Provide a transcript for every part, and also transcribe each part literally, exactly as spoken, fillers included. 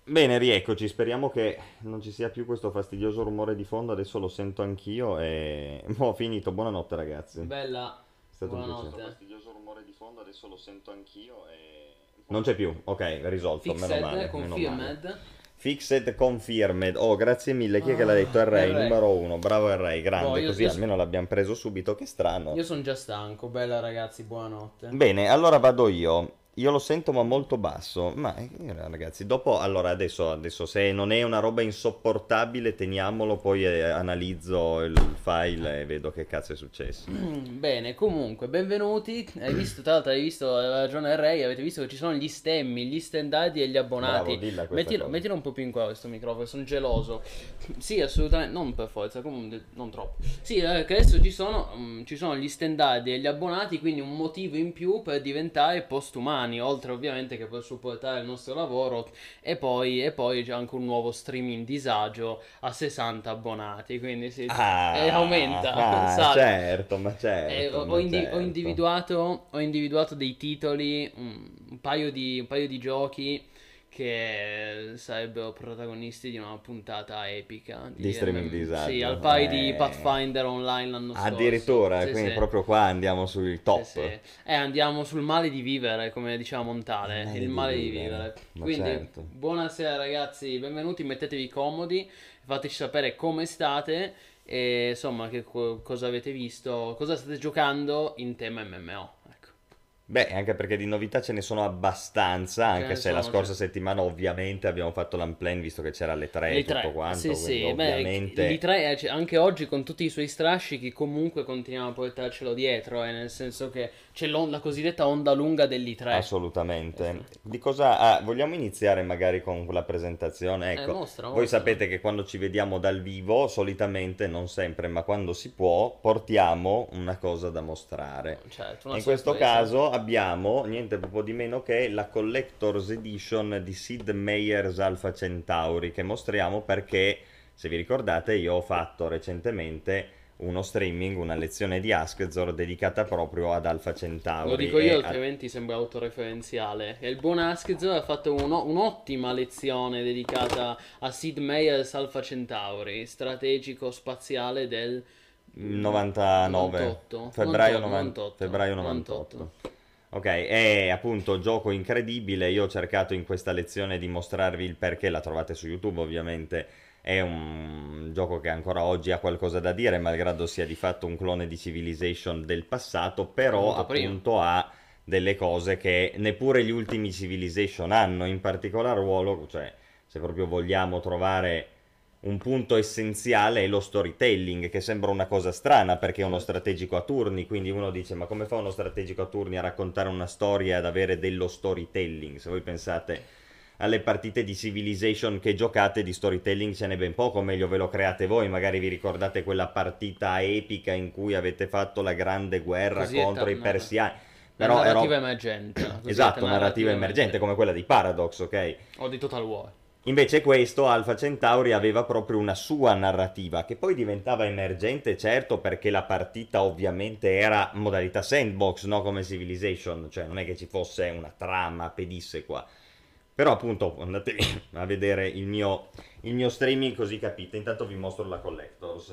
Bene, rieccoci, speriamo che non ci sia più questo fastidioso rumore di fondo, adesso lo sento anch'io e... Ho finito, buonanotte ragazzi. È Bella, stato un piacere. Questo buonanotte. fastidioso rumore di fondo, adesso lo sento anch'io e... Non c'è più, ok, risolto, meno Fixed, male, meno male. confirmed. Fixed confirmed. Oh, grazie mille. Chi è che l'ha detto? Ah, Il il Ray, re. numero uno. Bravo il Ray, Boh, grande, io, così io, so- almeno l'abbiamo preso subito. Che strano. io sono già stanco. Bella ragazzi, buonanotte. Bene, allora vado io. Io lo sento ma molto basso. Ma eh, ragazzi, dopo, allora adesso, adesso se non è una roba insopportabile, teniamolo, poi eh, analizzo il file e vedo che cazzo è successo. Bene, comunque, benvenuti. Hai visto, tra l'altro, hai visto, aveva ragione il Ray, avete visto che ci sono gli stemmi, gli stendati e gli Bravo, abbonati. dilla questa Mettilo, cosa. mettilo un po' più in qua questo microfono, sono geloso. Sì, assolutamente, non per forza, comunque non troppo. Sì, eh, che adesso ci sono, mm, ci sono gli stendati e gli abbonati, quindi un motivo in più per diventare postumani, oltre ovviamente che per supportare il nostro lavoro. E poi, e poi c'è anche un nuovo streaming disagio a sessanta abbonati, quindi sì, e Ah, aumenta, ah, sale. certo, ma Eh, certo, ho, ho ma indi- ho certo. individuato, ho individuato dei titoli, un, un paio di, un paio di giochi che sarebbero protagonisti di una puntata epica Di di streaming M M O. Sì, al disagio. pari di Eh, Pathfinder Online l'anno scorso. addirittura, Sì, quindi sì. proprio qua andiamo sul Sì, top. sì. Eh, andiamo sul male di vivere, come diceva Il Montale, male il di male di vivere, vivere. ma Quindi, certo. buonasera ragazzi, benvenuti, mettetevi comodi, fateci sapere come state e insomma che co- cosa avete visto, cosa state giocando in tema M M O. Ecco, Beh, anche perché di novità ce ne sono abbastanza, ce anche ne se la sono, cioè. scorsa settimana ovviamente abbiamo fatto l'unplan visto che c'era le tre e L'I tutto tre, sì quanto, quindi sì, beh, l'I ovviamente tre eh, cioè, anche oggi con tutti i suoi strascichi comunque continuiamo a portarcelo dietro, eh, nel senso che c'è l'on- la cosiddetta onda lunga dell'I tre. assolutamente. Di cosa... Ah, vogliamo iniziare magari con la presentazione? Eh, Ecco, mostra, voi mostra. sapete che quando ci vediamo dal vivo, solitamente, non sempre, ma quando si può, portiamo una cosa da mostrare. Certo, E una in questo sorpresa. caso abbiamo niente poco di meno che la Collector's Edition di Sid Meier's Alpha Centauri, che mostriamo perché, se vi ricordate, io ho fatto recentemente uno streaming, una lezione di Askzor dedicata proprio ad Alpha Lo Centauri dico io, e al... altrimenti sembra autoreferenziale. E il buon Askzo ha fatto uno- un'ottima lezione dedicata a Sid Meier's Alpha Centauri, strategico spaziale del mm, novantanove, novantotto, febbraio, novantotto, novanta novantotto, febbraio novantotto. novantotto. Ok, è appunto gioco incredibile. Io ho cercato in questa lezione di mostrarvi il perché, la trovate su YouTube ovviamente. È un gioco che ancora oggi ha qualcosa da dire, malgrado sia di fatto un clone di Civilization del passato, però Venuto prima. appunto ha delle cose che neppure gli ultimi Civilization hanno, in particolar ruolo, cioè se proprio vogliamo trovare un punto essenziale è lo storytelling, che sembra una cosa strana perché è uno Certo. strategico a turni, quindi uno dice ma come fa uno strategico a turni a raccontare una storia e ad avere dello storytelling? Se voi pensate alle partite di Civilization che giocate di storytelling ce n'è ben poco, meglio ve lo create voi, magari vi ricordate quella partita epica in cui avete fatto la grande guerra Cosiddetta contro i narra- persiani, la però narrativa ero... emergente, la cosiddetta Esatto, narrativa narrativa emergente emergente. come quella di Paradox, ok? O di Total War. Invece questo, Alpha Centauri, aveva proprio una sua narrativa, che poi diventava emergente, certo, perché la partita ovviamente era modalità sandbox, no come Civilization, cioè non è che ci fosse una trama pedissequa. Però appunto andatevi a vedere il mio, il mio streaming così capite. Intanto vi mostro la Collectors.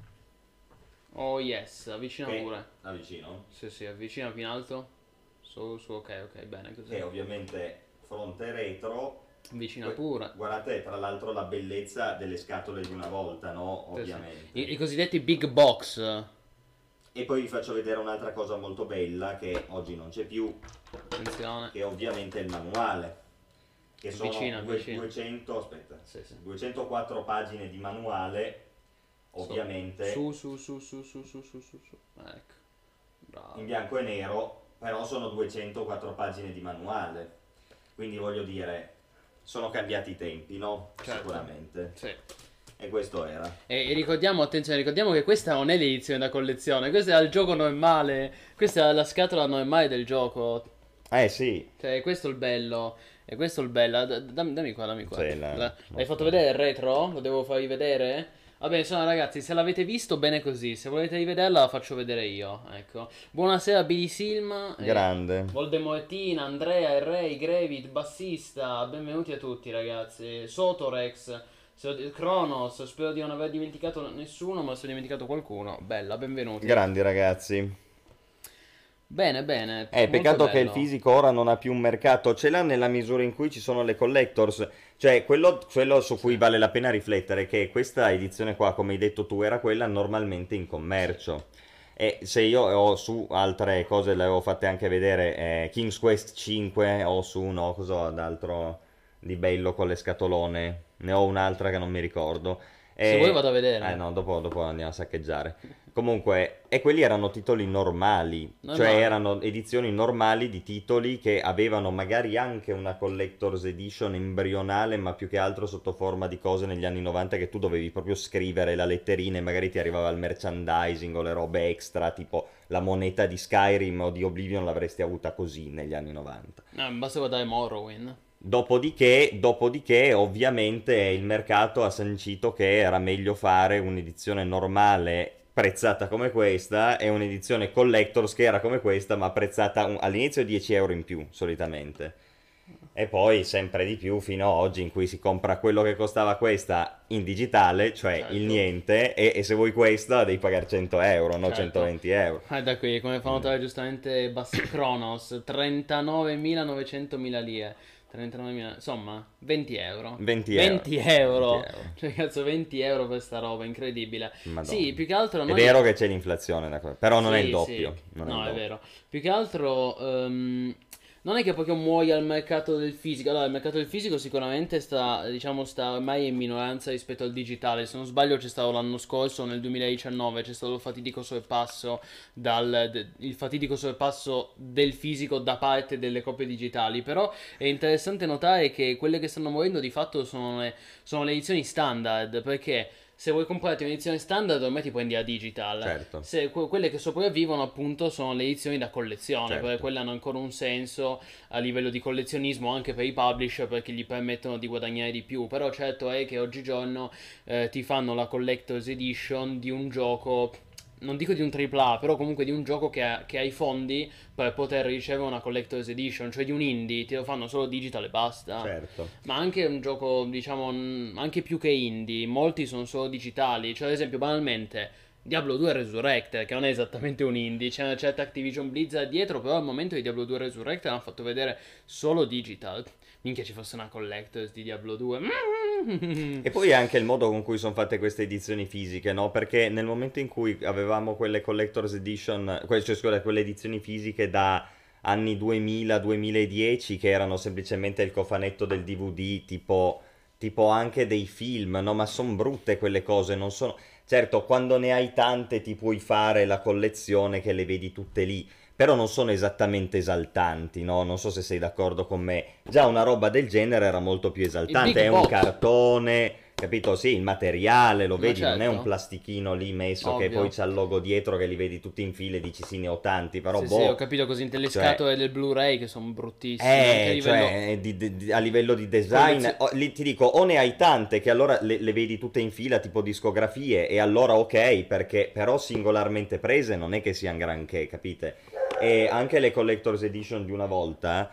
Oh yes, avvicina Che pure. avvicino. Sì, sì, avvicina più in alto. Su, su, ok, ok, bene Che così. è ovviamente fronte retro. Avvicina Que- pure. Guardate tra l'altro la bellezza delle scatole di una volta, no? Sì, sì. I, i Ovviamente. cosiddetti big box. E poi vi faccio vedere un'altra cosa molto bella che oggi non c'è più, Attenzione. che è ovviamente il manuale, che sono Avvicina, due- avvicina. duecento, aspetta, Sì, sì. duecentoquattro pagine di manuale, So- Su, ovviamente su, su, su, su, su, su, su, su. Ecco. in Bravo. bianco e nero, però sono duecentoquattro pagine di manuale. Quindi voglio dire, sono cambiati i tempi, no? Certo. Sicuramente. Sì. E questo era. E, e ricordiamo, attenzione, ricordiamo che questa non è l'edizione da collezione, questa è il gioco normale, questa è la scatola normale del gioco. Eh sì, Cioè, questo è il bello. E questo è il bello. D- Dammi, dammi qua, dammi qua. c'è la... La- L'hai fatto mostra. vedere il retro? Lo devo farvi vedere? Vabbè, insomma, ragazzi, se l'avete visto, bene così. Se volete rivederla, la faccio vedere io. Ecco. Buonasera, Billy Silma. Grande. Voldemortina, Andrea, il Ray, Grevit, bassista. Benvenuti a tutti, ragazzi. Sotorex, Kronos. Spero di non aver dimenticato nessuno, ma se ho dimenticato qualcuno. Bella, benvenuti. Grandi, ragazzi. Bene, bene. Eh, peccato che il bello. fisico ora non ha più un mercato, ce l'ha nella misura in cui ci sono le collectors, cioè quello, quello su cui Sì. vale la pena riflettere è che questa edizione qua, come hai detto tu, era quella normalmente in commercio. E se io ho su altre cose, le avevo fatte anche vedere, eh, King's Quest cinque o su, no, cosa d'altro di bello con le scatolone, ne ho un'altra che non mi ricordo. Se E... vuoi vado a vedere. Eh no, dopo, dopo andiamo a saccheggiare. Comunque, e quelli erano titoli normali, Normali. cioè erano edizioni normali di titoli che avevano magari anche una collector's edition embrionale, ma più che altro sotto forma di cose negli anni novanta che tu dovevi proprio scrivere la letterina e magari ti arrivava il merchandising o le robe extra, tipo la moneta di Skyrim o di Oblivion l'avresti avuta così negli anni novanta. Eh, basta guardare Morrowind. Dopodiché, dopodiché, ovviamente il mercato ha sancito che era meglio fare un'edizione normale prezzata come questa e un'edizione collectors che era come questa ma prezzata un- all'inizio dieci euro in più solitamente e poi sempre di più fino a oggi in cui si compra quello che costava questa in digitale, cioè Certo. il niente, e, e se vuoi questa devi pagare cento euro, no Certo. centoventi euro. Ah, da qui, come fa notare giustamente Bass Kronos, trentanovemilanovecento lire. trentanovemila, insomma, venti euro. venti euro. venti euro. venti euro. Cioè, cazzo, venti euro per sta roba, incredibile. Madonna. Sì, più che altro È noi... vero che c'è l'inflazione, da que- però non è il Sì, doppio. sì. non No, il è doppio. vero. Più che altro, ehm, non è che proprio muoia il mercato del fisico. Allora, il mercato del fisico sicuramente sta, diciamo, sta ormai in minoranza rispetto al digitale. Se non sbaglio, c'è stato l'anno scorso, nel duemiladiciannove, c'è stato il fatidico sorpasso dal, de- il fatidico sorpasso del fisico da parte delle copie digitali. Però è interessante notare che quelle che stanno morendo di fatto sono le, sono le edizioni standard, perché se vuoi comprarti un'edizione standard ormai ti prendi la digital. Certo. Se, que- quelle che sopravvivono appunto sono le edizioni da collezione, Certo. perché quelle hanno ancora un senso a livello di collezionismo anche per i publisher, perché gli permettono di guadagnare di più. Però certo è che oggigiorno eh, ti fanno la collector's edition di un gioco, non dico di un tripla A, però comunque di un gioco che ha, che ha i fondi per poter ricevere una collector's edition, cioè di un indie, ti lo fanno solo digital e basta. Certo. Ma anche un gioco, diciamo, mm, anche più che indie, molti sono solo digitali. Cioè, ad esempio, banalmente, Diablo due Resurrected, che non è esattamente un indie, c'è una certa Activision Blizzard dietro, però al momento di Diablo due Resurrected hanno fatto vedere solo digital. Minchia ci fosse una collectors di Diablo due. E poi anche il modo con cui sono fatte queste edizioni fisiche, no? Perché nel momento in cui avevamo quelle collector's edition, que- cioè scusa, quelle edizioni fisiche da anni duemila-duemiladieci che erano semplicemente il cofanetto del D V D, tipo, tipo anche dei film, no? Ma sono brutte quelle cose, non sono... Certo, quando ne hai tante ti puoi fare la collezione che le vedi tutte lì, però non sono esattamente esaltanti, no? Non so se sei d'accordo con me. Già una roba del genere era molto più esaltante, big è un box. cartone, capito? Sì, il materiale, lo Ma vedi, non è certo. un plastichino lì messo che Ovvio. poi c'ha il logo dietro che li vedi tutti in fila e dici sì, ne ho tanti, però Sì, boh... sì, ho capito così le cioè- scatole del Blu-ray che sono bruttissime. Anche a eh, livello... cioè, di- di- di- a livello di design, Collezio- o- lì ti dico, o ne hai tante che allora le, le vedi tutte in fila, tipo discografie, e allora ok, perché però singolarmente prese non è che siano granché, capite? E anche le Collector's Edition di una volta,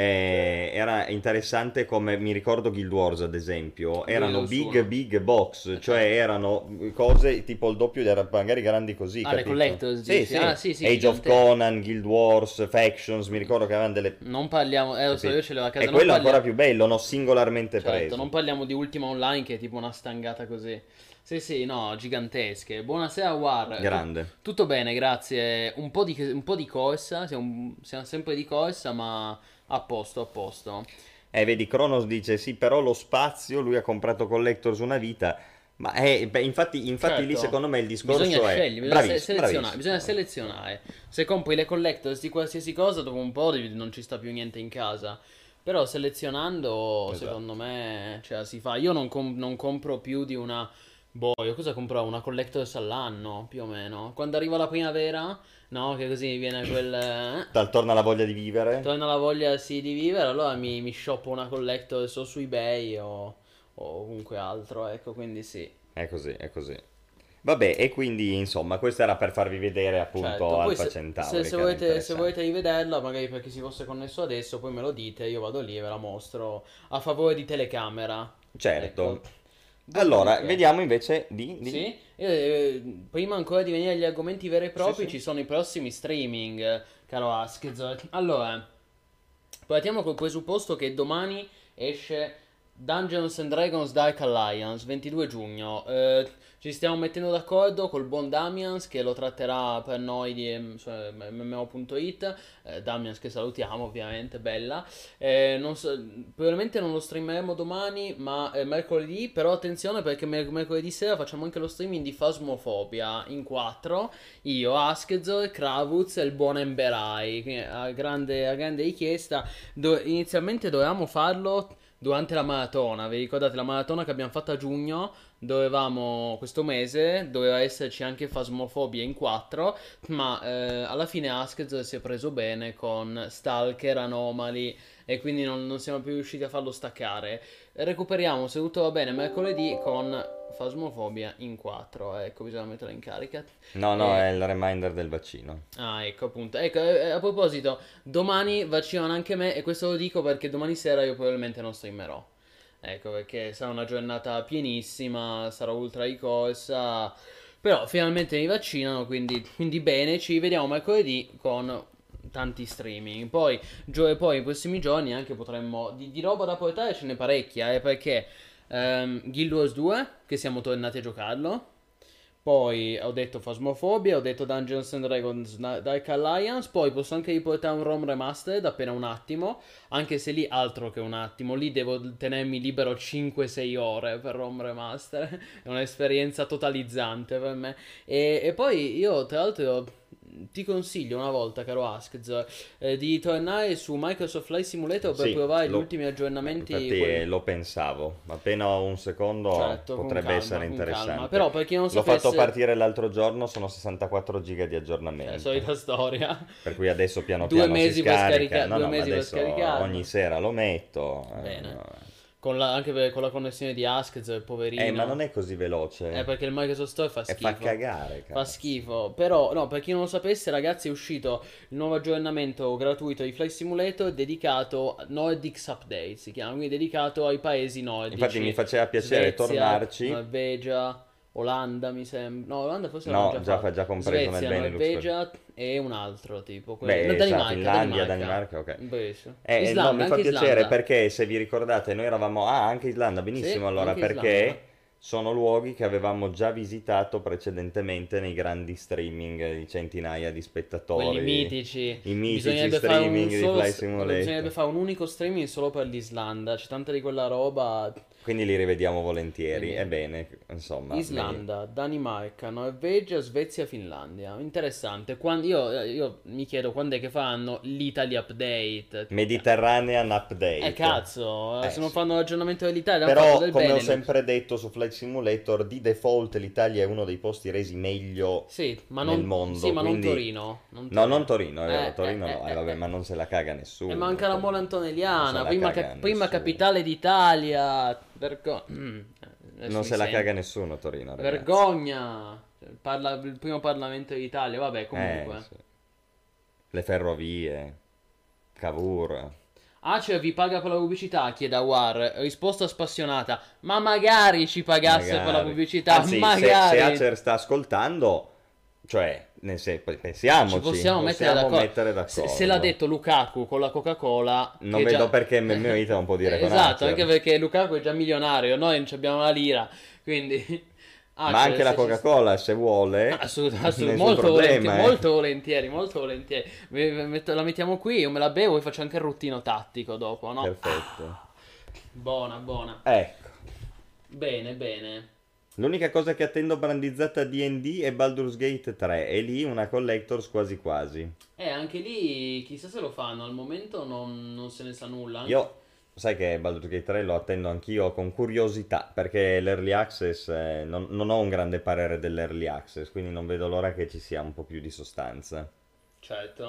eh, era interessante come, mi ricordo Guild Wars ad esempio, erano Guild Wars big uno. big box, cioè erano cose tipo il doppio, era magari grandi così, Ah, le capito? Collector's, Sì, dici? sì, Ah, sì, sì, Age of gigante. Conan, Guild Wars, Factions, mi ricordo che avevano delle... Non parliamo, eh lo so, Capito? io ce l'ho a casa. E non quello è parliamo- ancora più bello, no? Singolarmente Certo, preso. non parliamo di Ultima Online che è tipo una stangata così. Sì, sì, no, gigantesche. Buonasera, War. Grande. Tu- tutto bene, grazie. Un po' di, un po' di corsa, siamo, siamo sempre di corsa, ma a posto, a posto. Eh, vedi, Kronos dice sì, però lo spazio, lui ha comprato Collectors una vita. Ma eh, beh, infatti, infatti lì Certo. secondo me il discorso Bisogna è... scegliere, bisogna Bravissimo, se- selezionare, bravissimo. bisogna selezionare. Se compri le collectors di qualsiasi cosa, dopo un po' devi- non ci sta più niente in casa. Però selezionando, Esatto. secondo me, cioè, si fa. Io non, com- non compro più di una... Boh, io cosa compro? Una collectors all'anno, più o meno. Quando arriva la primavera, no, che così mi viene quel... eh, Tal- Torna la voglia di vivere. torna la voglia sì di vivere, allora mi, mi shoppo una collectors o su eBay o, o ovunque altro, ecco, quindi sì. è così, è così. Vabbè, e quindi insomma, questo era per farvi vedere appunto Certo, poi Alpha se, se- Centauri, se che era volete, se interessante. volete rivederla, magari per chi si fosse connesso adesso, poi me lo dite, io vado lì e ve la mostro a favore di telecamera. Ecco. Certo. Allora, Dopodiché, vediamo invece di... di... sì, eh, prima ancora di venire agli argomenti veri e Sì, propri, sì. ci sono i prossimi streaming, eh, caro Askez. Allora, partiamo col presupposto che domani esce Dungeons and Dragons Dark Alliance, ventidue giugno. Eh, ci stiamo mettendo d'accordo col buon Damians che lo tratterà per noi di em, su M M O punto it. Eh, Damians che salutiamo ovviamente, bella. Eh, non so- probabilmente non lo streameremo domani, ma eh, mercoledì. Però attenzione perché mer- mercoledì sera facciamo anche lo streaming di Phasmophobia in quattro. Io, Askezor, Kravuz e il buon Emberai. Quindi, A grande, a grande richiesta. Do- inizialmente dovevamo farlo durante la maratona. Vi ricordate la maratona che abbiamo fatto a giugno? Dovevamo, questo mese, doveva esserci anche Phasmophobia in quattro, ma eh, alla fine Askez si è preso bene con Stalker, Anomaly e quindi non, non siamo più riusciti a farlo staccare. Recuperiamo, se tutto va bene, mercoledì con Phasmophobia in quattro. Ecco, bisogna metterla in carica. No, no, è E... il reminder del vaccino. Ah, ecco appunto. Ecco, eh, a proposito, domani vaccinano anche me e questo lo dico perché domani sera io probabilmente non streamerò. Ecco, perché sarà una giornata pienissima, sarà ultra di corsa. Però finalmente mi vaccinano, quindi, quindi bene, ci vediamo mercoledì con tanti streaming. Poi, gio- poi i prossimi giorni anche potremmo... Di, di roba da portare ce n'è parecchia, eh, perché ehm, Guild Wars due, che siamo tornati a giocarlo. Poi ho detto Phasmophobia, ho detto Dungeons and Dragons Na- Dark Alliance, poi posso anche riportare un ROM remastered appena un attimo, anche se lì altro che un attimo, lì devo tenermi libero cinque sei ore per ROM remaster, è un'esperienza totalizzante per me. E, e poi io tra l'altro ti consiglio una volta, caro Askz, eh, di tornare su Microsoft Flight Simulator per Sì, provare gli lo- ultimi aggiornamenti, infatti quelli- eh, lo pensavo. Appena ho un secondo certo, con potrebbe calma, essere con calma. interessante. Però per chi non L'ho fatto sapesse, partire l'altro giorno, sono sessantaquattro giga di è la aggiornamento. solita storia. Per cui adesso piano Due piano si mesi per scarica. scarica- No, due no, ma mesi per adesso scaricarlo. ogni sera lo metto. eh, Bene. no. Con la- anche per- con la connessione di Askez, poverino. Eh, ma non è così veloce. Eh, perché il Microsoft Store fa E schifo. fa cagare, Fa cazzo. schifo. Però, no, per chi non lo sapesse, ragazzi, è uscito il nuovo aggiornamento gratuito di Flight Simulator dedicato a Nordics Update, si chiama, quindi dedicato ai paesi nordici. Infatti mi faceva piacere Svezia, tornarci. Norvegia, Olanda, mi sembra. No, Olanda forse No, l'hanno già già fatto. fa- già compreso nel Svezia, Benelux. Norvegia e un altro tipo. quello- Beh, no, sa, Danimarca, Finlandia, Danimarca. Danimarca, ok. Bellissimo. Eh, no, Islanda, mi fa anche piacere Islanda. perché se vi ricordate noi eravamo... Ah, anche Islanda, benissimo Sì, allora, anche perché Islanda. sono luoghi che avevamo già visitato precedentemente nei grandi streaming di centinaia di spettatori. Quelli mitici. I mitici Bisognerebbe fare un streaming di solo Flight st- Simulator. bisognerebbe fare un unico streaming solo per l'Islanda. C'è tanta di quella roba. Quindi li rivediamo volentieri. Quindi- Ebbene, insomma... Islanda, Danimarca, Norvegia, Svezia, Finlandia. Interessante. Quando, io, io mi chiedo quando è che faranno l'Italy Update. mi- Mediterranean Update. Eh cazzo, eh, Eh, se non sì. fanno l'aggiornamento dell'Italia, hanno Però, fatto del come ho Benelux. sempre detto su Flight Simulator, di default l'Italia è uno dei posti resi meglio Sì, ma nel non, mondo. sì, ma non quindi- Torino. Non No, non Torino, è vero, Eh, Torino eh, no, eh, eh, vabbè, eh. ma non se la caga nessuno. E manca la Torino. mola Non se antonelliana, la prima, caga ca- prima nessuno. capitale d'Italia. Vergo- Mm, adesso Non mi se la sento. caga nessuno Torino, ragazzi. Vergogna. Cioè, Parla, il primo Parlamento d'Italia, vabbè, comunque. Eh, sì. Le ferrovie, Cavour. Acer vi paga per la pubblicità, chiede War. Risposta spassionata. Ma magari ci pagasse per la Magari. pubblicità, Anzi, se, magari. se Acer sta ascoltando, cioè, nel senso, pensiamoci, Ci possiamo mettere d'accordo. mettere Se, d'accordo. se l'ha detto Lukaku con la Coca-Cola. Non che vedo già- perché M M O Ita non può dire con Esatto, Acer. anche perché Lukaku è già milionario, noi non ci abbiamo la lira. Quindi. Ma Acer, anche la se ci- Coca-Cola, se vuole, Assolutamente, nessun molto, problema, volentieri, eh. molto volentieri, molto volentieri. Vi- vi metto- La mettiamo qui, io me la bevo e faccio anche il ruttino tattico dopo, no? Perfetto. Buona, buona. Ecco. Bene, bene. L'unica cosa che attendo brandizzata D and D è Baldur's Gate tre, e lì una Collectors quasi quasi. Eh, anche lì chissà se lo fanno, al momento non, non se ne sa nulla. Anche- Io, sai che Baldur's Gate tre lo attendo anch'io con curiosità, perché l'Early Access, eh, non, non ho un grande parere dell'Early Access, quindi non vedo l'ora che ci sia un po' più di sostanza. Certo.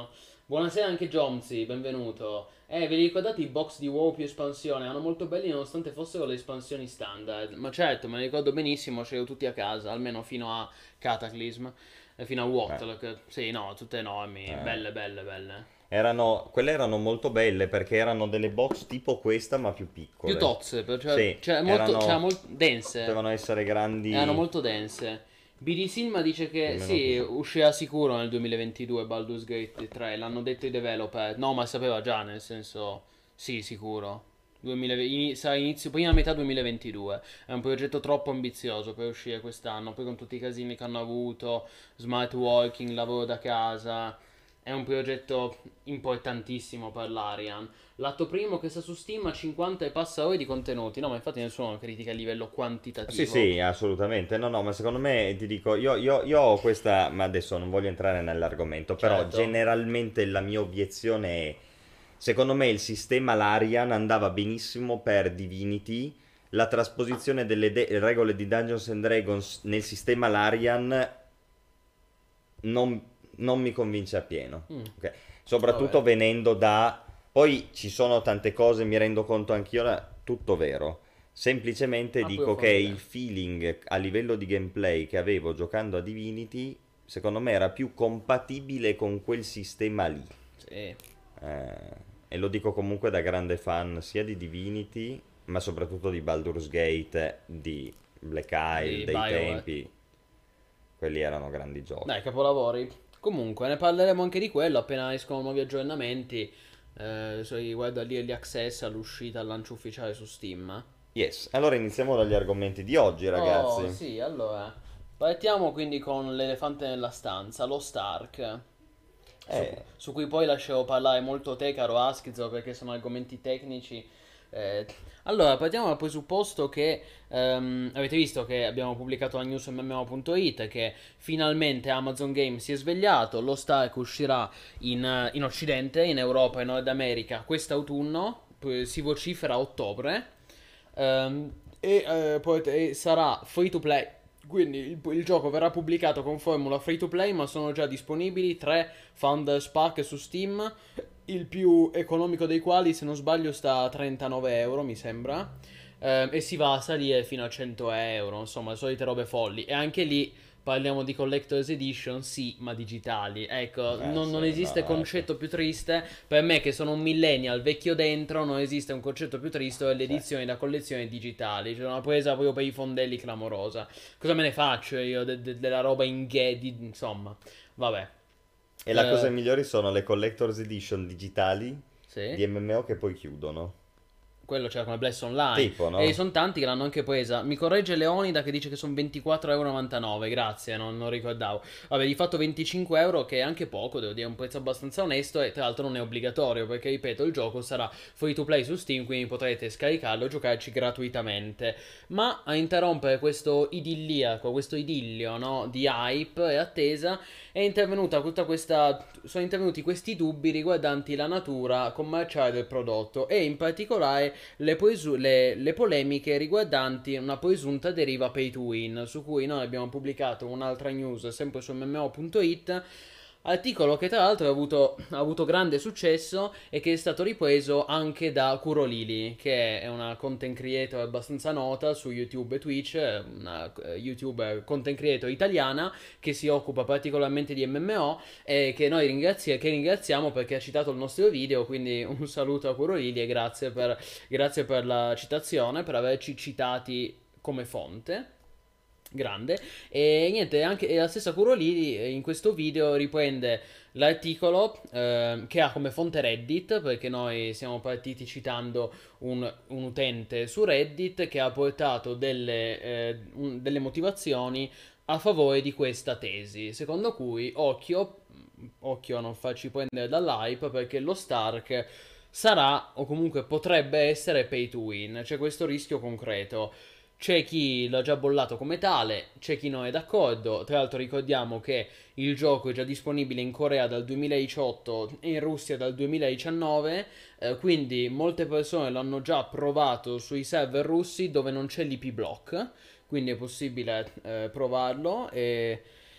Buonasera anche Jomzi, benvenuto. Eh, vi ricordate i box di WoW più espansione? Erano molto belli nonostante fossero le espansioni standard. Ma certo, me ne ricordo benissimo, ce li ho tutti a casa, almeno fino a Cataclysm, e fino a Eh, Warlock. Sì, no, tutte enormi, eh. belle, belle, belle. Erano, quelle erano molto belle perché erano delle box tipo questa ma più Più piccole. tozze, per- cioè, Sì, cioè molto, cioè, erano, molto dense. potevano essere Erano grandi molto dense. B D Silma dice più o che meno sì, così. uscirà sicuro nel duemilaventidue Baldur's Gate tre, l'hanno detto i developer. No, ma sapeva già, nel senso, sì, sicuro. duemilaventi ini- sarà inizio, prima metà duemilaventidue. È un progetto troppo ambizioso per uscire quest'anno, poi con tutti i casini che hanno avuto, smart working, lavoro da casa. È un progetto importantissimo per l'Arian. L'atto primo che sta su Steam ha cinquanta e passa ore di contenuti. No, ma infatti nessuno critica a livello Sì, quantitativo. sì, assolutamente. No, no, ma secondo me ti dico, io, io- io ho questa, ma adesso non voglio entrare nell'argomento, però Certo. generalmente la mia obiezione è, secondo me il sistema Larian andava benissimo per Divinity, la trasposizione delle de- regole di Dungeons and Dragons nel sistema Larian non, non mi convince appieno. Mm, Ok? Soprattutto vabbè. venendo da... Poi ci sono tante cose, mi rendo conto anch'io, ora, tutto vero. Semplicemente dico che il Approfondire. feeling a livello di gameplay che avevo giocando a Divinity, secondo me era più compatibile con quel sistema lì. Sì. Eh, e lo dico comunque da grande fan sia di Divinity, ma soprattutto di Baldur's Gate, di Black Isle, Di dei BioWare. tempi. Quelli erano grandi Dai, giochi. capolavori. Comunque, ne parleremo anche di quello appena escono nuovi aggiornamenti. Eh, sui guarda lì early access all'uscita, al lancio ufficiale su Steam. Yes, allora iniziamo dagli argomenti di oggi, Oh, ragazzi. sì, allora. Partiamo quindi con l'elefante nella stanza, lo Stark. Su, Eh, su cui poi lascerò parlare molto te, caro Aschizzo, perché sono argomenti tecnici. Eh, allora, partiamo dal presupposto che ehm, avete visto che abbiamo pubblicato la news su M M O punto it che finalmente Amazon Game si è svegliato, lo Stark uscirà in, in Occidente, in Europa e Nord America quest'autunno, poi si vocifera a ottobre. Ehm, e eh, poi e sarà free to play. Quindi il, il gioco verrà pubblicato con formula free to play, ma sono già disponibili tre Founders Pack su Steam. Il più economico dei quali, se non sbaglio, sta a trentanove euro, mi sembra. Ehm, e si va a salire fino a cento euro, insomma, solite robe folli. E anche lì parliamo di Collector's Edition, sì, ma digitali. Ecco, eh non, sì, non esiste no, ecco. concetto più triste. Per me, che sono un millennial vecchio dentro, non esiste un concetto più triste delle Sì. edizioni da collezione digitali. Cioè, una presa proprio per i fondelli clamorosa. Cosa me ne faccio io de- de- della roba in gay? di- insomma, vabbè. E la cosa Eh, migliore sono le Collector's Edition digitali sì. di M M O che poi chiudono. Quello c'era come Bless Online. Tipo, E no? sono tanti che l'hanno anche presa. Mi corregge Leonida che dice che sono ventiquattro e novantanove euro. Grazie, non, non ricordavo. Vabbè, di fatto venticinque euro, che è anche poco, devo dire, è un prezzo abbastanza onesto. E tra l'altro non è obbligatorio, perché ripeto, il gioco sarà free to play su Steam, quindi potrete scaricarlo e giocarci gratuitamente. Ma a interrompere questo idilliaco, questo idillio, no, di hype e attesa, è intervenuta tutta questa. Sono intervenuti questi dubbi riguardanti la natura commerciale del prodotto e in particolare le, poesu- le- le polemiche riguardanti una presunta deriva pay to win, su cui noi abbiamo pubblicato un'altra news sempre su M M O punto it. Articolo che tra l'altro ha avuto, ha avuto grande successo e che è stato ripreso anche da Kurolili, che è una content creator abbastanza nota su YouTube e Twitch, una eh, YouTuber content creator italiana che si occupa particolarmente di M M O e che noi ringrazia- che ringraziamo perché ha citato il nostro video, quindi un saluto a Kurolili e grazie per, grazie per la citazione, per averci citati come fonte. Grande. E niente, anche e la stessa Kurolili eh, in questo video riprende l'articolo eh, che ha come fonte Reddit, perché noi siamo partiti citando un, un utente su Reddit che ha portato delle, eh, un- delle motivazioni a favore di questa tesi, secondo cui occhio, occhio a non farci prendere dall'hype, perché lo Stark sarà o comunque potrebbe essere pay to win, c'è questo rischio concreto. C'è chi l'ha già bollato come tale, c'è chi non è d'accordo. Tra l'altro ricordiamo che il gioco è già disponibile in Corea dal duemiladiciotto e in Russia dal duemiladiciannove, eh, quindi molte persone l'hanno già provato sui server russi dove non c'è l'I P block, quindi è possibile eh, provarlo e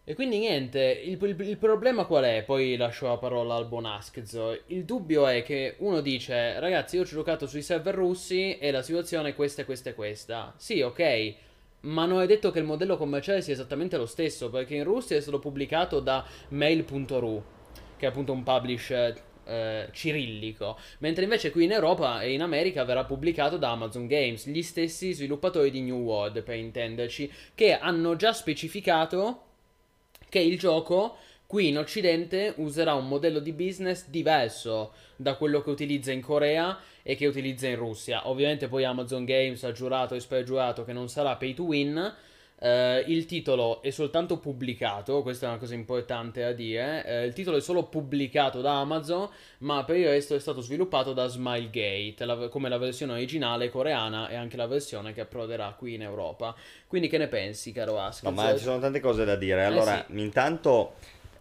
E quindi niente, il, il- il problema qual è? Poi lascio la parola al buon Askzo. Il dubbio è che uno dice, ragazzi, io ci ho giocato sui server russi e la situazione è questa e questa e questa. Sì, ok, ma non è detto che il modello commerciale sia esattamente lo stesso, perché in Russia è stato pubblicato da mail punto ru, che è appunto un publisher eh, cirillico, mentre invece qui in Europa e in America verrà pubblicato da Amazon Games, gli stessi sviluppatori di New World, per intenderci, che hanno già specificato che il gioco qui in Occidente userà un modello di business diverso da quello che utilizza in Corea e che utilizza in Russia. Ovviamente poi Amazon Games ha giurato e spergiurato che non sarà pay to win. Eh, il titolo è soltanto pubblicato, questa è una cosa importante da dire. Eh, il titolo è solo pubblicato da Amazon, ma per il resto è stato sviluppato da Smilegate, la- come la versione originale coreana e anche la versione che approderà qui in Europa. Quindi che ne pensi, caro No, Askez? ma ci sono tante cose da dire. Eh Allora, sì, intanto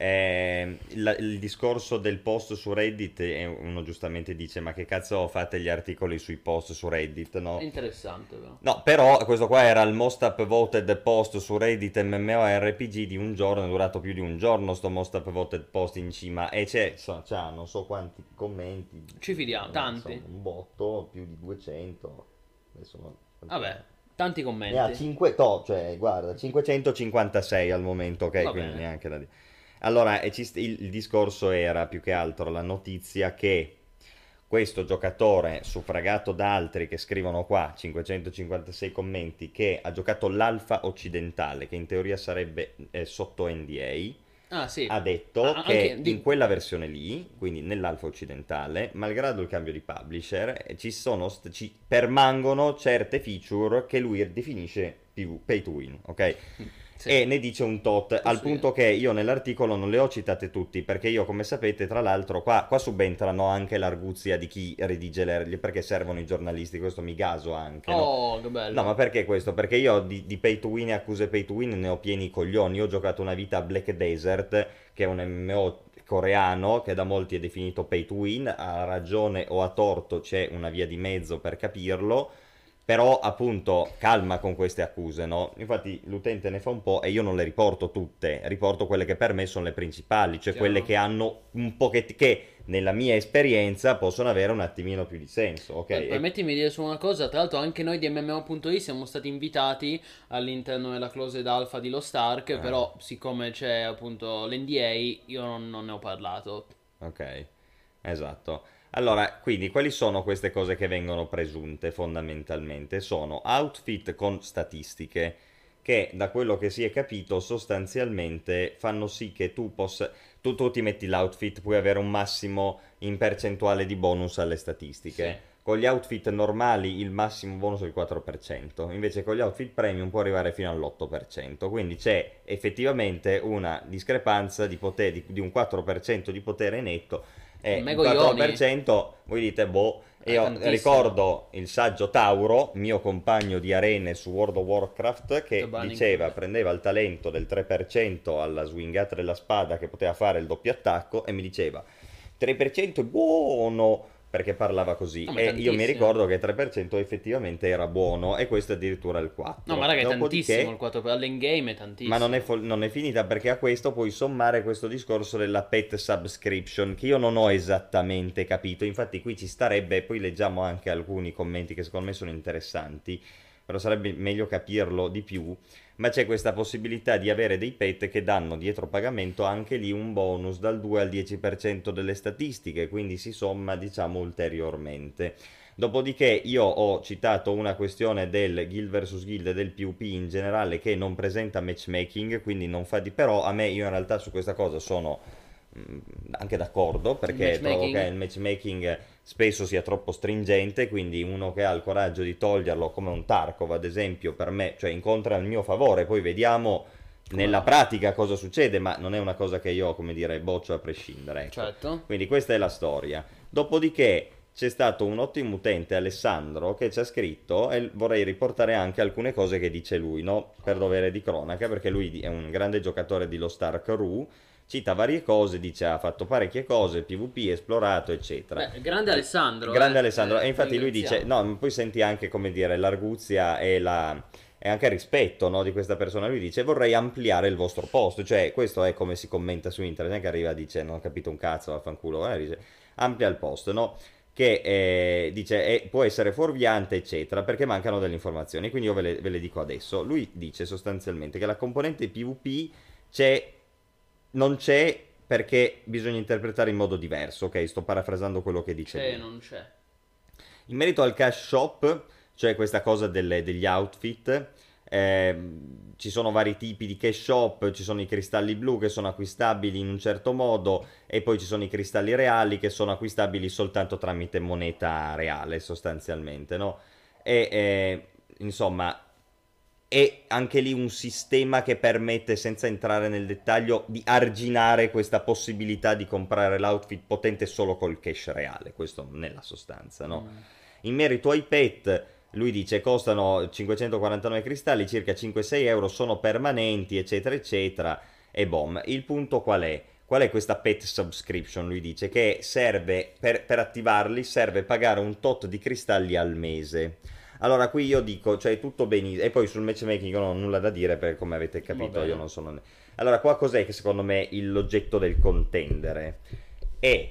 eh, il, il discorso del post su Reddit, eh, uno giustamente dice, ma che cazzo fate gli articoli sui post su Reddit, è no? interessante però. No, però questo qua era il most upvoted post su Reddit MMORPG di un giorno, è durato più di un giorno sto most upvoted post in cima e c'è, insomma, c'ha non so quanti commenti, Ci fidiamo, eh, insomma, tanti. un botto, più di duecento, adesso non... quanti Vabbè, ne tanti ne ha commenti. cinque, to, cioè guarda, cinquecentocinquantasei al momento, ok, Va quindi bene. neanche da dire. Allora, e ci st- il, il discorso era più che altro la notizia che questo giocatore, suffragato da altri che scrivono qua, cinquecentocinquantasei commenti, che ha giocato l'alfa occidentale, che in teoria sarebbe eh, sotto N D Ah, A, ha sì. detto Ah, che anche in di... quella versione lì, quindi nell'alfa occidentale, malgrado il cambio di publisher, eh, ci sono, st- ci permangono certe feature che lui definisce più pay to win, ok? Sì, E ne dice un tot, al posso dire. punto che io nell'articolo non le ho citate tutti, perché io, come sapete, tra l'altro, qua, qua subentrano anche l'arguzia di chi redige le, perché servono i giornalisti, questo mi gaso anche, no? Oh, che No, ma bello. perché questo? Perché io di, di pay to win e accuse pay to win ne ho pieni i coglioni. Io ho giocato una vita a Black Desert, che è un M M O coreano, che da molti è definito pay to win, a ragione o a torto c'è una via di mezzo per capirlo, però appunto calma con queste accuse, no? Infatti l'utente ne fa un po' e io non le riporto tutte, riporto quelle che per me sono le principali, cioè quelle Chiaro. che hanno un pochettino, che nella mia esperienza possono avere un attimino più di senso, ok? Per- E Permettimi di dire su una cosa, tra l'altro anche noi di M M O punto I siamo stati invitati all'interno della closed alpha di Lost Ark, eh, però siccome c'è appunto l'N D A io non, non ne ho parlato. ok, esatto. Allora, quindi quali sono queste cose che vengono presunte fondamentalmente? Sono outfit con statistiche che, da quello che si è capito, sostanzialmente fanno sì che tu possa... Tu, tu ti metti l'outfit, puoi avere un massimo in percentuale di bonus alle Sì. statistiche. Con gli outfit normali il massimo bonus è il quattro per cento, invece con gli outfit premium può arrivare fino all'otto per cento, quindi c'è effettivamente una discrepanza di, potere, di, di un quattro per cento di potere netto e Me il coglioni, quattro per cento voi dite boh, è io tantissimo. ricordo il saggio Tauro, mio compagno di arene su World of Warcraft, The che Burning diceva, Crusade. prendeva il talento del tre per cento alla swingata della spada che poteva fare il doppio attacco e mi diceva tre per cento è buono, perché parlava così No, ma è e io mi tantissimo. ricordo che tre per cento effettivamente era buono e questo addirittura il No, ma quattro. raga, è tantissimo il Dopodiché, quattro per all'endgame è ma non è, tantissimo. fol- non è finita, perché a questo puoi sommare questo discorso della pet subscription che io non ho esattamente capito. Infatti qui ci starebbe, e poi leggiamo anche alcuni commenti che secondo me sono interessanti, però sarebbe meglio capirlo di più. Ma c'è questa possibilità di avere dei pet che danno dietro pagamento anche lì un bonus dal due al dieci per cento delle statistiche, quindi si somma diciamo ulteriormente. Dopodiché io ho citato una questione del Guild versus Guild e del PvP in generale che non presenta matchmaking, quindi non fa di... però a me io in realtà su questa cosa sono mh, anche d'accordo, Il perché trovo che matchmaking? il matchmaking spesso sia troppo stringente, quindi uno che ha il coraggio di toglierlo, come un Tarkov ad esempio, per me, cioè incontra il mio favore, poi vediamo Come nella no? pratica cosa succede, ma non è una cosa che io, come dire, boccio a prescindere, ecco. Certo. Quindi questa è la storia. Dopodiché c'è stato un ottimo utente, Alessandro, che ci ha scritto e vorrei riportare anche alcune cose che dice lui, no? Per dovere di cronaca, perché lui è un grande giocatore di Lost Ark Ru, cita varie cose, dice ha fatto parecchie cose, PvP, esplorato, eccetera. Beh, grande Alessandro. Grande eh. Alessandro, Eh, e infatti lui dice, no, poi senti anche, come dire, l'arguzia e la... e anche il rispetto, no, di questa persona. Lui dice vorrei ampliare il vostro post, cioè questo è come si commenta su internet, che arriva e dice non ho capito un cazzo, vaffanculo, eh, dice amplia il post, no? Che eh, dice eh, può essere fuorviante, eccetera, perché mancano delle informazioni, quindi io ve le, ve le dico adesso. Lui dice sostanzialmente che la componente PvP c'è, non c'è perché bisogna interpretare in modo diverso, ok? Sto parafrasando quello che dice c'è, lui. non c'è. In merito al cash shop, cioè questa cosa delle- degli outfit, ehm, ci sono vari tipi di cash shop, ci sono i cristalli blu che sono acquistabili in un certo modo e poi ci sono i cristalli reali che sono acquistabili soltanto tramite moneta reale sostanzialmente, no? E eh, insomma è anche lì un sistema che permette, senza entrare nel dettaglio, di arginare questa possibilità di comprare l'outfit potente solo col cash reale, questo nella sostanza, no? Mm. In merito ai pet, lui dice costano cinquecentoquarantanove cristalli, circa cinque-sei euro, sono permanenti, eccetera, eccetera, e bom. Il punto qual è? Qual è questa pet subscription? Lui dice che serve, per, per attivarli, serve pagare un tot di cristalli al mese. Allora qui io dico, cioè tutto benissimo, e poi sul matchmaking io non ho nulla da dire perché come avete capito io non sono... Allora qua cos'è che secondo me è l'oggetto del contendere? È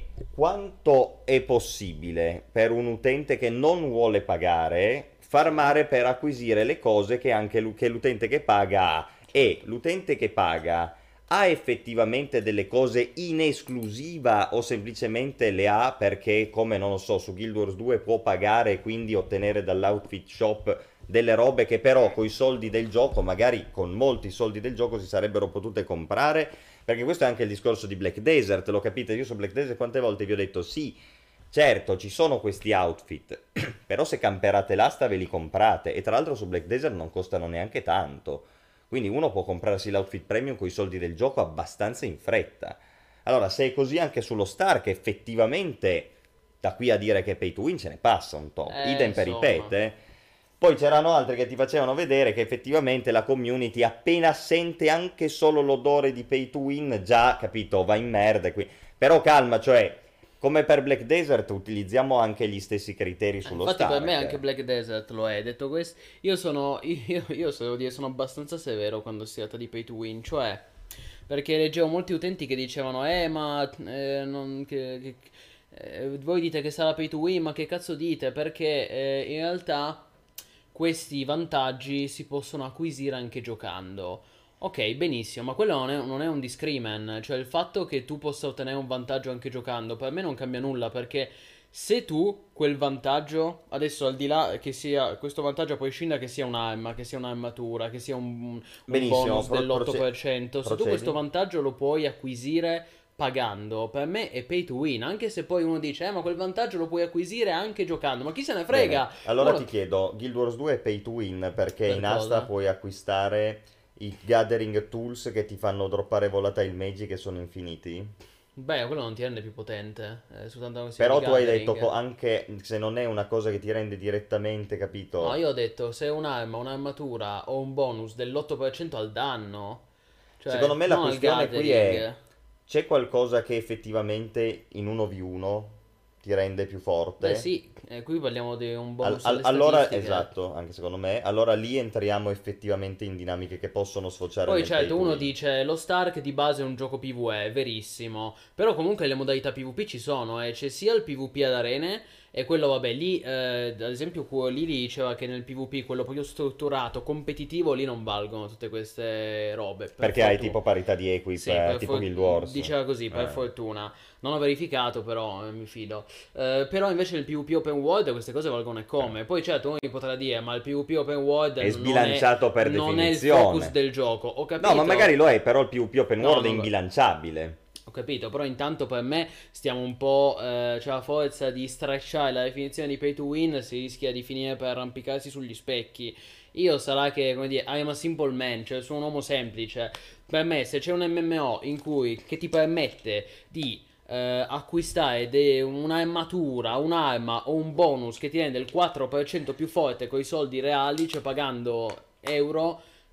quanto è possibile per un utente che non vuole pagare farmare per acquisire le cose che anche lu- che l'utente che paga ha, e l'utente che paga ha effettivamente delle cose in esclusiva o semplicemente le ha perché, come non lo so, su Guild Wars due può pagare e quindi ottenere dall'outfit shop delle robe che però con i soldi del gioco, magari con molti soldi del gioco, si sarebbero potute comprare, perché questo è anche il discorso di Black Desert, lo capite? Io su Black Desert quante volte vi ho detto sì, certo ci sono questi outfit, però se camperate l'asta ve li comprate, e tra l'altro su Black Desert non costano neanche tanto. Quindi uno può comprarsi l'outfit premium con i soldi del gioco abbastanza in fretta. Allora, se è così anche sullo Star, che effettivamente da qui a dire che pay to win ce ne passa un po', Eh, idem per i insomma. pet, eh. Poi c'erano altri che ti facevano vedere che effettivamente la community appena sente anche solo l'odore di pay to win, già, capito, va in merda. Qui. Però calma, cioè, come per Black Desert utilizziamo anche gli stessi criteri sullo Infatti Stark. per me anche Black Desert lo è. Detto questo, io sono io, io so- devo dire, sono abbastanza severo quando si tratta di pay to win, cioè perché leggevo molti utenti che dicevano "Eh, ma eh, non che, che- eh, voi dite che sarà pay to win, ma che cazzo dite? Perché eh, in realtà questi vantaggi si possono acquisire anche giocando". Ok, benissimo, ma quello non è, non è un discrimen, cioè il fatto che tu possa ottenere un vantaggio anche giocando, per me non cambia nulla, perché se tu quel vantaggio, adesso al di là che sia, questo vantaggio a prescindere che sia un'arma, che sia un'armatura, che sia un, un Benissimo, bonus pro- dell'otto per proce- cento, se tu procedi. questo vantaggio lo puoi acquisire pagando, per me è pay to win, anche se poi uno dice, eh ma quel vantaggio lo puoi acquisire anche giocando, ma chi se ne frega? Bene, allora Uno- ti chiedo, Guild Wars due è pay to win perché Per in asta cosa? puoi acquistare i gathering tools che ti fanno droppare volatile magi che sono infiniti? Beh, quello non ti rende più potente, eh, soltanto che sia Però di tu hai gathering. detto co- anche se non è una cosa che ti rende direttamente, No, capito? io ho detto se un'arma, un'armatura o un bonus dell'otto per cento al danno, cioè Secondo me la non al questione qui è, gathering. c'è qualcosa che effettivamente in uno vu uno ti rende più forte? Beh sì, eh, qui parliamo di un Al- bonus al- alle allora, statistiche. esatto, anche secondo me, allora lì entriamo effettivamente in dinamiche che possono sfociare Poi nel pay certo to uno win. dice lo Stark di base è un gioco PvE, verissimo, però comunque le modalità PvP ci sono, eh. C'è sia il PvP ad arene e quello vabbè lì, eh, ad esempio lì diceva che nel PvP quello proprio strutturato, competitivo, lì non valgono tutte queste robe. Per Perché hai fortuna. tipo parità di equip, Sì, eh, per tipo for- Guild Wars. diceva così, per Eh. fortuna. Non ho verificato, però eh, mi fido. Eh, però invece nel PvP Open World queste cose valgono e come. Poi certo uno mi potrà dire, ma il PvP Open World È non sbilanciato per non è il definizione. focus del gioco. Ho capito. No, ma magari lo è, però il PvP open No, world è no, no. imbilanciabile. Ho capito, però intanto per me stiamo un po', eh, c'è la forza di stracciare la definizione di pay to win, si rischia di finire per arrampicarsi sugli specchi. Io sarà che, come dire, I'm a simple man, cioè sono un uomo semplice. Per me se c'è un M M O in cui, che ti permette di eh, acquistare de- un'armatura, un'arma o un bonus che ti rende il quattro per cento più forte con i soldi reali, cioè pagando euro,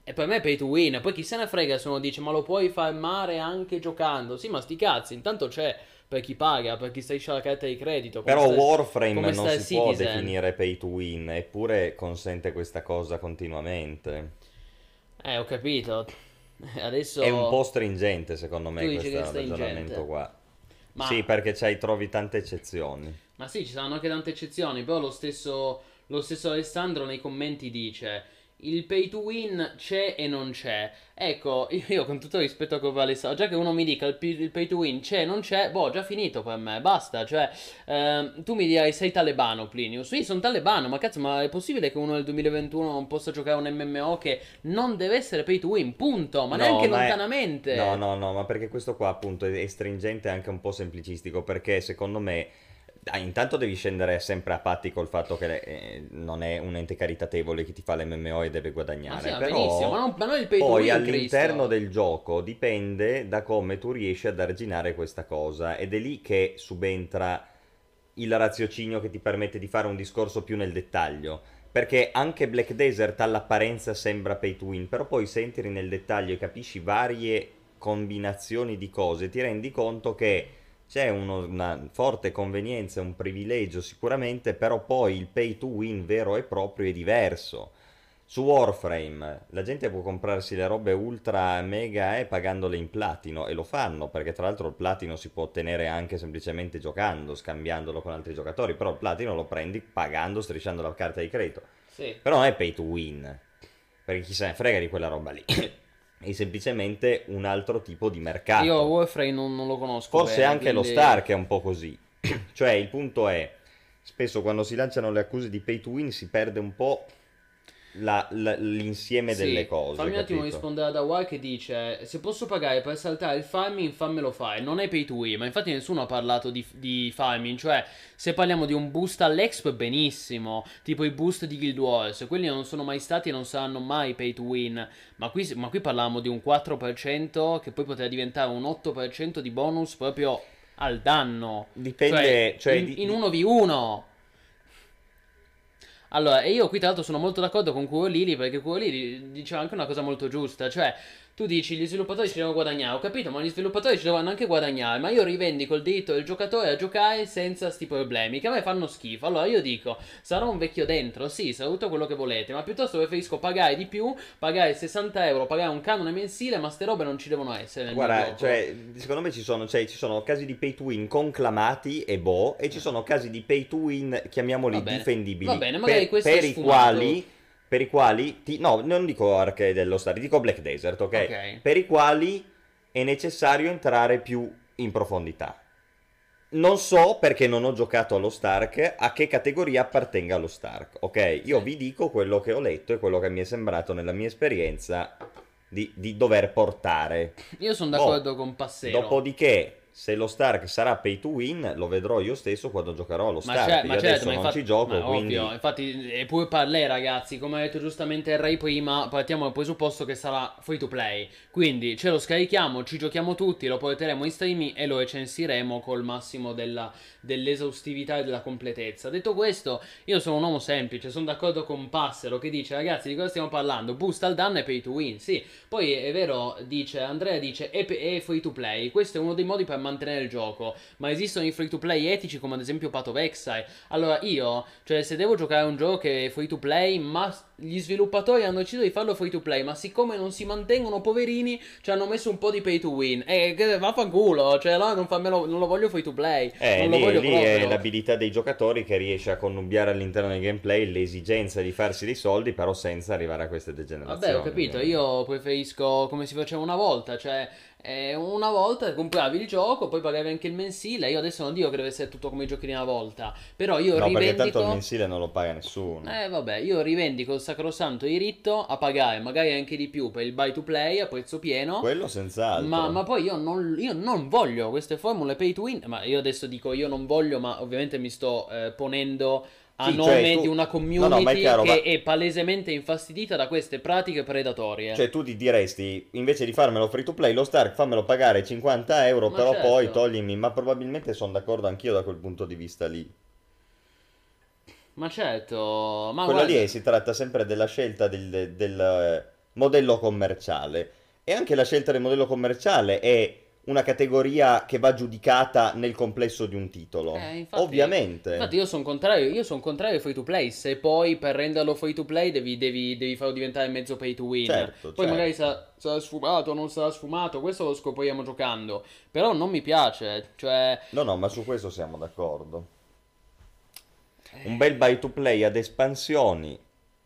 E per me è pay to win. Poi chi se ne frega se uno dice ma lo puoi farmare anche giocando. Sì, ma sti cazzi, intanto c'è per chi paga, per chi striscia la carta di credito. Come Però sta, Warframe come non sta il si può Citizen. definire pay to win, eppure consente questa cosa continuamente. Eh, ho capito. È un po' Adesso stringente secondo tu me dici che è questo stringente. ragionamento qua. Sì, Ma perché c'hai, trovi tante eccezioni. Ma sì, ci saranno anche tante eccezioni, però lo stesso, lo stesso Alessandro nei commenti dice il pay to win c'è e non c'è. Ecco, io con tutto il rispetto a come Alessandro, già che uno mi dica il, pi- il pay to win c'è e non c'è, boh, già finito per me, basta. Cioè, ehm, tu mi dirai sei talebano, Plinio. Sì, sono talebano, ma cazzo, ma è possibile che uno nel duemilaventuno non possa giocare un M M O che non deve essere pay to win, punto, ma No, neanche ma è... No, lontanamente. no, no, ma perché questo qua appunto è è stringente e anche un po' semplicistico, perché secondo me ah, intanto devi scendere sempre a patti col fatto che eh, non è un ente caritatevole che ti fa l'M M O e deve Ma sì, guadagnare, va benissimo, ma però non, ma non il pay to poi win, all'interno Cristo. del gioco dipende da come tu riesci ad arginare questa cosa ed è lì che subentra il raziocinio che ti permette di fare un discorso più nel dettaglio. Perché anche Black Desert all'apparenza sembra pay to win, però poi se entri nel dettaglio e capisci varie combinazioni di cose, ti rendi conto che c'è uno- una forte convenienza, un privilegio sicuramente, però poi il pay to win vero e proprio è diverso. Su Warframe la gente può comprarsi le robe ultra mega e pagandole in platino e lo fanno perché tra l'altro il platino si può ottenere anche semplicemente giocando, scambiandolo con altri giocatori, però il platino lo prendi pagando, strisciando la carta di credito. Sì. Però non è pay to win, perché chi se ne frega di quella roba lì. È semplicemente un altro tipo di Io mercato. Warframe non, non lo conosco Forse bene, anche lo quindi... Stark è un po' così. Cioè, il punto è, spesso quando si lanciano le accuse di pay to win si perde un po' la- la- l'insieme delle Sì, cose, fammi un attimo capito? rispondere ad Awai che dice se posso pagare per saltare il farming fammelo fare, non è pay to win, ma infatti nessuno ha parlato di, di farming, cioè se parliamo di un boost all'exp benissimo, tipo i boost di Guild Wars, quelli non sono mai stati e non saranno mai pay to win, ma qui, ma qui parliamo di un quattro per cento che poi poteva diventare un otto per cento di bonus proprio al danno, cioè Dipende, cioè, in, di, in di- uno vu uno. Allora, e io qui tra l'altro sono molto d'accordo con Cuolili perché Cuolili diceva anche una cosa molto giusta, cioè tu dici gli sviluppatori ci devono guadagnare, ho capito, ma gli sviluppatori ci devono anche guadagnare, ma io rivendico il diritto del giocatore a giocare senza sti problemi, che a me fanno schifo. Allora io dico, sarò un vecchio dentro, sì, sarà tutto quello che volete, ma piuttosto preferisco pagare di più, pagare sessanta euro, pagare un canone mensile, ma ste robe non ci devono essere nel mio guarda, gioco. cioè, secondo me ci sono, cioè, ci sono casi di pay to win conclamati e boh, e ci sono casi di pay to win, Va chiamiamoli bene, va difendibili, bene, magari per, questo è per i sfumato. quali, per i quali, ti- no, non dico Arche dello Star, dico Black Desert, ok? Ok. Per i quali è necessario entrare più in profondità. Non so perché non ho giocato allo Stark a che categoria appartenga lo Stark, ok? Io Sì. vi dico quello che ho letto e quello che mi è sembrato nella mia esperienza di, di dover portare. Io sono Boh, d'accordo con Passero. dopodiché, se lo Stark sarà pay to win, lo vedrò io stesso quando giocherò allo Ma, c'è, Stark. ma Io certo, adesso ma non infatti, ci gioco, ma ovvio, quindi infatti, e pure per lei ragazzi, come ha detto giustamente il Ray prima, partiamo dal presupposto che sarà free to play, quindi ce lo scarichiamo, ci giochiamo tutti, lo porteremo in streaming e lo recensiremo col massimo della, dell'esaustività e della completezza. Detto questo, io sono un uomo semplice, sono d'accordo con Passero che dice ragazzi di cosa stiamo parlando, boost al danno e pay to win, sì, poi è vero, dice, Andrea dice è, è free to play, questo è uno dei modi per mantenere il gioco, ma esistono i free to play etici come ad esempio Path of Exile. Allora io, cioè se devo giocare un gioco che è free to play, ma gli sviluppatori hanno deciso di farlo free to play, ma siccome non si mantengono poverini, ci hanno messo un po' di pay to win. E eh, vaffanculo, cioè no, non, fammelo, non lo voglio free to play, eh, non lo lì, voglio lì è proprio. l'abilità dei giocatori che riesce a connubbiare all'interno del gameplay l'esigenza di farsi dei soldi, però senza arrivare a queste Vabbè, ho degenerazioni, capito, ovviamente. io preferisco come si faceva una volta, cioè eh, una volta compravi il gioco, poi pagavi anche il mensile, io adesso non dico che deve essere tutto come i giochi di una volta, però io No, perché tanto il rivendico... mensile non lo paga nessuno. Eh vabbè, io rivendico il sacrosanto diritto a pagare magari anche di più per il buy to play a prezzo pieno, Quello ma, ma senz'altro. poi io non, io non voglio queste formule pay to win, ma io adesso dico io non voglio, ma ovviamente mi sto eh, ponendo a Sì, cioè nome di tu... una No, no, ma è community chiaro, ma... che è palesemente infastidita da queste pratiche predatorie. Cioè tu ti diresti, invece di farmelo free to play, lo Stark fammelo pagare cinquanta euro, Ma però poi certo, toglimi... Ma probabilmente sono d'accordo anch'io da quel punto di vista lì. ma certo, ma Quello lì è- guarda, si tratta sempre della scelta del, del, eh, modello commerciale. E anche la scelta del modello commerciale è una categoria che va giudicata nel complesso di un titolo. Eh, infatti, Ovviamente. infatti io sono contrario, io sono contrario ai free to play, se poi per renderlo free to play devi, devi, devi farlo diventare mezzo pay to win. Certo, Poi certo. magari sa- sarà sfumato o non sarà sfumato, questo lo scopriamo giocando. Però non mi piace, cioè... No, no, ma su questo siamo d'accordo. Un bel buy to play ad espansioni.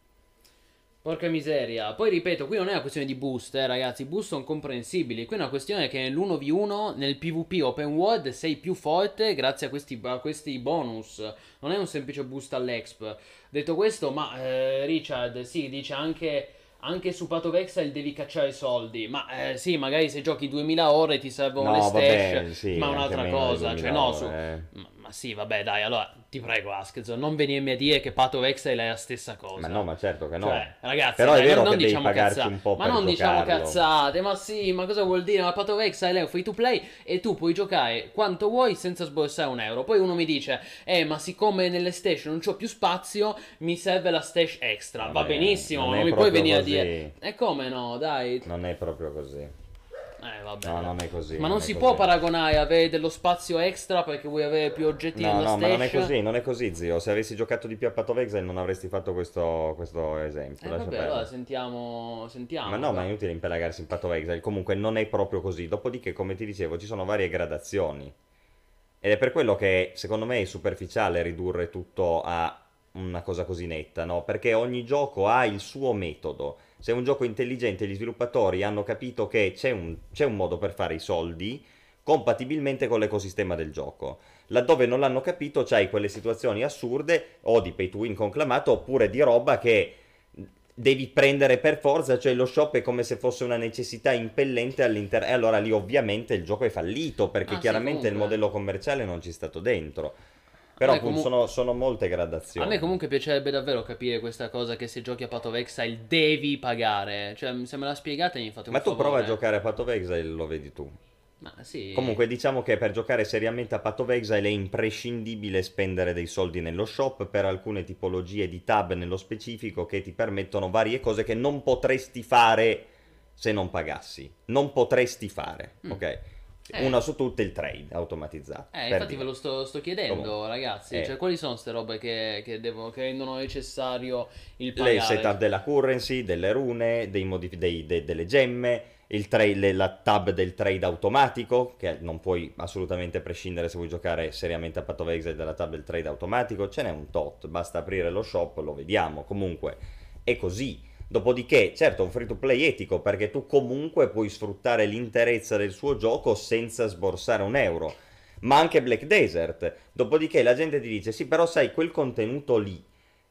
Porca miseria. Poi ripeto, qui non è una questione di boost, eh, ragazzi. I boost sono comprensibili. Qui è una questione che nell'uno vu uno, nel PvP open world, sei più forte grazie a questi, a questi bonus. Non è un semplice boost all'exp. Detto questo, ma eh, Richard, sì, dice anche... Anche su Path of Exile devi cacciare soldi. Ma eh, sì, magari se giochi duemila ore ti servono No, le stash. vabbè, sì, ma anche un'altra meno di cosa. Cioè, duemila no, su. ore, eh. Ma, ma sì, vabbè, dai, allora ti prego, Askez, non venirmi a dire che Path of Exile è la stessa cosa. Ma no, ma certo che no. Cioè, ragazzi, Però dai, è vero non, non che devi diciamo pagarci cazzate. un po' Ma per non diciamo giocarlo. cazzate, ma sì, ma cosa vuol dire? Ma Path of Exile è un free to play e tu puoi giocare quanto vuoi senza sborsare un euro. Poi uno mi dice, eh, ma siccome nelle stash non c'ho più spazio, mi serve la stash extra. Vabbè, Va benissimo, non non, è mi puoi proprio venire così. a dire. E come no, dai. Non è proprio così. Eh, vabbè. No, non è così. Ma non, è si così. può paragonare avere dello spazio extra perché vuoi avere più oggetti No, nella no, ma non è stash. così, non è così, zio. Se avessi giocato di più a Path of Exile non avresti fatto questo, questo esempio. Eh, lascia vabbè, perdere. allora sentiamo, sentiamo. Ma no, ma qua. è inutile impelagarsi in Path of Exile. Comunque non è proprio così. Dopodiché, come ti dicevo, ci sono varie gradazioni. Ed è per quello che secondo me è superficiale ridurre tutto a una cosa così netta, no? Perché ogni gioco ha il suo metodo. Se è un gioco intelligente, gli sviluppatori hanno capito che c'è un, c'è un modo per fare i soldi compatibilmente con l'ecosistema del gioco. Laddove non l'hanno capito, c'hai quelle situazioni assurde o di pay to win conclamato oppure di roba che devi prendere per forza, cioè lo shop è come se fosse una necessità impellente all'interno. E allora lì ovviamente il gioco è fallito perché Ah, sì, chiaramente il comunque. modello commerciale non ci è stato dentro. A Però me, appunto comu- sono, sono molte a gradazioni. me comunque piacerebbe davvero capire questa cosa che se giochi a Path of Exile devi pagare. Cioè, se me la spiegate mi fate un Ma tu favore. prova a giocare a Path of Exile, lo vedi tu. Ma sì. Comunque diciamo che per giocare seriamente a Path of Exile è imprescindibile spendere dei soldi nello shop per alcune tipologie di tab nello specifico che ti permettono varie cose che non potresti fare se non pagassi. Non potresti fare, Mm. ok? Eh. Una su tutte il trade automatizzato. Eh, per infatti dire. ve lo sto, sto chiedendo, Comunque, ragazzi. eh. Cioè, quali sono queste robe che, che, devo, che rendono necessario il Le pagare? setup della currency, delle rune, dei modif- dei- de- delle gemme, il tra- le- la tab del trade automatico, che non puoi assolutamente prescindere se vuoi giocare seriamente a Path of Exile dalla tab del trade automatico, ce n'è un tot, basta aprire lo shop, lo vediamo, comunque è così. Dopodiché, certo, è un free to play etico perché tu comunque puoi sfruttare l'interezza del suo gioco senza sborsare un euro. Ma anche Black Desert. Dopodiché la gente ti dice, sì, però sai, quel contenuto lì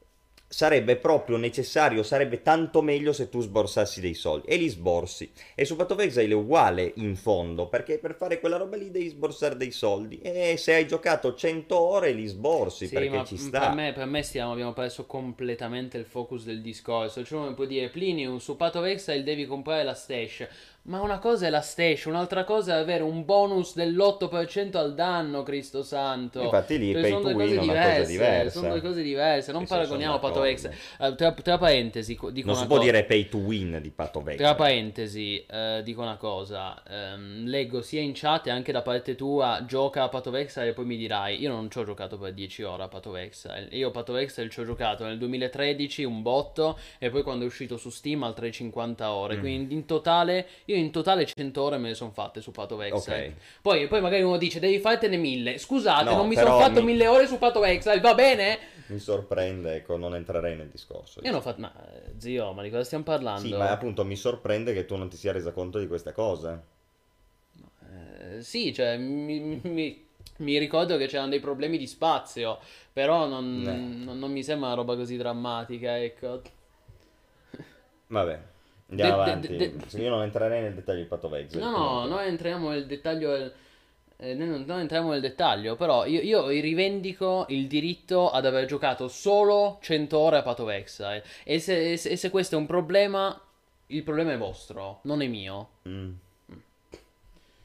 sarebbe proprio necessario, sarebbe tanto meglio se tu sborsassi dei soldi. E li sborsi. E su Path of Exile è uguale in fondo, perché per fare quella roba lì devi sborsare dei soldi. E se hai giocato cento ore li sborsi, Sì, perché ma ci per sta. me, per me stiamo, abbiamo perso completamente il focus del discorso. Cioè, uno può dire, Plinium, su Path of Exile devi comprare la stash. Ma una cosa è la stash, un'altra cosa è avere un bonus dell'otto per cento al danno, Cristo santo. Infatti lì Cioè, pay sono to due win cose è una cosa diverse, diversa. sono due cose diverse, non Sì, sì, paragoniamo sono Path of d'accordo. Exile. Eh, tra, tra parentesi, co- dico Non una si può cosa. dire pay to win di Path of Tra Exile. parentesi, eh, dico una cosa, ehm, leggo sia in chat e anche da parte tua, gioca a Path of Exile e poi mi dirai, io non ci ho giocato per dieci ore a Path of Exile, io a Path of Exile ci ho giocato nel duemilatredici un botto e poi quando è uscito su Steam altre cinquanta ore, Mm. quindi in totale, io in totale cento ore me ne sono fatte su Path of Exile. Ok. Poi, poi magari uno dice, devi fartene mille, scusate, No, non mi però sono fatto mi- mille ore su Path of Exile, va bene? Mi sorprende, ecco, non entrerei nel discorso. Io non ho fatto, ma eh, zio, ma di cosa stiamo parlando? Sì, ma appunto mi sorprende che tu non ti sia resa conto di questa cosa. Eh, sì, cioè, mi, mi- mi ricordo che c'erano dei problemi di spazio, però non, Eh. non- non mi sembra una roba così drammatica, ecco. Vabbè, andiamo De- de- avanti. de- Sì, io non entrerei nel dettaglio di Path of Exile. No, no, comunque. noi entriamo nel dettaglio, del- eh, noi non, non entriamo nel dettaglio, però io, io rivendico il diritto ad aver giocato solo cento ore a Path of Exile, e se, e se- e se questo è un problema, il problema è vostro, non è mio. Mm.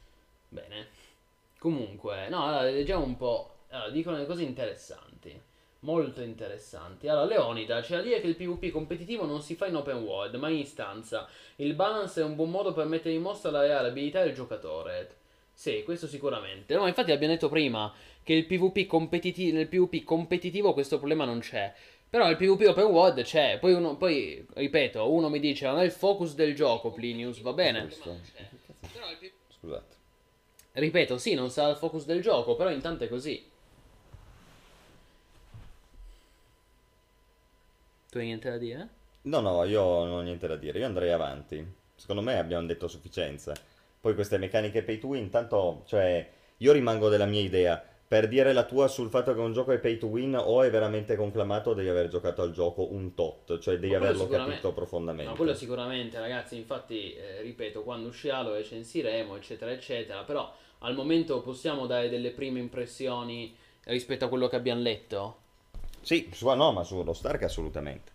Bene. Comunque, no, allora, leggiamo un po'. Allora, dicono le cose interessanti. molto interessanti. Allora, Leonida, c'è da dire che il PvP competitivo non si fa in open world, ma in istanza. Il balance è un buon modo per mettere in mostra la reale abilità del giocatore. Sì, questo sicuramente. No, infatti abbiamo detto prima che il PvP competiti- nel PvP competitivo questo problema non c'è. Però il PvP open world c'è. Poi, uno, poi ripeto, uno mi dice non è il focus del gioco, Plinius, va bene. Scusate. Ripeto, sì, non sarà il focus del gioco, però intanto è così. Tu hai niente da dire? No, no, io non ho niente da dire, io andrei avanti. Secondo me abbiamo detto a sufficienza. Poi queste meccaniche pay to win, tanto, cioè, io rimango della mia idea. Per dire la tua sul fatto che un gioco è pay to win, o è veramente conclamato, o devi aver giocato al gioco un tot, cioè devi Ma quello averlo sicuramente. capito No, quello profondamente. sicuramente, ragazzi. Infatti, eh, ripeto, quando uscirà lo recensiremo, eccetera, eccetera. Però al momento possiamo dare delle prime impressioni rispetto a quello che abbiamo letto. Sì, su, no, ma sullo Stark assolutamente.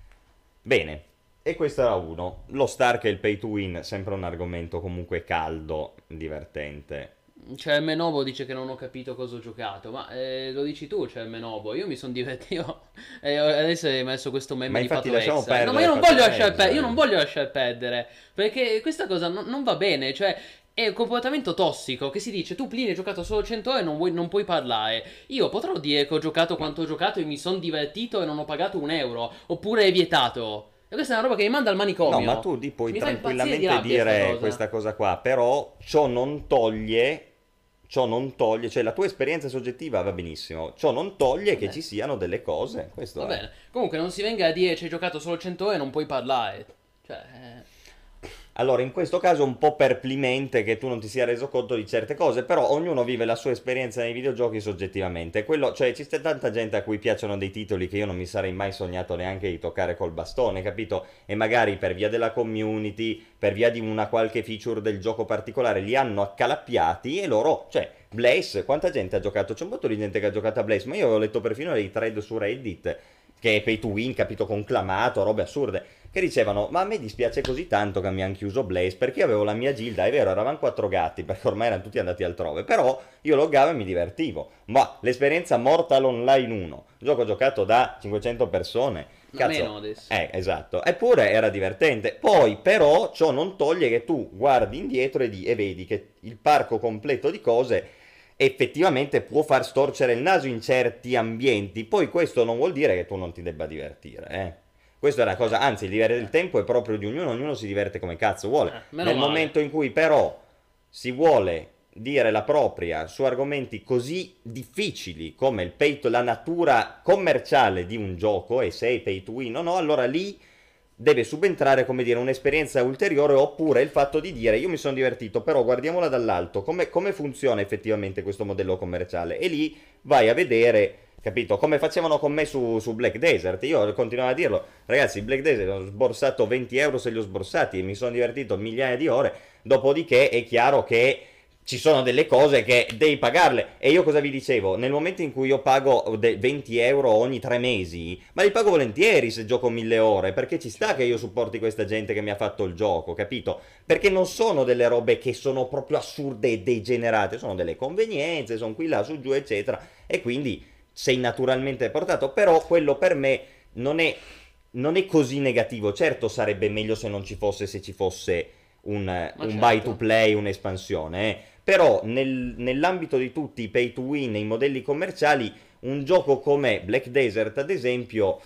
Bene, e questo era uno. Lo Stark e il pay to win, sempre un argomento comunque caldo, divertente. Cioè, Menobo dice che non ho capito cosa ho giocato. Ma eh, lo dici tu, cioè, Menobo. Io mi sono divertito. E adesso hai messo questo meme Ma di infatti Pato lasciamo Exile. No, ma perdere io non Pato voglio lasciare perdere. Io Exile. non voglio lasciare perdere. Perché questa cosa non, non va bene. Cioè, è un comportamento tossico che si dice tu Plini hai giocato solo cento ore e non, vuoi- non puoi parlare. Io potrò dire che ho giocato quanto ho giocato e mi sono divertito e non ho pagato un euro. Oppure è vietato. E questa è una roba che mi manda al manicomio. No, ma tu di puoi Mi fa impazzire tranquillamente di rabbia sta dire cosa. questa cosa qua, però ciò non toglie, ciò non toglie, cioè la tua esperienza soggettiva va benissimo, ciò non toglie che Vabbè. ci siano delle cose, questo Va è. bene. Comunque non si venga a dire ci hai giocato solo cento ore e non puoi parlare. Cioè, eh, Allora, in questo caso un po' perplimente che tu non ti sia reso conto di certe cose, però ognuno vive la sua esperienza nei videogiochi soggettivamente. Quello, cioè, ci sta tanta gente a cui piacciono dei titoli che io non mi sarei mai sognato neanche di toccare col bastone, capito? E magari per via della community, per via di una qualche feature del gioco particolare, li hanno accalappiati e loro, cioè, Blaze, quanta gente ha giocato? C'è un botto di gente che ha giocato a Blaze, ma io avevo letto perfino dei thread su Reddit, che è pay to win, capito, conclamato, robe assurde, che dicevano, ma a me dispiace così tanto che mi hanno chiuso Blaze, perché io avevo la mia gilda, è vero, eravamo quattro gatti, perché ormai erano tutti andati altrove, però io loggavo e mi divertivo. Ma l'esperienza Mortal Online uno, gioco giocato da cinquecento persone, ma cazzo, meno adesso. eh, esatto, eppure era divertente. Poi, però, ciò non toglie che tu guardi indietro e, di- e vedi che il parco completo di cose effettivamente può far storcere il naso in certi ambienti. Poi questo non vuol dire che tu non ti debba divertire, eh. Questa è una cosa, anzi, il, diver- il tempo è proprio di ognuno, ognuno si diverte come cazzo vuole. Eh, meno Nel male. momento in cui però si vuole dire la propria su argomenti così difficili come il pay to, la natura commerciale di un gioco e se è pay to win o no, allora lì deve subentrare, come dire, un'esperienza ulteriore oppure il fatto di dire io mi sono divertito, però guardiamola dall'alto, come, come funziona effettivamente questo modello commerciale e lì vai a vedere, capito, come facevano con me su, su Black Desert, io continuavo a dirlo, ragazzi, Black Desert ho sborsato venti euro se li ho sborsati e mi sono divertito migliaia di ore, dopodiché è chiaro che ci sono delle cose che devi pagarle. E io cosa vi dicevo? Nel momento in cui io pago de- venti euro ogni tre mesi, ma li pago volentieri se gioco mille ore, perché ci sta che io supporti questa gente che mi ha fatto il gioco, capito? Perché non sono delle robe che sono proprio assurde e degenerate, sono delle convenienze, sono qui là, su giù, eccetera. E quindi sei naturalmente portato, però quello per me non è, non è così negativo. Certo sarebbe meglio se non ci fosse, se ci fosse un, Ma un certo. buy to play, un'espansione, eh. Però nel- nell'ambito di tutti i pay to win e i modelli commerciali, un gioco come Black Desert, ad esempio,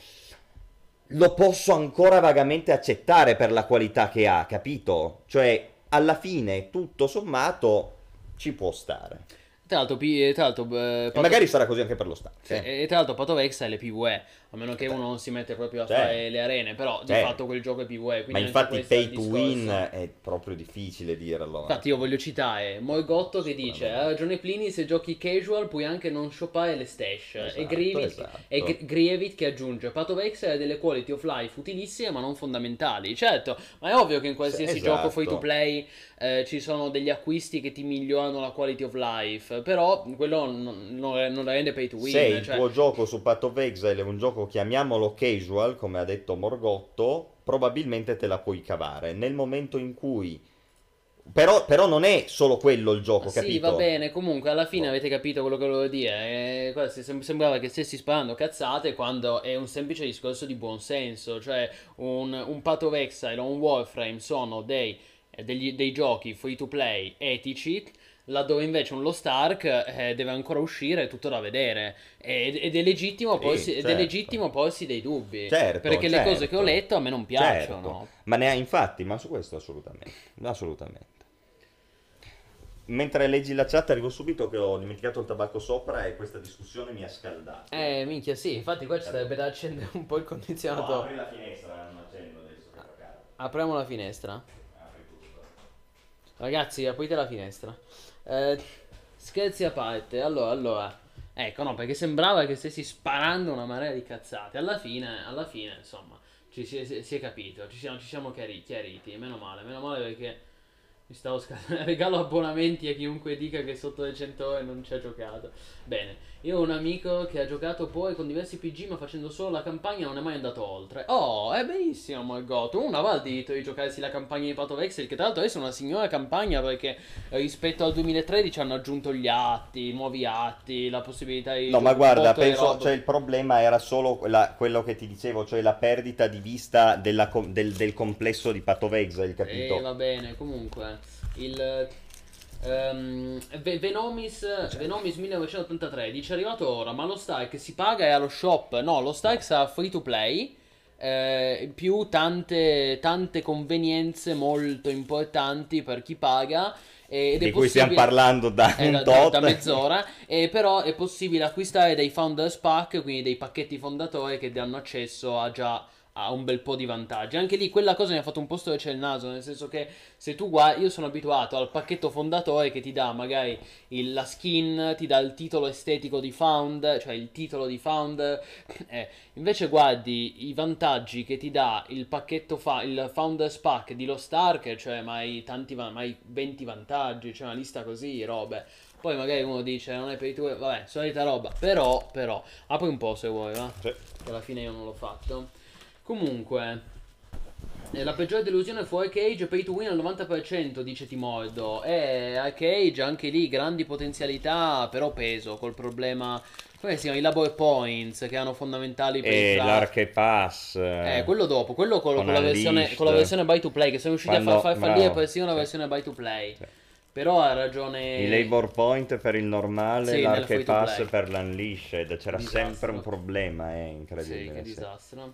lo posso ancora vagamente accettare per la qualità che ha, capito? Cioè, alla fine, tutto sommato, ci può stare. Tra l'altro, pi- tra l'altro, eh, E Pato- magari sarà così anche per lo Stato. sì, eh. e tra l'altro Pato Vex è le PvE, a meno che uno non si mette proprio a Certo. fare le arene, però di Certo. fatto quel gioco è PvE, quindi Ma anche infatti questo è il pay to discorso. win è proprio difficile dirlo. eh. Infatti io voglio citare Morgotto che dice ha ragione Plini, se giochi casual puoi anche non shoppare le stash. Esatto, e Grievit, esatto. e Gr- Grievit che aggiunge Pato Vex ha delle quality of life utilissime ma non fondamentali. Certo, ma è ovvio che in qualsiasi Sì, gioco esatto. free to play eh, ci sono degli acquisti che ti migliorano la quality of life, però quello non, non, non la rende pay to win. Se il cioè- tuo gioco su Path of Exile è un gioco, chiamiamolo casual, come ha detto Morgotto, probabilmente te la puoi cavare. Nel momento in cui Però, però non è solo quello il gioco, Sì, capito? va bene, comunque alla fine Boh. avete capito quello che volevo dire. Eh, qua si- sem- sembrava che stessi sparando cazzate quando è un semplice discorso di buonsenso. Cioè, un, un Path of Exile o un Warframe sono dei, eh, degli- dei giochi free to play etici, laddove invece un Lost Ark eh, deve ancora uscire, è tutto da vedere. Ed, ed è legittimo Sì, porsi, ed è certo. legittimo porsi dei dubbi. Certo, Perché le cose che ho certo. letto a me non Certo. piacciono. Ma ne ha infatti, ma su questo assolutamente. Assolutamente. Mentre leggi la chat arrivo subito che ho dimenticato il tabacco sopra e questa discussione mi ha scaldato. Eh, minchia, sì, infatti qua ci sarebbe da accendere un po' il No, condizionatore. apri la finestra, non accendo adesso che fa caldo. Apriamo la finestra. Apri tutto. Ragazzi, aprite la finestra. Eh, scherzi a parte. Allora, allora. Ecco, no, perché sembrava che stessi sparando una marea di cazzate. Alla fine, alla fine, insomma, ci si, si- si è capito. Ci siamo, ci siamo chiari- chiariti. Meno male, meno male perché mi stavo scaricando. Regalo abbonamenti a chiunque dica che sotto le cento ore non ci ha giocato. Bene, io ho un amico che ha giocato poi con diversi P G, ma facendo solo la campagna non è mai andato oltre. Oh, è benissimo, Margot. Uno aveva il diritto di giocarsi la campagna di Path of Exile, che tra l'altro adesso è una signora campagna perché eh, rispetto al duemilatredici hanno aggiunto gli atti, i nuovi atti, la possibilità di No, ma gio- guarda, botto e penso, roba. cioè il problema era solo quella- quello che ti dicevo, cioè la perdita di vista della com- del, del complesso di Path of Exile, capito? Eh, va bene, comunque. Il. ehm, Ve- Venomis, Venomis millenovecentottantatré dice è arrivato ora, ma lo Stark si paga e ha lo shop? No, lo Stark sarà free to play. eh, più tante, tante convenienze molto importanti per chi paga. Ed è Di cui stiamo possibile. parlando da Eh, un da, da- tot. da mezz'ora, e però è possibile acquistare dei Founders Pack, quindi dei pacchetti fondatori che danno accesso a già a un bel po' di vantaggi. Anche lì quella cosa mi ha fatto un po' storcere il naso, nel senso che se tu guardi, io sono abituato al pacchetto fondatore che ti dà magari il- la skin, ti dà il titolo estetico di Found, cioè il titolo di Found. eh, invece guardi i vantaggi che ti dà il pacchetto fa- il Founders Pack di Lost Ark, cioè mai tanti va- mai venti vantaggi, c'è una lista così, robe. Poi magari uno dice non è per i tuoi, vabbè, solita roba, però, però, apri un po' se vuoi, va? Sì. Che alla fine io non l'ho fatto. Comunque, eh, la peggiore delusione fu Arcade, pay to win al novanta per cento, dice Timordo. E Arcade, anche lì, grandi potenzialità, però peso, col problema. Come si chiama? I labor points, che erano fondamentali per E il craft. l'Arche Pass. Eh, quello dopo, quello con, con con la, versione, Unleashed. con la versione buy to play, che sono riusciti Quando- a far, far fallire bravo, persino la sì. versione buy to play. Sì. Però ha ragione. I labor point per il normale, Sì, nel l'Arche free to Pass play. per l'Unleashed. C'era Disastro. sempre un problema, è Sì, incredibile. che sì. disastro.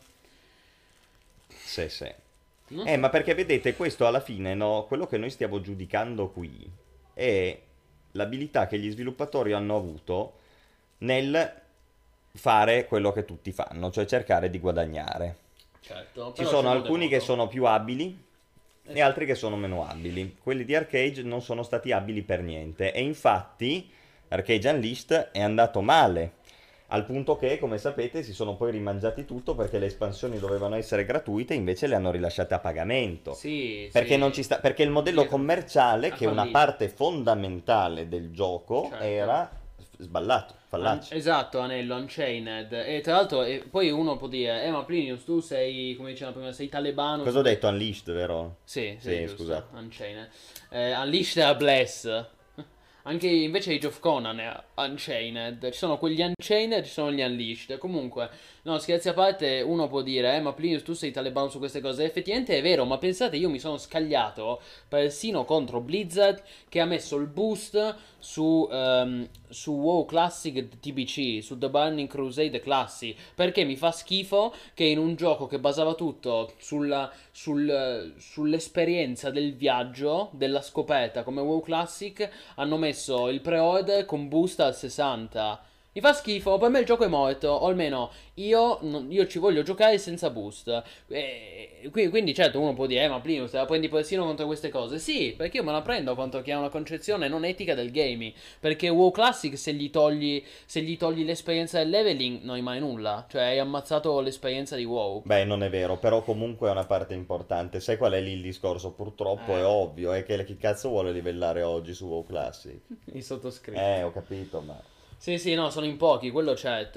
Sì, sì. Non Eh, so- ma perché vedete, questo alla fine, no, quello che noi stiamo giudicando qui è l'abilità che gli sviluppatori hanno avuto nel fare quello che tutti fanno, cioè cercare di guadagnare. Certo, Ci però sono c'è modo e alcuni modo. che sono più abili e Esatto. altri che sono meno abili. Quelli di Arcade non sono stati abili per niente e infatti Arcade Unleashed è andato male. Al punto che, come sapete, si sono poi rimangiati tutto perché le espansioni dovevano essere gratuite, invece le hanno rilasciate a pagamento. Sì, Perché, sì. non ci sta, perché il modello Sì, commerciale, ha che è una fallito. parte fondamentale del gioco, Certo. era sballato, fallace. An- esatto, Anello, Unchained. E tra l'altro, e poi uno può dire, eh ma Plinius, tu sei, come diceva prima, sei talebano. Cosa ho detto? Unleashed, vero? Sì, sì, Sì, giusto, scusate. Unchained. Eh, Unleashed a Bless. Anche invece Age of Conan è Unchained. Ci sono quegli Unchained e ci sono gli Unleashed. Comunque, no, scherzi a parte, uno può dire, eh, ma Plinius, tu sei talebano su queste cose. Effettivamente è vero, ma pensate, io mi sono scagliato persino contro Blizzard, che ha messo il boost su, ehm, su WoW Classic T B C, su The Burning Crusade Classic, perché mi fa schifo che in un gioco che basava tutto sulla, sul, sull'esperienza del viaggio, della scoperta come WoW Classic, hanno messo il pre-order con boost al sessanta. Mi fa schifo, per me il gioco è morto, o almeno io, non- io ci voglio giocare senza boost. E, qui- quindi certo uno può dire, eh ma Plinus te la prendi persino contro queste cose? Sì, perché io me la prendo contro chi ha una concezione non etica del gaming. Perché WoW Classic se gli togli, se gli togli l'esperienza del leveling non rimane nulla. Cioè hai ammazzato l'esperienza di WoW. Beh, non è vero, però comunque è una parte importante. Sai qual è lì il discorso? Purtroppo Eh. è ovvio, è che chi cazzo vuole livellare oggi su WoW Classic? Il sottoscritto. Eh, ho capito, ma... Sì, sì, no, sono in pochi, quello certo.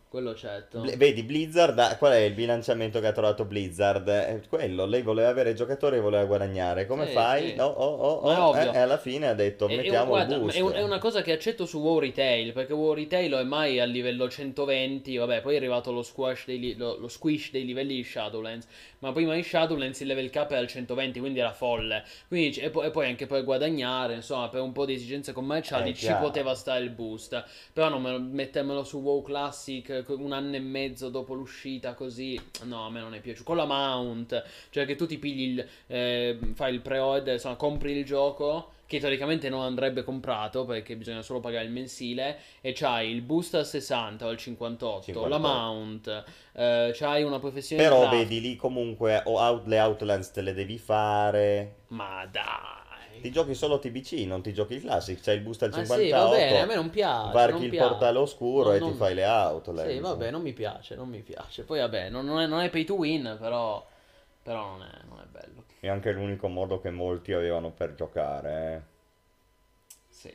quello certo. Bl- vedi, Blizzard, ha- qual è il bilanciamento che ha trovato Blizzard? È quello, lei voleva avere giocatori e voleva guadagnare. Come Sì, fai? sì. No, oh, oh, Ma è oh, eh, ovvio. e alla fine ha detto, È, è un- mettiamo il guarda, è, un- è boost. una cosa che accetto su WoW Retail, perché WoW Retail ormai è a livello centoventi, vabbè, poi è arrivato lo squash dei, li- lo, lo squish dei livelli di Shadowlands, ma prima di Shadowlands il level cap era al centoventi, quindi era folle. Quindi, c- e, poi, e poi anche per guadagnare, insomma, per un po' di esigenze commerciali È ci chiaro. poteva stare il boost. Però non me lo- mettermelo su WoW Classic co- un anno e mezzo dopo l'uscita così, no, a me non è piaciuto. Con la mount, cioè che tu ti pigli il, eh, fai il pre-order, insomma, compri il gioco che teoricamente non andrebbe comprato perché bisogna solo pagare il mensile e c'hai il boost al sessanta o al cinquantotto, la cinquantotto. mount, eh, c'hai una professione di Però craft. vedi lì comunque o out- le Outlands te le devi fare. Ma dai. Ti giochi solo T B C, non ti giochi Classic, c'hai il boost al Ma sì, va bene, a me cinquantotto, non piace, varchi non il piace. portale oscuro Non- e non- ti fai le Outlands. Sì, vabbè, non mi piace, non mi piace. Poi vabbè, non, non è, non è pay to win, però, però non è, non è bello. È anche l'unico modo che molti avevano per giocare, eh. Sì.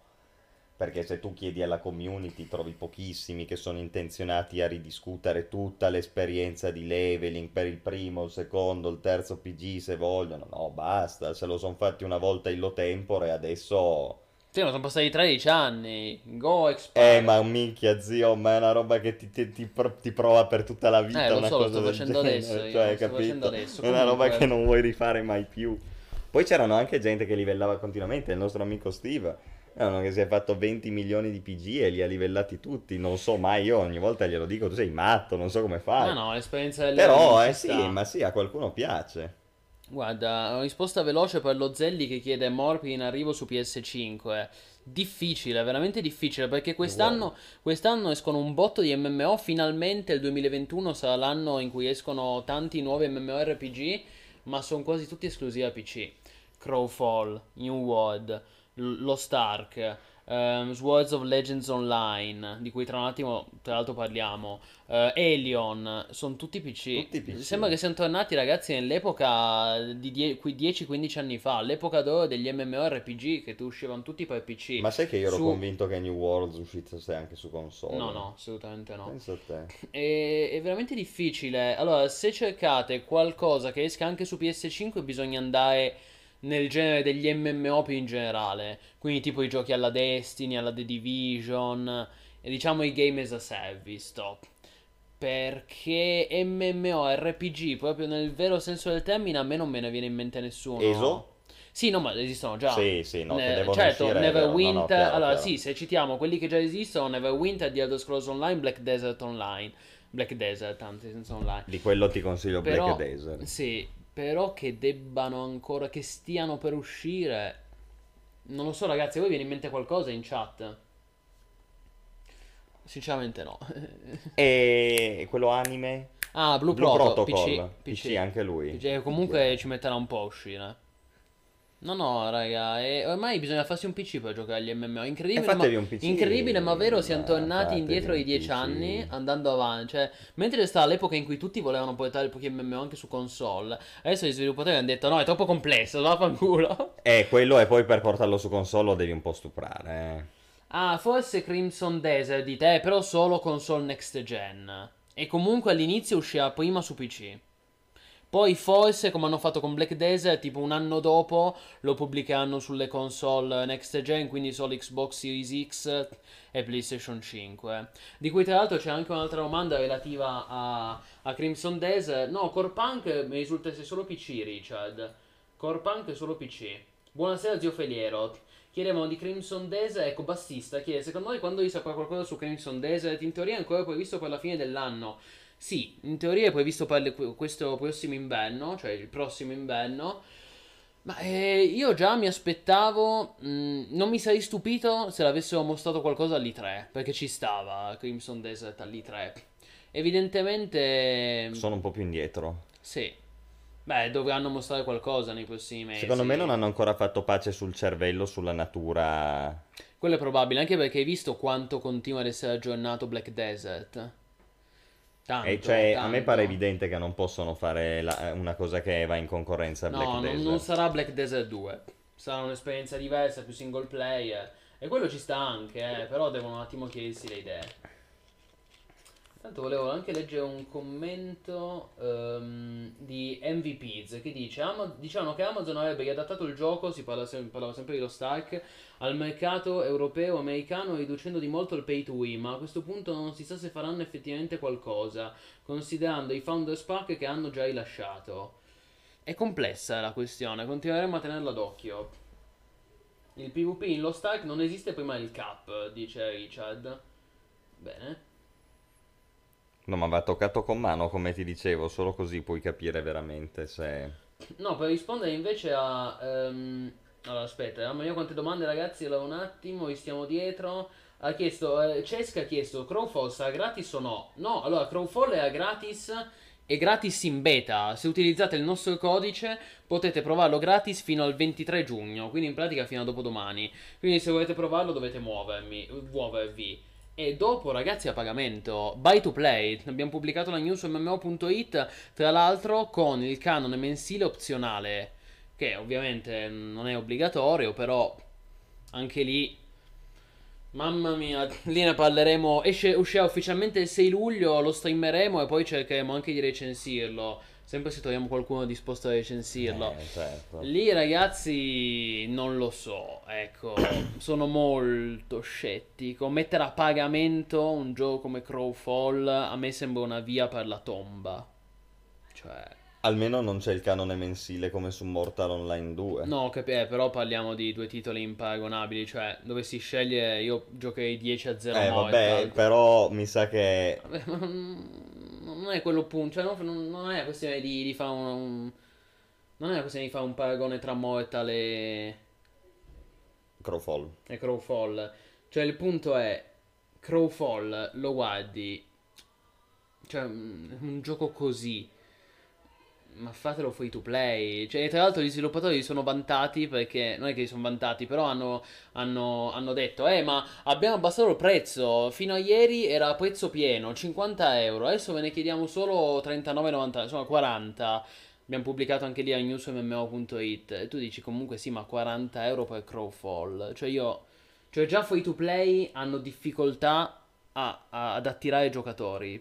Perché se tu chiedi alla community trovi pochissimi che sono intenzionati a ridiscutere tutta l'esperienza di leveling per il primo, il secondo, il terzo P G se vogliono. No, basta, se lo sono fatti una volta illo tempore, adesso... Sì, ma sono passati tredici anni. Go Eh, expire. ma minchia, zio, ma è una roba che ti, ti- ti pro- ti prova per tutta la vita, Eh, lo una so, lo cosa sto del facendo genere, adesso, io, cioè, lo sto facendo capito? adesso. È una roba Comunque- che non vuoi rifare mai più. Poi c'erano anche gente che livellava continuamente, il nostro amico Steve, è uno che si è fatto venti milioni di P G e li ha livellati tutti, non so mai, io ogni volta glielo dico, tu sei matto, non so come fai. No, no, l'esperienza del Però, leveling eh ci sì, sta. ma sì, a qualcuno piace. Guarda, una risposta veloce per lo Zelli che chiede Morpi in arrivo su P S cinque. Difficile, veramente difficile, perché quest'anno, quest'anno escono un botto di M M O, finalmente il duemilaventuno sarà l'anno in cui escono tanti nuovi MMORPG, ma sono quasi tutti esclusivi a P C. Crowfall, New World, L- Lost Ark, ehm, Swords of Legends Online, di cui tra un attimo, tra l'altro parliamo, eh, Alien, sono tutti P C. Tutti P C. Sembra che siano tornati ragazzi nell'epoca di die- qui dieci quindici anni fa, l'epoca d'oro degli MMORPG che tu uscivano tutti per P C. Ma sai che io ero Su- convinto che New Worlds uscisse anche su console? No, no, assolutamente no. Pensa a te. È, è veramente difficile. Allora, se cercate qualcosa che esca anche su P S cinque, bisogna andare nel genere degli M M O più in generale. Quindi, tipo i giochi alla Destiny, alla The Division, e diciamo i game as a service, top. Perché MMORPG, proprio nel vero senso del termine, a me non me ne viene in mente nessuno. ESO? Sì, no, ma esistono già. Sì, sì, no, che Ne- devono certo, uscire, è vero. No, no, Neverwinter. chiaro, allora, chiaro. sì, se citiamo quelli che già esistono: Neverwinter, The Elder Scrolls Online, Black Desert Online. Black Desert, anzi, senza online. Di quello ti consiglio Black Però, Desert. sì, però che debbano ancora, che stiano per uscire. Non lo so, ragazzi, a voi viene in mente qualcosa in chat? Sinceramente no. E quello anime? Ah, Blue, Blue Proto- Protocol. P C, P C, anche lui. P C, comunque ci metterà un po' a uscire. No, no, raga, e ormai bisogna farsi un P C per giocare agli M M O. Incredibile, E fatevi ma, un P C, incredibile, ma vero, siamo ma tornati fatevi indietro di un dieci P C. anni andando avanti. Cioè, mentre sta l'epoca in cui tutti volevano portare il Pokémon M M O anche su console, adesso gli sviluppatori hanno detto no, è troppo complesso, vaffanculo. Eh, quello e poi per portarlo su console lo devi un po' stuprare, eh. Ah, forse Crimson Desert di te, però solo console next gen. E comunque all'inizio uscirà prima su P C. Poi forse, come hanno fatto con Black Desert, tipo un anno dopo lo pubblicheranno sulle console next gen, quindi solo Xbox Series X e PlayStation cinque. Di cui tra l'altro c'è anche un'altra domanda relativa a, a Crimson Desert. No, Core Punk mi risulta essere solo P C, Richard. Core Punk è solo P C. Buonasera zio Feliero. Chiedevano di Crimson Desert, ecco Bassista chiede, secondo voi quando vi saprà qualcosa su Crimson Desert? In teoria è ancora previsto per la fine dell'anno. Sì, in teoria è previsto per le- questo prossimo inverno, cioè il prossimo inverno. Ma eh, io già mi aspettavo, mh, non mi sarei stupito se l'avessero mostrato qualcosa all'I tre, perché ci stava Crimson Desert all'I tre. Evidentemente, Sono un po' più indietro. sì. Beh, dovranno mostrare qualcosa nei prossimi mesi. Secondo me non hanno ancora fatto pace sul cervello, sulla natura. Quello è probabile, anche perché hai visto quanto continua ad essere aggiornato Black Desert. Tanto, E cioè, a me tanto. pare evidente che non possono fare la- una cosa che va in concorrenza a Black No, non, Desert. non sarà Black Desert due. Sarà un'esperienza diversa, più single player. E quello ci sta anche, eh, però devono un attimo chiarirsi le idee. Tanto volevo anche leggere un commento ehm, di M V Ps che dice: "Ama- dicevano che Amazon avrebbe riadattato il gioco, si parla sem- parlava sempre di Lost Ark, al mercato europeo americano riducendo di molto il pay to win, ma a questo punto non si sa se faranno effettivamente qualcosa, considerando i Founders Pack che hanno già rilasciato. È complessa la questione, continueremo a tenerla d'occhio. Il PvP in Lost Ark non esiste prima del cap, dice Richard. Bene. No, ma va toccato con mano, come ti dicevo, solo così puoi capire veramente se... No, per rispondere invece a... ehm, allora, aspetta, mamma mia quante domande ragazzi, allora un attimo, vi stiamo dietro. Ha chiesto, eh, Cesca ha chiesto, Crowfall sarà gratis o no? No, allora, Crowfall era gratis, è gratis in beta. Se utilizzate il nostro codice potete provarlo gratis fino al ventitré giugno, quindi in pratica fino a dopodomani. Quindi se volete provarlo dovete muovermi, muovervi. E dopo, ragazzi, a pagamento, buy to play. Abbiamo pubblicato la news su M M O punto it, tra l'altro con il canone mensile opzionale, che ovviamente non è obbligatorio, però anche lì, mamma mia, lì ne parleremo. Esce, uscirà ufficialmente il sei luglio, lo streameremo e poi cercheremo anche di recensirlo. Sempre se troviamo qualcuno disposto a recensirlo. Eh, certo. Lì ragazzi non lo so, ecco, sono molto scettico. Mettere a pagamento un gioco come Crowfall a me sembra una via per la tomba. Cioè, Almeno non c'è il canone mensile come su Mortal Online due. no, capi- eh, però parliamo di due titoli imparagonabili, cioè dove si sceglie io giocherei dieci a zero Eh, vabbè, Mortal. però mi sa che... Vabbè, ma non non è quello punto, cioè non, non- non è questione di, di fare un, un- non è una questione di fare un paragone tra Mortal e Crowfall. e Crowfall. Cioè, il punto è: Crowfall lo guardi, cioè, mm, un gioco così, ma fatelo free to play. Cioè, tra l'altro, gli sviluppatori sono vantati perché non è che si sono vantati, però hanno, hanno, hanno detto: Eh, ma abbiamo abbassato il prezzo. Fino a ieri era a prezzo pieno, cinquanta euro. Adesso ve ne chiediamo solo trentanove e novanta, insomma, quaranta. Abbiamo pubblicato anche lì a news punto m m o punto it. E tu dici comunque sì, ma quaranta euro per Crowfall. Cioè io... Cioè già free to play hanno difficoltà a- a- ad attirare giocatori.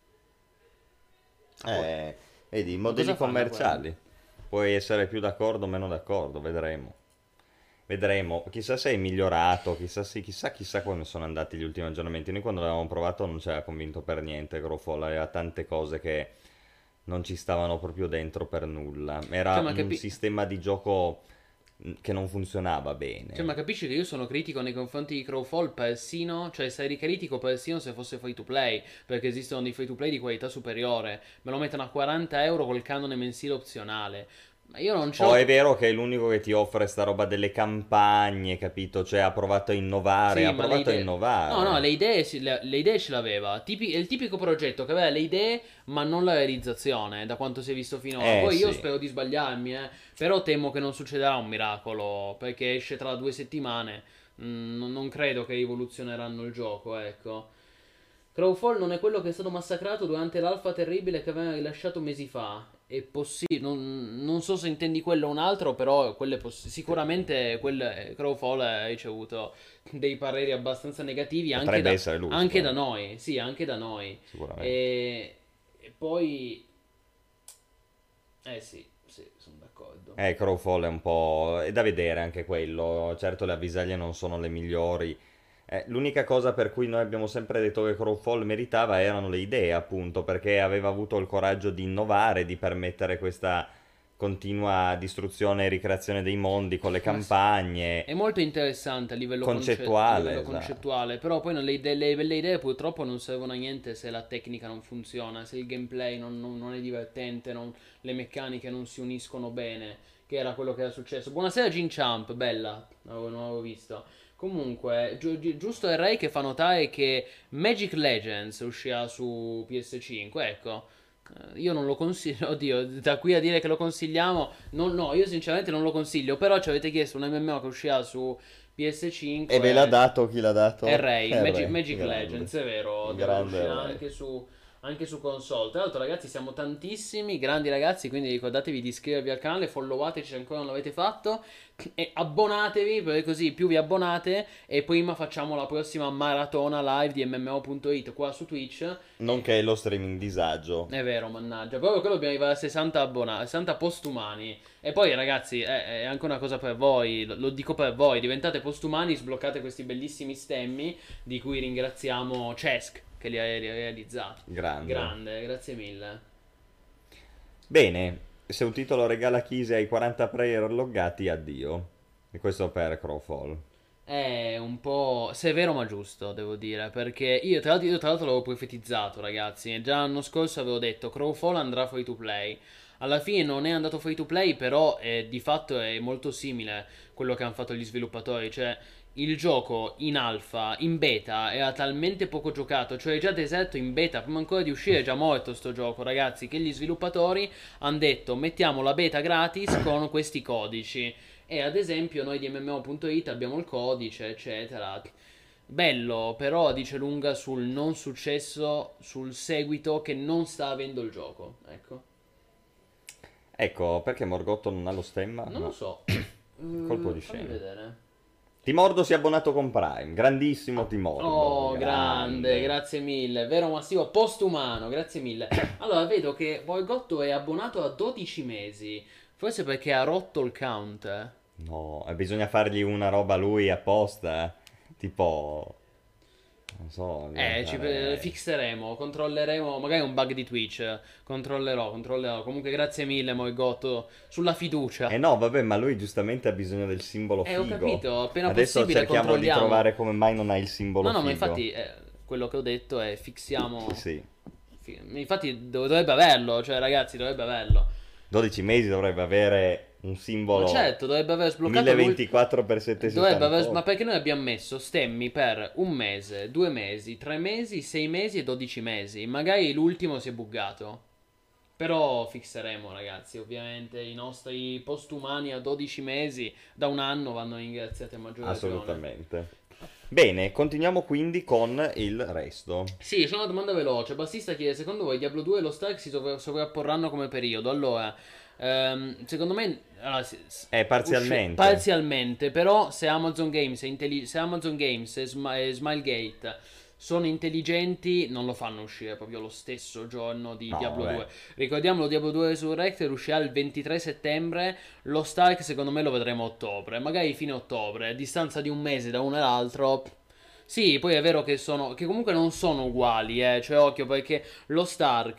Ah, poi- Eh, vedi, i ma modelli cosa fanno commerciali. Puoi essere più d'accordo o meno d'accordo, vedremo. Vedremo. Chissà se è migliorato, chissà, se- chissà, chissà come sono andati gli ultimi aggiornamenti. Noi quando l'avevamo provato non ci aveva convinto per niente Crowfall, aveva tante cose che non ci stavano proprio dentro per nulla. Era Cioè, ma un capi- sistema di gioco mh, che non funzionava bene. Cioè, ma capisci che io sono critico nei confronti di Crowfall persino, cioè sarei critico persino se fosse free to play, perché esistono dei free to play di qualità superiore. Me lo mettono a quaranta euro col canone mensile opzionale. Ma io non Oh, c'ho... è vero che è l'unico che ti offre sta roba delle campagne, capito? Cioè ha provato a innovare, Sì, ha ma le provato a idee... No, innovare. no, le idee, sì, le, le idee ce l'aveva. Tipi- è il tipico progetto che aveva le idee, ma non la realizzazione, da quanto si è visto finora. Eh Poi io sì, spero di sbagliarmi, eh. Però temo che non succederà un miracolo, perché esce tra due settimane. Mm, non non credo che rivoluzioneranno il gioco, ecco. Crowfall non è quello che è stato massacrato durante l'alfa terribile che aveva rilasciato mesi fa. È possibile, non, non so se intendi quello o un altro, però quello è poss- sicuramente quel, eh, Crowfall ha ricevuto dei pareri abbastanza negativi anche potrebbe da, essere lui, anche da sicuramente. noi. Sì, anche da noi. Sicuramente. E, e poi, eh sì, sì, sono d'accordo. Eh, Crowfall è un po'... è da vedere anche quello. Certo le avvisaglie non sono le migliori. Eh, l'unica cosa per cui noi abbiamo sempre detto che Crowfall meritava erano le idee, appunto, perché aveva avuto il coraggio di innovare, di permettere questa continua distruzione e ricreazione dei mondi con le Ma sì. campagne. È molto interessante a livello, conce- a Concettuale, livello esatto. concettuale, però poi non- le, idee- le belle idee purtroppo non servono a niente se la tecnica non funziona, se il gameplay non, non- non è divertente, non- le meccaniche non si uniscono bene, che era quello che era successo. Buonasera Jin Champ, bella, non avevo, non avevo visto. Comunque, giu- gi- giusto il Ray che fa notare che Magic Legends uscirà su P S cinque, ecco. Eh, Io non lo consiglio, oddio, da qui a dire che lo consigliamo, non- no, io sinceramente non lo consiglio, però ci avete chiesto un M M O che uscirà su P S cinque E ve l'ha dato chi l'ha dato? è Ray, È Magic, Ray, Magic grande. Legends, è vero, deve Grande uscire Ray. anche su, anche su console. Tra l'altro ragazzi siamo tantissimi, grandi ragazzi, quindi ricordatevi di iscrivervi al canale, followateci se ancora non l'avete fatto e abbonatevi, perché così più vi abbonate e prima facciamo la prossima maratona live di M M O punto it qua su Twitch. Nonché lo streaming disagio. È vero, mannaggia, proprio quello dobbiamo arrivare a sessanta abbonati, sessanta postumani. E poi ragazzi, è, è anche una cosa per voi, lo, lo dico per voi, diventate postumani, sbloccate questi bellissimi stemmi di cui ringraziamo Cesk che li ha, li ha realizzati. Grande. Grande, grazie mille. Bene, se un titolo regala Chise ai quaranta player loggati, addio. E questo per Crowfall. È un po' severo ma giusto, devo dire, perché io tra l'altro, io tra l'altro l'avevo profetizzato, ragazzi. Già l'anno scorso avevo detto Crowfall andrà free to play. Alla fine non è andato free to play, però è, di fatto è molto simile a quello che hanno fatto gli sviluppatori. Cioè, il gioco in alfa, in beta, era talmente poco giocato, cioè già deserto in beta, prima ancora di uscire è già morto sto gioco, ragazzi, che gli sviluppatori hanno detto mettiamo la beta gratis con questi codici. E ad esempio noi di M M O punto it abbiamo il codice, eccetera. Bello, però dice lunga sul non successo, sul seguito che non sta avendo il gioco. Ecco. Ecco, perché Morgotto non ha lo stemma? Non No. lo so. Colpo di Fammi scena. vedere. Timordo si è abbonato con Prime. Grandissimo Timordo. Oh, grande, grazie mille. Vero massivo postumano, grazie mille. Allora, vedo che Morgotto è abbonato a dodici mesi. Forse perché ha rotto il count. eh. No, e bisogna fargli una roba a lui apposta. Tipo... Non so. Eh, ci diventare- fixeremo, controlleremo, magari un bug di Twitch, controllerò, controllerò. Comunque grazie mille Morgotto, sulla fiducia. Eh no, vabbè, ma lui giustamente ha bisogno del simbolo Eh, figo. ho capito, appena Adesso possibile cerchiamo di controlliamo. trovare come mai non ha il simbolo No, no, figo. ma infatti eh, quello che ho detto è fixiamo... Sì. fi- Infatti dov- dovrebbe averlo, cioè ragazzi dovrebbe averlo. dodici mesi dovrebbe avere un simbolo Ma certo, dovrebbe aver sbloccato mille l'ult- ventiquattro per Dovrebbe aver... settecentosettantotto. Ma perché noi abbiamo messo stemmi per un mese, due mesi, tre mesi, sei mesi e dodici mesi. Magari l'ultimo si è buggato. Però fixeremo, ragazzi. Ovviamente i nostri postumani a dodici mesi da un anno vanno ringraziati a maggior ragione. Assolutamente. Bene, continuiamo quindi con il resto. Sì, c'è una domanda veloce. Bassista chiede: secondo voi Diablo due e lo Stark si sovra- sovrapporranno come periodo? Allora, ehm, secondo me. Allora, si- s- Eh, parzialmente. usci- parzialmente, però se Amazon Games, è intelli- se Amazon Games e, Smi- e Smilegate sono intelligenti, non lo fanno uscire proprio lo stesso giorno di No, Diablo vabbè. due. Ricordiamolo, Diablo due Resurrected uscirà il ventitré settembre. Lo Stark, secondo me, lo vedremo a ottobre. Magari fine ottobre, a distanza di un mese da uno all'altro. Sì, poi è vero che sono. Che comunque non sono uguali, eh. Cioè, occhio, perché lo Stark,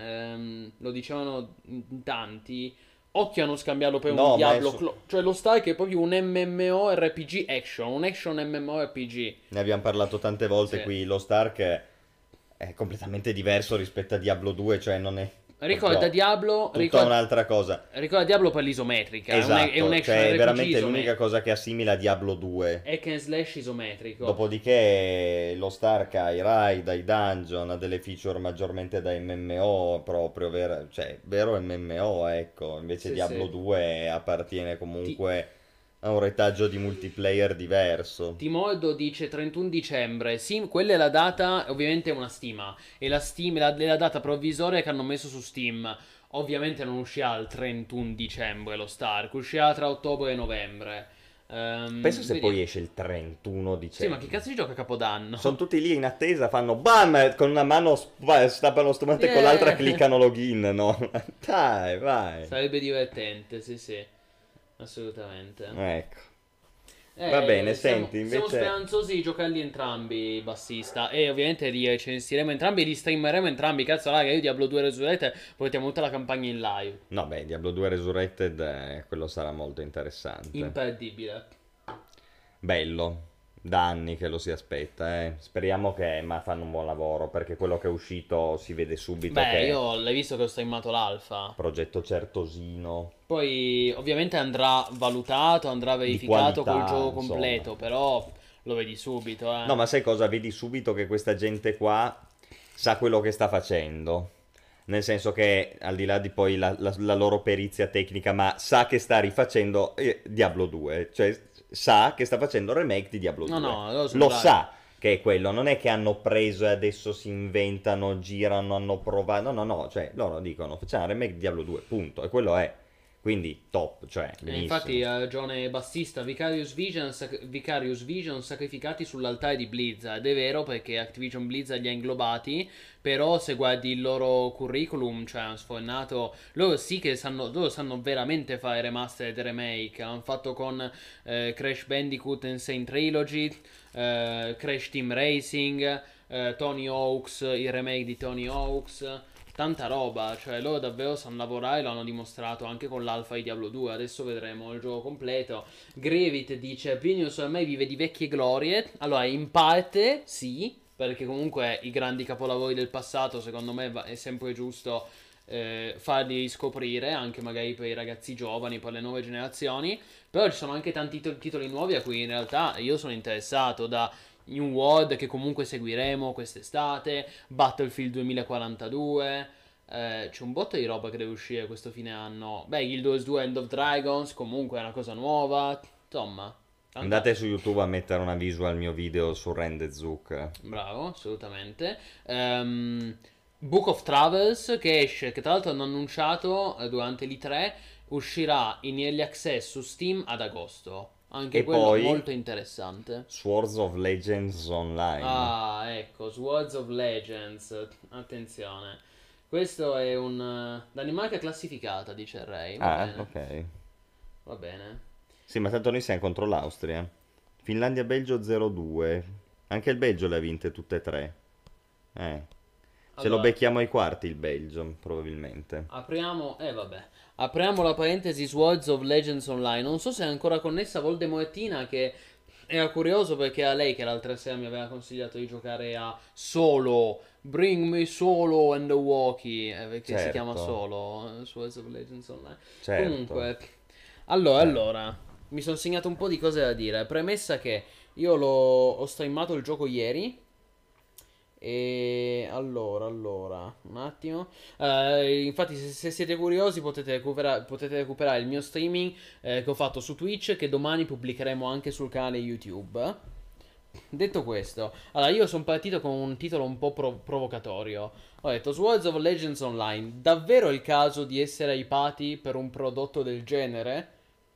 ehm, lo dicevano in tanti. Occhio a non scambiarlo per No, un ma è Diablo. su- clo- Cioè, lo Stark è proprio un MMORPG action. Un action MMORPG. Ne abbiamo parlato tante volte Sì. qui. Lo Stark è, è completamente diverso rispetto a Diablo due, cioè non è... Ricorda proprio Diablo. Tutta Ricorda, un'altra cosa. ricorda Diablo per l'isometrica. Esatto, è un, è un action cioè è R P G veramente isometrico. l'unica cosa che assimila a Diablo due. Hack and slash isometrico. Dopodiché lo Stark ha i raid, ha i dungeon, ha delle feature maggiormente da M M O proprio, ver- cioè vero M M O, ecco. Invece Sì, Diablo sì. due appartiene comunque a un retaggio di multiplayer diverso. Timoldo dice trentuno dicembre. Sì, quella è la data, ovviamente è una stima. E la, stima, la, è la data provvisoria che hanno messo su Steam. Ovviamente non uscirà il trentuno dicembre lo Stark, uscirà tra ottobre e novembre. Ehm, Penso se quindi- poi esce il trentuno Sì, dicembre. ma che cazzo di gioco a Capodanno? Sono tutti lì in attesa, fanno BAM! Con una mano sp- stappano strumento e con Yeah. l'altra cliccano login, no? Dai, vai. Sarebbe divertente, sì sì. Assolutamente. Ecco. Eh, Va bene, siamo, senti, siamo invece- speranzosi di giocarli entrambi, bassista. E ovviamente li recensiremo entrambi, li streameremo entrambi. Cazzo, raga, io Diablo due Resurrected portiamo tutta la campagna in live. No, beh, Diablo due Resurrected, eh, quello sarà molto interessante. Imperdibile. Bello. Da anni che lo si aspetta, eh. Speriamo che ma fanno un buon lavoro, perché quello che è uscito si vede subito Beh, che io l'hai visto che ho streamato l'alfa. progetto certosino. Poi ovviamente andrà valutato, andrà verificato qualità, col gioco insomma. completo, però lo vedi subito, eh. No, ma sai cosa? Vedi subito che questa gente qua sa quello che sta facendo. Nel senso che, al di là di poi la, la- la loro perizia tecnica, ma sa che sta rifacendo eh, Diablo due. Cioè, sa che sta facendo il remake di Diablo No, due. no, loro sono Lo bravi. sa. che è quello, non è che hanno preso e adesso si inventano, girano, hanno provato, no, no, no, cioè loro dicono facciamo un remake di Diablo due, punto, e quello è, quindi top, cioè E infatti benissimo. ha ragione Bassista, Vicarious Vision, sac- Vicarious Vision sacrificati sull'altare di Blizzard, ed è vero perché Activision Blizzard li ha inglobati, però se guardi il loro curriculum, cioè hanno sfornato, loro sì che sanno, loro sanno veramente fare remaster e remake, hanno fatto con eh, Crash Bandicoot Insane Trilogy, eh, Crash Team Racing, eh, Tony Hawk's, il remake di Tony Hawk's, tanta roba, cioè loro davvero sanno lavorare, lo hanno dimostrato anche con l'alfa di Diablo due, adesso vedremo il gioco completo. Grevit dice, Plinius ormai vive di vecchie glorie, allora in parte sì, perché comunque i grandi capolavori del passato secondo me va- è sempre giusto eh, farli riscoprire, anche magari per i ragazzi giovani, per le nuove generazioni, però ci sono anche tanti to- titoli nuovi a cui in realtà io sono interessato, da New World che comunque seguiremo quest'estate, Battlefield duemilaquarantadue, eh, c'è un botto di roba che deve uscire questo fine anno. Beh, Guild Wars due End of Dragons comunque è una cosa nuova, insomma, tanta... Andate su YouTube a mettere una visual mio video su Rende Zook. Bravo, assolutamente. Ehm, Book of Travels che esce, che tra l'altro hanno annunciato eh, durante l'I tre, uscirà in early access su Steam ad agosto. Anche E quello poi molto interessante. Swords of Legends Online. Ah, ecco, Swords of Legends. Attenzione. Questo è un... eh, Danimarca classificata, dice il Ray. Va Ah, bene, ok. va bene. Sì, ma tanto noi siamo contro l'Austria. Finlandia-Belgio zero due. Anche il Belgio le ha vinte tutte e tre. Eh. Ce lo Allora, becchiamo ai quarti il Belgio, probabilmente. apriamo... Eh, vabbè. Apriamo la parentesi Swords of Legends Online. Non so se è ancora connessa Voldemortina, che era curioso perché a lei che l'altra sera mi aveva consigliato di giocare a Solo. Bring me Solo and the Walkie. Eh, perché si chiama Certo, Solo, eh, Swords of Legends Online. certo, Comunque, allora, certo. allora, mi sono segnato un po' di cose da dire. Premessa che io l'ho ho streamato il gioco ieri. E allora, allora, un attimo. Eh, infatti, se, se siete curiosi, potete, recupera- potete recuperare il mio streaming eh, che ho fatto su Twitch, che domani pubblicheremo anche sul canale YouTube. Detto questo, allora io sono partito con un titolo un po' pro- provocatorio. Ho detto Swords of Legends Online, davvero è il caso di essere hypati per un prodotto del genere?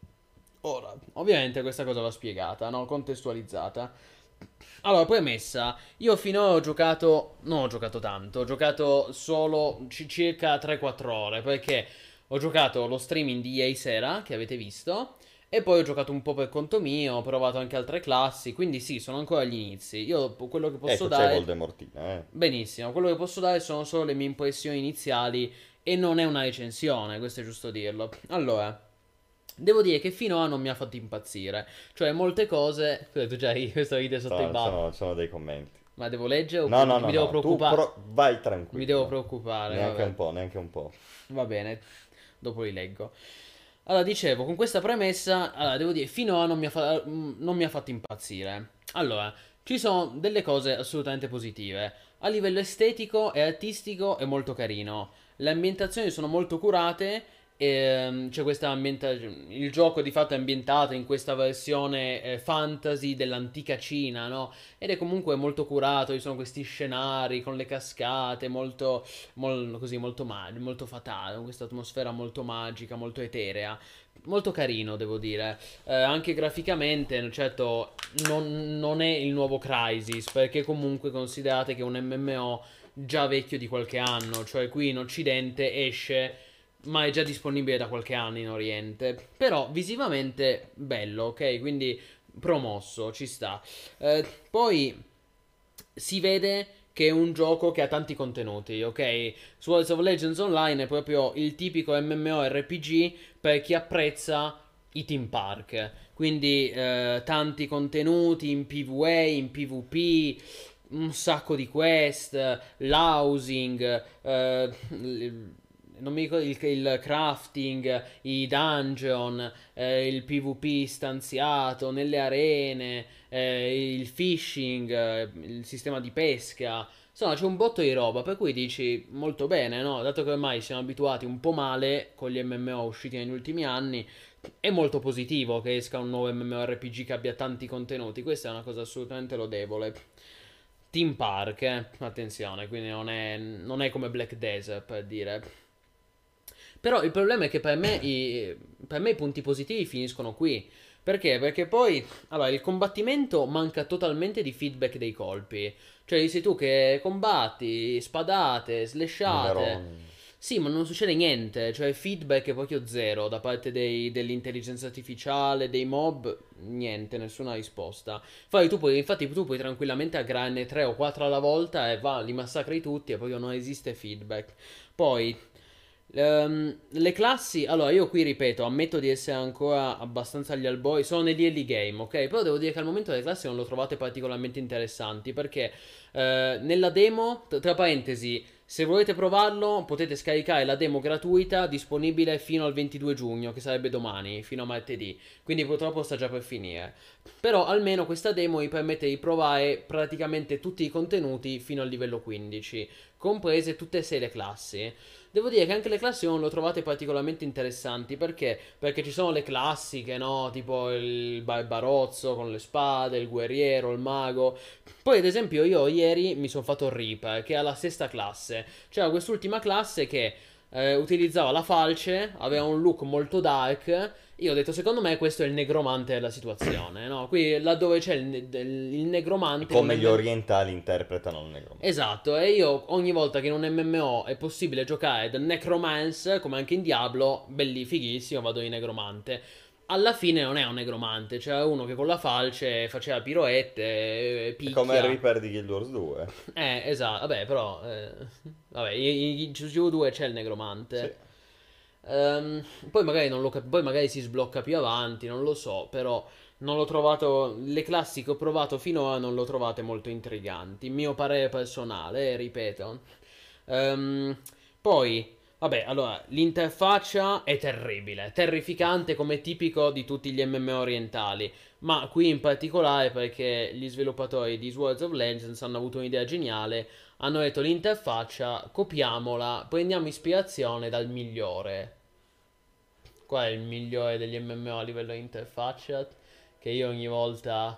Ora, ovviamente questa cosa l'ho spiegata, no? Contestualizzata. Allora, premessa, io finora ho giocato, non ho giocato tanto, ho giocato solo ci- circa tre quattro ore, perché ho giocato lo streaming di ieri sera, che avete visto, e poi ho giocato un po' per conto mio, ho provato anche altre classi, quindi sì, sono ancora agli inizi. Io quello che posso Ecco, c'è dare, Voldemortina, eh. benissimo, quello che posso dare sono solo le mie impressioni iniziali e non è una recensione, questo è giusto dirlo. Allora... Devo dire che finora non mi ha fatto impazzire. Cioè, molte cose. Scusa, tu già hai questo video sotto i Sono, baffи. sono- sono dei commenti. Ma devo leggere No, oppure no, mi, no, mi devo no, tu preoccupare? pro- vai Mi devo tranquillo. preoccupare, Neanche un vabbè. po', neanche un po'. Va bene, dopo li leggo. Allora, dicevo, con questa premessa, allora, devo dire, finora non mi ha, fa- mm, non mi ha fatto impazzire. Allora, ci sono delle cose assolutamente positive. A livello estetico e artistico è molto carino. Le ambientazioni sono molto curate. Ehm, c'è questa ambientazione. Il gioco di fatto è ambientato in questa versione eh, fantasy dell'antica Cina, no? Ed è comunque molto curato. Ci sono questi scenari con le cascate, molto, mol- così, molto, mag- molto fatale. Con questa atmosfera molto magica, molto eterea. Molto carino, devo dire. Eh, anche graficamente, certo, non, non è il nuovo Crysis, perché comunque considerate che è un M M O già vecchio di qualche anno, cioè qui in Occidente esce, ma è già disponibile da qualche anno in Oriente. Però visivamente bello, ok? Quindi promosso, ci sta. Eh, poi si vede che è un gioco che ha tanti contenuti, ok? Swords of Legends Online è proprio il tipico MMORPG per chi apprezza i team park. Quindi eh, tanti contenuti in PvE, in PvP, un sacco di quest, l'housing, eh, l- non mi ricordo il, il crafting, i dungeon, eh, il PvP stanziato nelle arene, eh, il fishing, eh, il sistema di pesca. Insomma, c'è un botto di roba, per cui dici molto bene, no? Dato che ormai siamo abituati un po' male con gli M M O usciti negli ultimi anni, è molto positivo che esca un nuovo MMORPG che abbia tanti contenuti. Questa è una cosa assolutamente lodevole. Team Park, eh? Attenzione, quindi non è, non è come Black Desert, per dire. Però il problema è che per me i, per me i punti positivi finiscono qui. Perché? Perché poi, allora, il combattimento manca totalmente di feedback dei colpi. Cioè, dici tu che combatti, spadate, slashate. Numeroni. Sì, ma non succede niente. Cioè, feedback è proprio zero da parte dei- dell'intelligenza artificiale, dei mob. Niente, nessuna risposta. Infatti tu puoi, infatti, tu puoi tranquillamente aggrane tre o quattro alla volta e va, li massacri tutti e poi non esiste feedback. Poi. Ehm, le classi, allora io qui ripeto, ammetto di essere ancora abbastanza agli albori, sono negli early game, ok? Però devo dire che al momento le classi non le ho trovate particolarmente interessanti perché eh, nella demo, t- tra parentesi, se volete provarlo potete scaricare la demo gratuita disponibile fino al ventidue giugno, che sarebbe domani, fino a martedì, quindi purtroppo sta già per finire. Però almeno questa demo vi permette di provare praticamente tutti i contenuti fino al livello quindici, comprese tutte e sei le classi. Devo dire che anche le classi non le ho trovate particolarmente interessanti. Perché? Perché ci sono le classiche, no? Tipo il barbarozzo con le spade, il guerriero, il mago. Poi, ad esempio, io ieri mi sono fatto il Reaper, che è la sesta classe. C'era quest'ultima classe che eh, utilizzava la falce, aveva un look molto dark. Io ho detto, secondo me questo è il negromante della situazione, no? Qui, laddove c'è il, ne- del- il negromante... Come un gli M- orientali interpretano il negromante. Esatto, e io ogni volta che in un M M O è possibile giocare del Necromance, come anche in Diablo, belli fighissimo, vado in Negromante. Alla fine non è un Negromante, c'era uno che con la falce faceva piroette, eh, È come il picchia. Reaper di Guild Wars due. Eh, esatto, vabbè, però... eh, vabbè, in in G G due c'è il Sì. Negromante. Ehm, poi magari non lo cap- poi magari si sblocca più avanti, non lo so, però non l'ho trovato. Le classi che ho provato finora non l'ho trovate molto intriganti. Mio parere personale, eh, ripeto. Ehm, Poi, vabbè, allora, l'interfaccia è terribile, terrificante come tipico di tutti gli M M O orientali. Ma qui in particolare perché gli sviluppatori di Swords of Legends hanno avuto un'idea geniale. Hanno detto l'interfaccia, copiamola, prendiamo ispirazione dal migliore. Qual è il migliore degli M M O a livello di interfaccia? Che io ogni volta,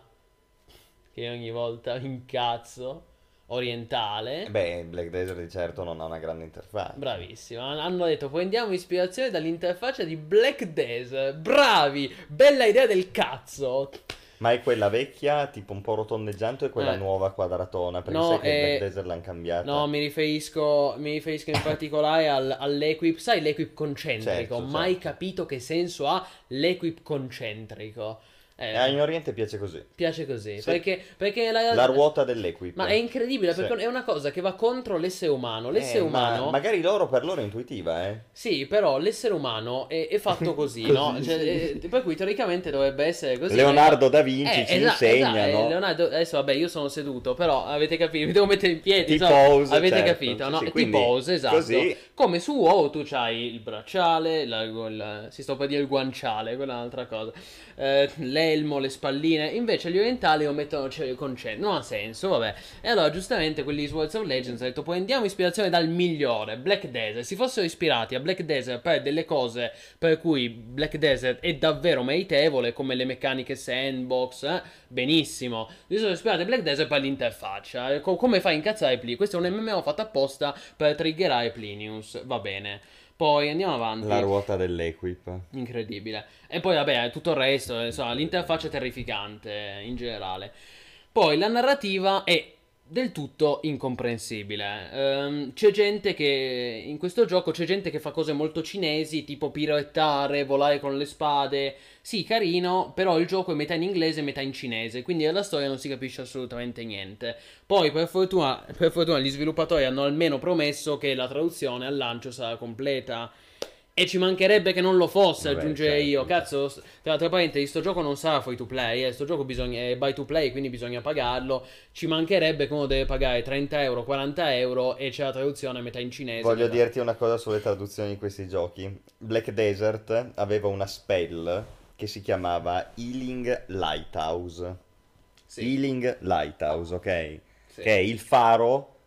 che io ogni volta mi incazzo. Orientale. Beh, Black Desert di certo non ha una grande interfaccia. Bravissimo. Han- Hanno detto prendiamo ispirazione dall'interfaccia di Black Desert. Bravi! Bella idea del cazzo. Ma è quella vecchia, tipo un po' rotondeggiante, o è quella Eh. nuova quadratona? Perché No, sai che è- Black Desert l'hanno cambiata. No, mi riferisco, mi riferisco in particolare al- all'equip. Sai, l'equip concentrico. Certo, Mai certo. capito che senso ha l'equip concentrico. E Eh, a in Oriente piace così. piace così. Sì. Perché, perché la, La ruota dell'equip. Ma è incredibile Sì. perché è una cosa che va contro l'essere umano. L'essere Eh, ma umano. magari loro per loro è intuitiva, eh. Sì, però l'essere umano è, è fatto così, Così, no? Cioè, sì. eh, per cui teoricamente dovrebbe essere così. Leonardo da Vinci Eh, ci esa- insegna, esatto, no? eh, Leonardo, adesso vabbè, io sono seduto, però avete capito, mi devo mettere in piedi, Ti insomma, pose, avete certo. capito, Sì, no? sì, Ti quindi pose, esatto. così. Come su WoW tu c'hai il bracciale, la, il- si sto per dire il guanciale, quella è un'altra cosa. Eh, l'elmo, le spalline. Invece gli orientali lo mettono cioè, il concetto. Non ha senso, vabbè. E allora, giustamente, quelli di Swords of Legends hanno detto: prendiamo ispirazione dal migliore, Black Desert. Si fossero ispirati a Black Desert per delle cose per cui Black Desert è davvero meritevole, come le meccaniche sandbox, eh, benissimo. Si sono ispirati a Black Desert per l'interfaccia. Eh, co- come fai a incazzare Pli? Questo è un M M O fatto apposta per triggerare Plinius. Va bene. Poi andiamo avanti. La ruota dell'equip. Incredibile. E poi, vabbè, tutto il resto, insomma, l'interfaccia è terrificante in generale. Poi la narrativa è del tutto incomprensibile. Ehm, c'è gente che in questo gioco c'è gente che fa cose molto cinesi, tipo piroettare, volare con le spade. Sì, carino, però il gioco è metà in inglese e metà in cinese, quindi della storia non si capisce assolutamente niente. Poi, per fortuna, per fortuna, gli sviluppatori hanno almeno promesso che la traduzione al lancio sarà completa. E ci mancherebbe che non lo fosse, Vabbè, aggiungere certo, io. certo. Cazzo, st- tra, tra parentesi, sto gioco non sarà free to play, eh. Sto gioco bisogna, è buy to play, quindi bisogna pagarlo. Ci mancherebbe che uno deve pagare trenta euro, quaranta euro e c'è la traduzione a metà in cinese. Voglio metà- dirti una cosa sulle traduzioni di questi giochi. Black Desert aveva una spell che si chiamava Healing Lighthouse. Sì, Healing Lighthouse, ok? sì. Che è il faro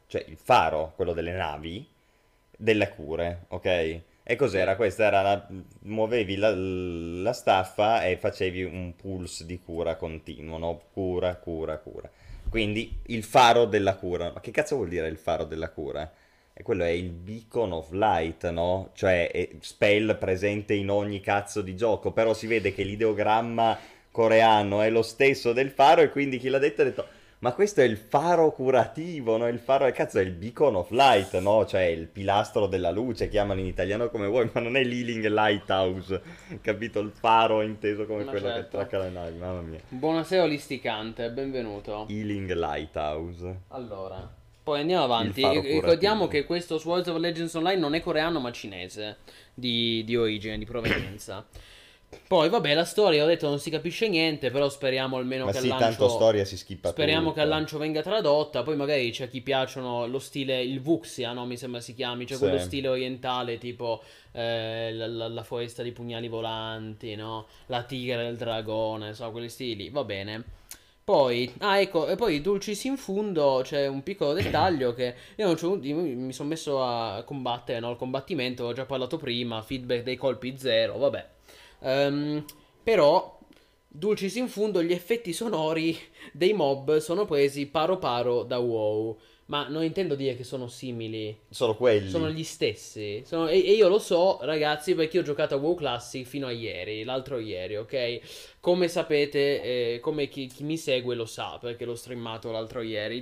cioè il faro, quello delle navi, delle cure, ok? E cos'era? Questa era la... muovevi la, la staffa e facevi un pulse di cura continuo, no? Cura, cura, cura. Quindi il faro della cura. Ma che cazzo vuol dire il faro della cura? E quello è il beacon of light, no? Cioè è spell presente in ogni cazzo di gioco, però si vede che l'ideogramma coreano è lo stesso del faro e quindi chi l'ha detto ha detto ma questo è il faro curativo, no? Il faro, è cazzo, è il beacon of light, no? Cioè il pilastro della luce, chiamano in italiano come vuoi, ma non è l'Healing Lighthouse, capito? Il faro inteso come Ma quello che certo. tracca le navi, mamma mia. Buonasera Olisticante, benvenuto. Healing Lighthouse, Allora, poi andiamo il avanti. faro E- Ricordiamo curativo. che questo Swords of Legends Online non è coreano ma cinese di, di origine, di provenienza. Poi vabbè, la storia ho detto non si capisce niente, però speriamo almeno Ma che al sì, tanto lancio storia si schippa speriamo che al tutto. lancio venga tradotta, poi magari c'è a chi piacciono lo stile, il Wuxia, no? Mi sembra si chiami, cioè Sì. quello stile orientale, tipo eh, la, la- la foresta di pugnali volanti, no? La tigre e il dragone, so, quegli stili, va bene. Poi, ah ecco, e poi Dulcis in fundo c'è un piccolo dettaglio che io, non c'ho- io mi sono messo a combattere, no? Il combattimento, ho già parlato prima, feedback dei colpi zero, vabbè. Ehm, però, Dulcis in fundo, gli effetti sonori dei mob sono presi paro paro da WoW. Ma non intendo dire che sono simili. Sono Sono quelli. gli stessi. Sono- e, e io lo so, ragazzi, perché io ho giocato a WoW Classic fino a ieri, l'altro ieri, ok? Come sapete, eh, come chi, chi mi segue lo sa, perché l'ho streamato l'altro ieri.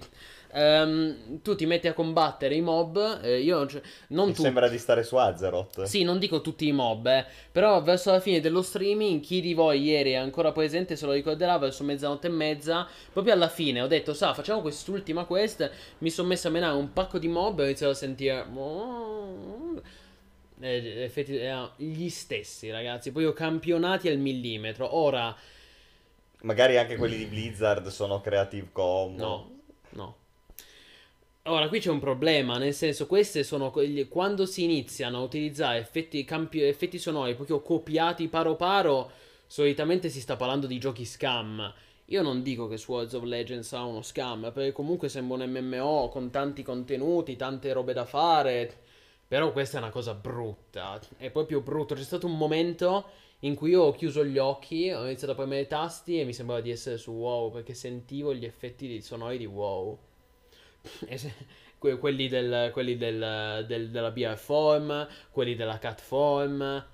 Ehm, tu ti metti a combattere i mob, eh, io cioè, non Mi tutti. sembra di stare su Azeroth. Sì, non dico tutti i mob, eh, però verso la fine dello streaming, chi di voi ieri è ancora presente se lo ricorderà, verso mezzanotte e mezza, proprio alla fine ho detto, sa, facciamo quest'ultima quest, mi sono messo a menare un pacco di mob e ho iniziato a sentire... Eh, effetti, erano gli stessi, ragazzi, poi ho campionati al millimetro, ora... Magari anche quelli di Blizzard sono Creative No, Combo. no. Ora, qui c'è un problema, nel senso, queste sono quelli- quando si iniziano a utilizzare effetti, campi- effetti sonori proprio copiati paro paro, solitamente si sta parlando di giochi scam. Io non dico che Swords of Legends ha uno scam, perché comunque sembra un M M O con tanti contenuti, tante robe da fare, però questa è una cosa brutta, è proprio brutto. C'è stato un momento in cui io ho chiuso gli occhi, ho iniziato a premere i tasti e mi sembrava di essere su WoW, perché sentivo gli effetti sonori di WoW. E se- que- quelli del, quelli del, del- della bear form, quelli della cat form.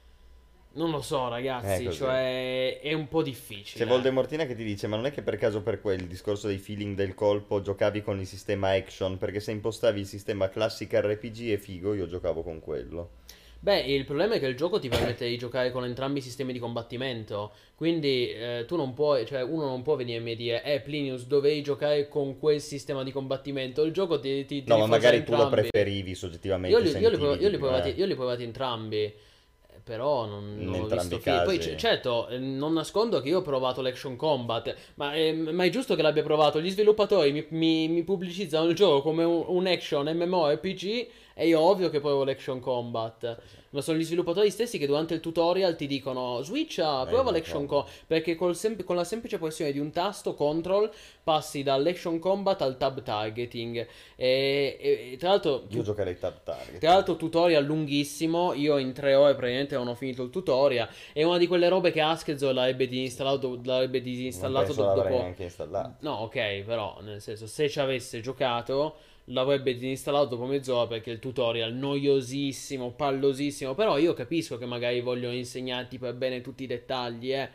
Non lo so, È ragazzi, così. cioè è un po' C'è difficile. Voldemortina che ti dice, ma non è che per caso per quel discorso dei feeling del colpo giocavi con il sistema action? Perché se impostavi il sistema classic R P G è figo, io giocavo con quello. Beh, il problema è che il gioco ti permette di giocare con entrambi i sistemi di combattimento. Quindi eh, tu non puoi, cioè uno non può venirmi a dire, eh, Plinius, dovevi giocare con quel sistema di combattimento. Il gioco ti, ti, ti No, ma rinforza magari tu lo entrambi. preferivi Io soggettivamente, li, io li, sentivi prov- io di li più, provati, eh? io li provati entrambi, eh, però non, In non ho entrambi visto i fine. Poi casi. c- certo, eh, non nascondo che io ho provato l'action combat, ma, eh, ma è giusto che l'abbia provato. Gli sviluppatori mi, mi- mi pubblicizzano il gioco come un, un action MMORPG e io ovvio che provo l'action combat. Sì, sì. Ma sono gli sviluppatori stessi che durante il tutorial ti dicono switcha, Eh, prova lo l'action so. combat. Perché col sem- con la semplice pressione di un tasto control passi dall'action combat al tab targeting. E, e- e tra l'altro, Io tu- giocherei tab tra target. l'altro tutorial lunghissimo. Io in tre ore praticamente non ho finito il tutorial. È una di quelle robe che Askezzo l'avrebbe disinstallato, l'avrebbe Non disinstallato penso do- l'avrei dopo. neanche installato. No, ok, però nel senso, se ci avesse giocato l'avrebbe disinstallato dopo mezz'ora perché il tutorial noiosissimo, pallosissimo. Però io capisco che magari vogliono insegnarti per bene tutti i dettagli, eh.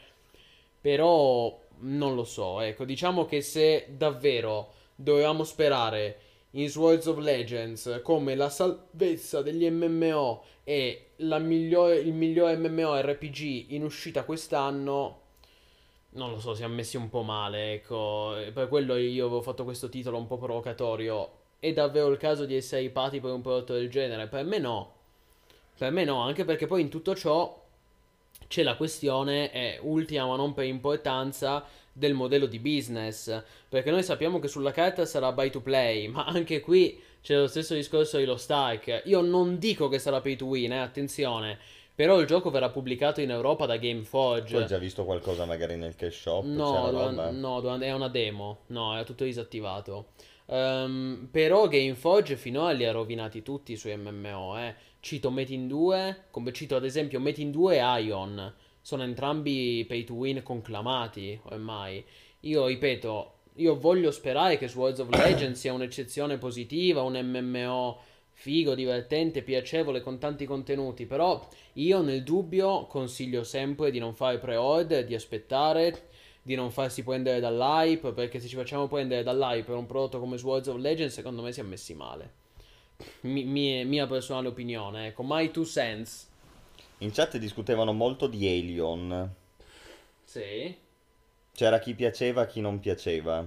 Però non lo so, ecco, diciamo che se davvero dovevamo sperare in Swords of Legends come la salvezza degli M M O e la migliore, il migliore MMORPG in uscita quest'anno, non lo so, siamo messi un po' male, ecco. E per quello io avevo fatto questo titolo un po' provocatorio. È davvero il caso di essere ipati per un prodotto del genere? Per me no. Per me no, anche perché poi in tutto ciò c'è la questione, è ultima ma non per importanza, del modello di business. Perché noi sappiamo che sulla carta sarà buy to play, ma anche qui c'è lo stesso discorso di Lost Ark. Io non dico che sarà pay to win, eh, attenzione. Però il gioco verrà pubblicato in Europa da Tu hai Gameforge. già visto qualcosa magari nel cash shop? No, C'era duran- roba? no, duran- è una demo. No, è tutto disattivato. Ehm, però Gameforge finora li ha rovinati tutti sui M M O, eh. Cito Metin due, come cito ad esempio Metin due e Ion. Sono entrambi pay to win conclamati, ormai. Io ripeto, io voglio sperare che Swords of Legend sia un'eccezione positiva, un M M O figo, divertente, piacevole, con tanti contenuti, però io nel dubbio consiglio sempre di non fare pre-order, di aspettare, di non farsi prendere dall'hype, perché se ci facciamo prendere dall'hype per un prodotto come Swords of Legend, secondo me si è messi male. Mi- mie- mia personale opinione, ecco, my two cents. In chat discutevano molto di Alien. Sì. C'era chi piaceva, chi non piaceva.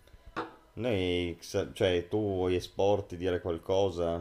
Noi, cioè, tu vuoi esporti dire qualcosa?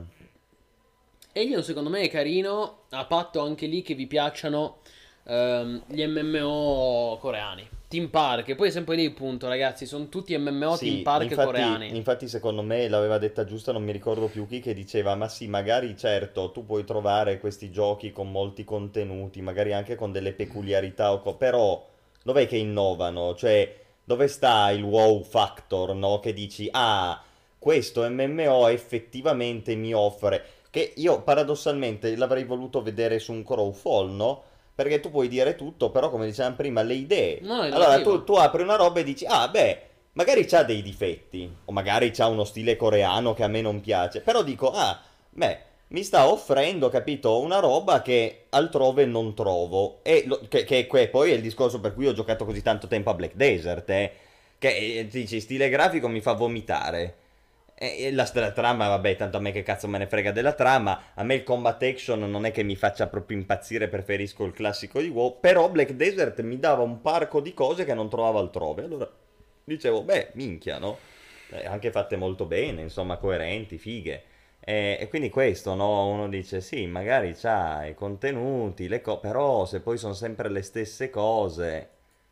Alien secondo me è carino, a patto anche lì che vi piacciono ehm, gli M M O coreani. Team Park, e poi è sempre lì il punto, ragazzi, sono tutti M M O Team Sì, Park infatti, coreani. infatti secondo me l'aveva detta giusta, non mi ricordo più chi, che diceva, ma sì, magari certo, tu puoi trovare questi giochi con molti contenuti, magari anche con delle peculiarità, o co- però dov'è che innovano? Cioè, dove sta il wow factor, no? Che dici, ah, questo M M O effettivamente mi offre, che io paradossalmente l'avrei voluto vedere su un Crowfall, no? Perché tu puoi dire tutto, però come dicevamo prima, le idee. No, è Allora tu, innovativo. tu apri una roba e dici, ah beh, magari c'ha dei difetti, o magari c'ha uno stile coreano che a me non piace, però dico, ah, beh, mi sta offrendo, capito, una roba che altrove non trovo. E lo- che, che- che poi è il discorso per cui ho giocato così tanto tempo a Black Desert, eh. Che eh, ti dici, stile grafico mi fa vomitare. E, e la, la trama, vabbè, tanto a me che cazzo me ne frega della trama. A me il combat action non è che mi faccia proprio impazzire, preferisco il classico di WoW. Però Black Desert mi dava un parco di cose che non trovavo altrove. Allora dicevo, beh, minchia, no? Eh, anche fatte molto bene, insomma, coerenti, fighe. E, e quindi questo, no? Uno dice, sì, magari c'ha i contenuti, le cose, però se poi sono sempre le stesse cose,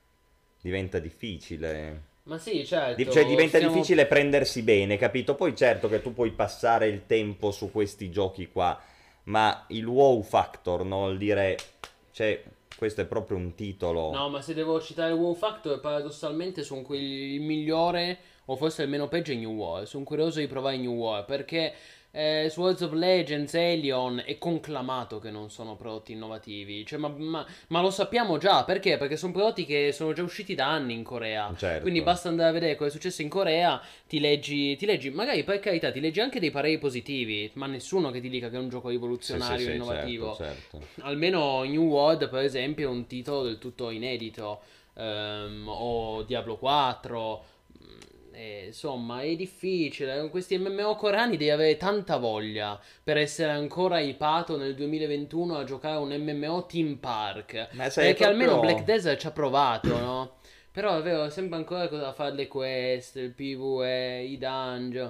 diventa difficile. Ma sì, Di- Cioè certo, diventa stiamo... difficile prendersi bene, capito? Poi certo che tu puoi passare il tempo su questi giochi qua, ma il wow factor, no? Il dire, cioè, questo è proprio un titolo. No, ma se devo citare Wow Factor, paradossalmente sono quelli il migliore, o forse il meno peggio, è New War. Sono curioso di provare New War, perché eh, Swords of Legends, Alien, è conclamato che non sono prodotti innovativi. Cioè, ma, ma- ma lo sappiamo già, perché? Perché sono prodotti che sono già usciti da anni in Corea. Quindi Certo. basta andare a vedere cosa è successo in Corea, ti leggi, ti leggi, magari per carità, ti leggi anche dei pareri positivi, ma nessuno che ti dica che è un gioco Sì, sì, rivoluzionario e sì, certo, innovativo. certo. Almeno New World, per esempio, è un titolo del tutto inedito. Ehm, o Diablo quattro. mm, e, insomma, è difficile. Con questi M M O coreani devi avere tanta voglia per essere ancora hypato nel duemilaventuno a giocare a un M M O Team Park. Ma sei Perché almeno Black proprio... Desert ci ha provato, no? Però è vero, sembra ancora cosa fare le quest, il PvE, i dungeon.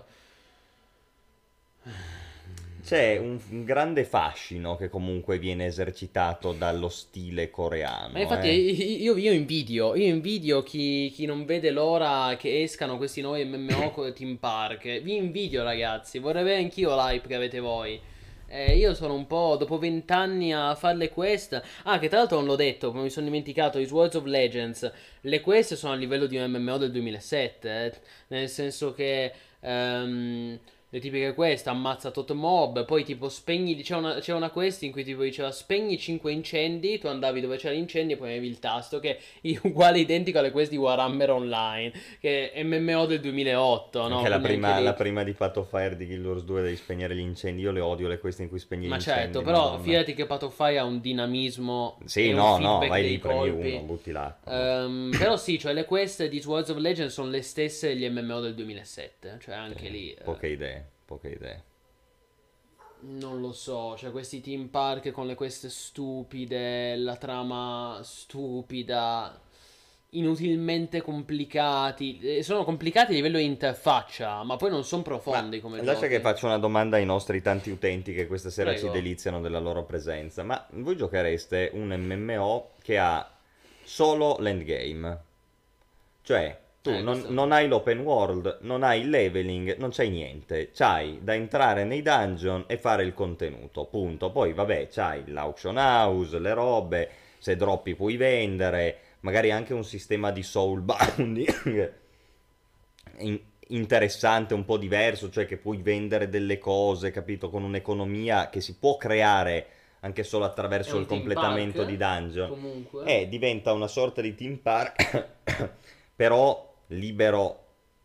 C'è un, un grande fascino che comunque viene esercitato dallo stile Ma coreano, infatti eh. io, io invidio, io invidio chi, chi non vede l'ora che escano questi nuovi M M O con Team Park. Vi invidio ragazzi, vorrei avere anch'io l'hype che avete voi. Eh, io sono un po' dopo vent'anni a fare le quest. Ah, che tra l'altro non l'ho detto, ma mi sono dimenticato, i Swords of Legends. Le quest sono a livello di un M M O del duemilasette, eh. Nel senso che... ehm, le tipiche quest, ammazza tot mob, poi tipo spegni, c'è una, c'è una quest in cui tipo diceva spegni cinque incendi, tu andavi dove c'era l'incendio e poi avevi il tasto, che è uguale identico alle quest di Warhammer Online, che è M M O del duemilaotto, no? Anche la Quindi anche prima, la lì... prima di Path of Fire di Guild Wars due devi spegnere gli incendi. Io le odio le queste in cui spegni gli Ma certo, incendi, però madonna. fidati che Path of Fire ha un dinamismo Sì, e un no, no, feedback vai dei lì, premi colpi. uno, butti l'acqua. Ehm, però sì, cioè le quest di Swords of Legends sono le stesse degli M M O del duemilasette, cioè anche Eh, lì... eh, poche idee, poche idee. Non lo so, cioè questi team park con le queste stupide, la trama stupida, inutilmente complicati. Eh, Sono complicati a livello di interfaccia, ma poi non sono Ma profondi come lascia che giochi. faccio una domanda ai nostri tanti utenti che questa sera ci Prego. deliziano della loro presenza. Ma voi giochereste un M M O che ha solo l'endgame? Cioè, tu Eh, non, questo... non hai l'open world, non hai il leveling, non c'hai niente. C'hai da entrare nei dungeon e fare il contenuto, punto. Poi, vabbè, c'hai l'auction house, le robe, se droppi puoi vendere, magari anche un sistema di soul bounding. In- interessante, un po' diverso, cioè che puoi vendere delle cose, capito, con un'economia che si può creare anche solo È attraverso il un team completamento di park, dungeon. comunque. E diventa una sorta di team park, però libero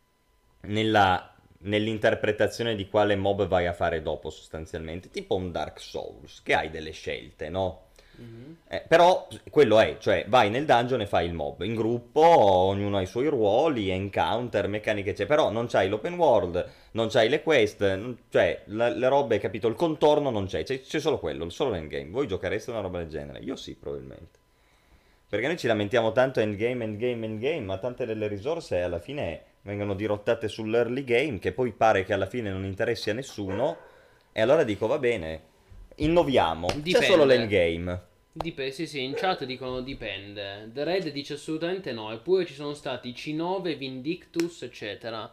nella, nell'interpretazione di quale mob vai a fare dopo, sostanzialmente, tipo un Dark Souls, che hai delle scelte, no? Mhm. Eh, però quello è, cioè vai nel dungeon e fai il mob in gruppo, ognuno ha i suoi ruoli, encounter, meccaniche, c'è, però non c'hai l'open world, non c'hai le quest, non- cioè la- le robe, capito, il contorno non c'è, c'è, c'è solo quello, solo l'endgame. Voi giochereste una roba del genere? Io sì, probabilmente. Perché noi ci lamentiamo tanto endgame, endgame, endgame, ma tante delle risorse alla fine vengono dirottate sull'early game, che poi pare che alla fine non interessi a nessuno, e allora dico va bene, innoviamo, c'è solo Dipende. l'endgame. Dipende, sì, sì, in chat dicono dipende. The Red dice assolutamente no. Eppure ci sono stati C nove, Vindictus, eccetera.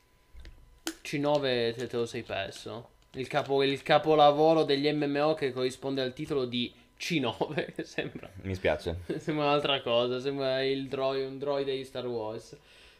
C nove te, te lo sei perso. Il, capo, il capolavoro degli M M O che corrisponde al titolo di C nove. Che sembra. Mi spiace. Sembra un'altra cosa. Sembra il droid, un droide di Star Wars.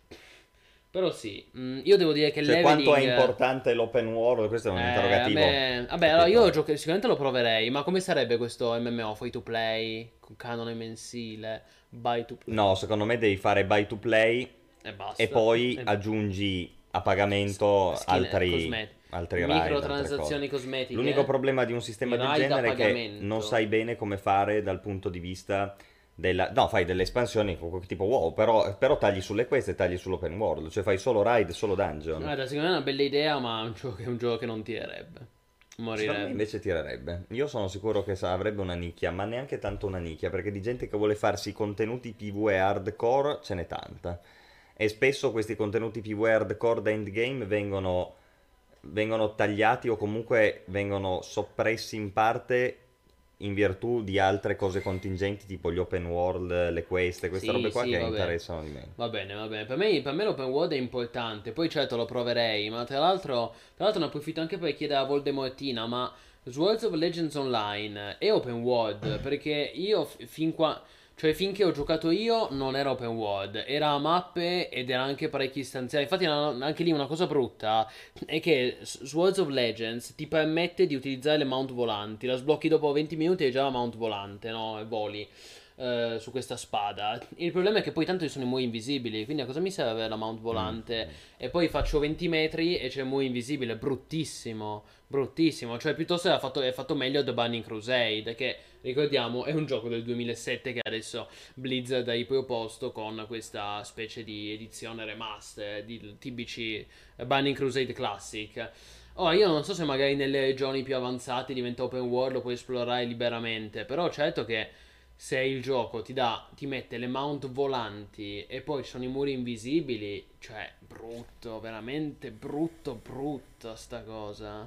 Però sì, mm, io devo dire che il Cioè, quanto è leveling. importante l'open world? Questo è un Eh, a interrogativo. me... Vabbè, allora Capito? io gioche- sicuramente lo proverei, ma come sarebbe questo M M O free to play, con canone mensile, buy to play, No, secondo me devi fare buy to play e e basta. poi E... aggiungi a pagamento Skin, altri, cosmetici, altri ride, altre cose. microtransazioni L'unico cosmetiche, problema di un i sistema del raid a genere è che non pagamento. sai bene come fare dal punto di vista della... No, fai delle espansioni tipo wow, però, però tagli sulle quest e tagli sull'open world, cioè fai solo ride, solo dungeon. Guarda, secondo me è una bella idea, ma è un gioco, è un gioco che non tirerebbe. Secondo me Morirebbe. invece tirerebbe. Io sono sicuro che sa- avrebbe una nicchia, ma neanche tanto una nicchia, perché di gente che vuole farsi contenuti PvE hardcore ce n'è tanta. E spesso questi contenuti PvE hardcore da endgame vengono, vengono tagliati o comunque vengono soppressi in parte in virtù di altre cose contingenti, tipo gli open world, le queste, queste Sì, robe qua sì, che vabbè. interessano di meno. Va bene, va bene. Per me, per me l'open world è importante. Poi certo lo proverei. Ma tra l'altro, tra l'altro ne approfitto anche per chiedere a Voldemortina. Ma Swords of Legends Online è open world? Perché io f- fin qua. Cioè, finché ho giocato io non era open world, era a mappe ed era anche parecchi stanziali. Infatti, era anche lì una cosa brutta è che S- Swords of Legends ti permette di utilizzare le mount volanti. La sblocchi dopo venti minuti e hai già la mount volante, no? E voli eh, su questa spada. Il problema è che poi tanto ci sono i muri invisibili, quindi a cosa mi serve avere la mount Mm. volante? E poi faccio venti metri e c'è il muro invisibile, bruttissimo, bruttissimo. Cioè piuttosto è fatto, è fatto meglio The Burning Crusade, che ricordiamo è un gioco del duemilasette che adesso Blizzard ha riproposto con questa specie di edizione remaster di T B C Burning Crusade Classic. Ora, io non so se magari nelle regioni più avanzate diventa open world, lo puoi esplorare liberamente, però certo che se il gioco ti dà, ti mette le mount volanti e poi ci sono i muri invisibili, cioè brutto, veramente brutto, brutto sta cosa.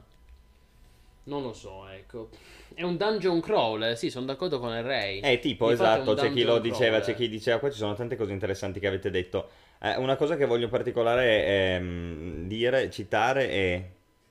Non lo so, ecco. È un dungeon crawler, sì, sono d'accordo con il Ray. Eh, tipo, Di fatto è un esatto, c'è chi lo dungeon diceva, c'è crawler. chi diceva, qua ci sono tante cose interessanti che avete detto. Eh, una cosa che voglio in particolare ehm, dire, citare è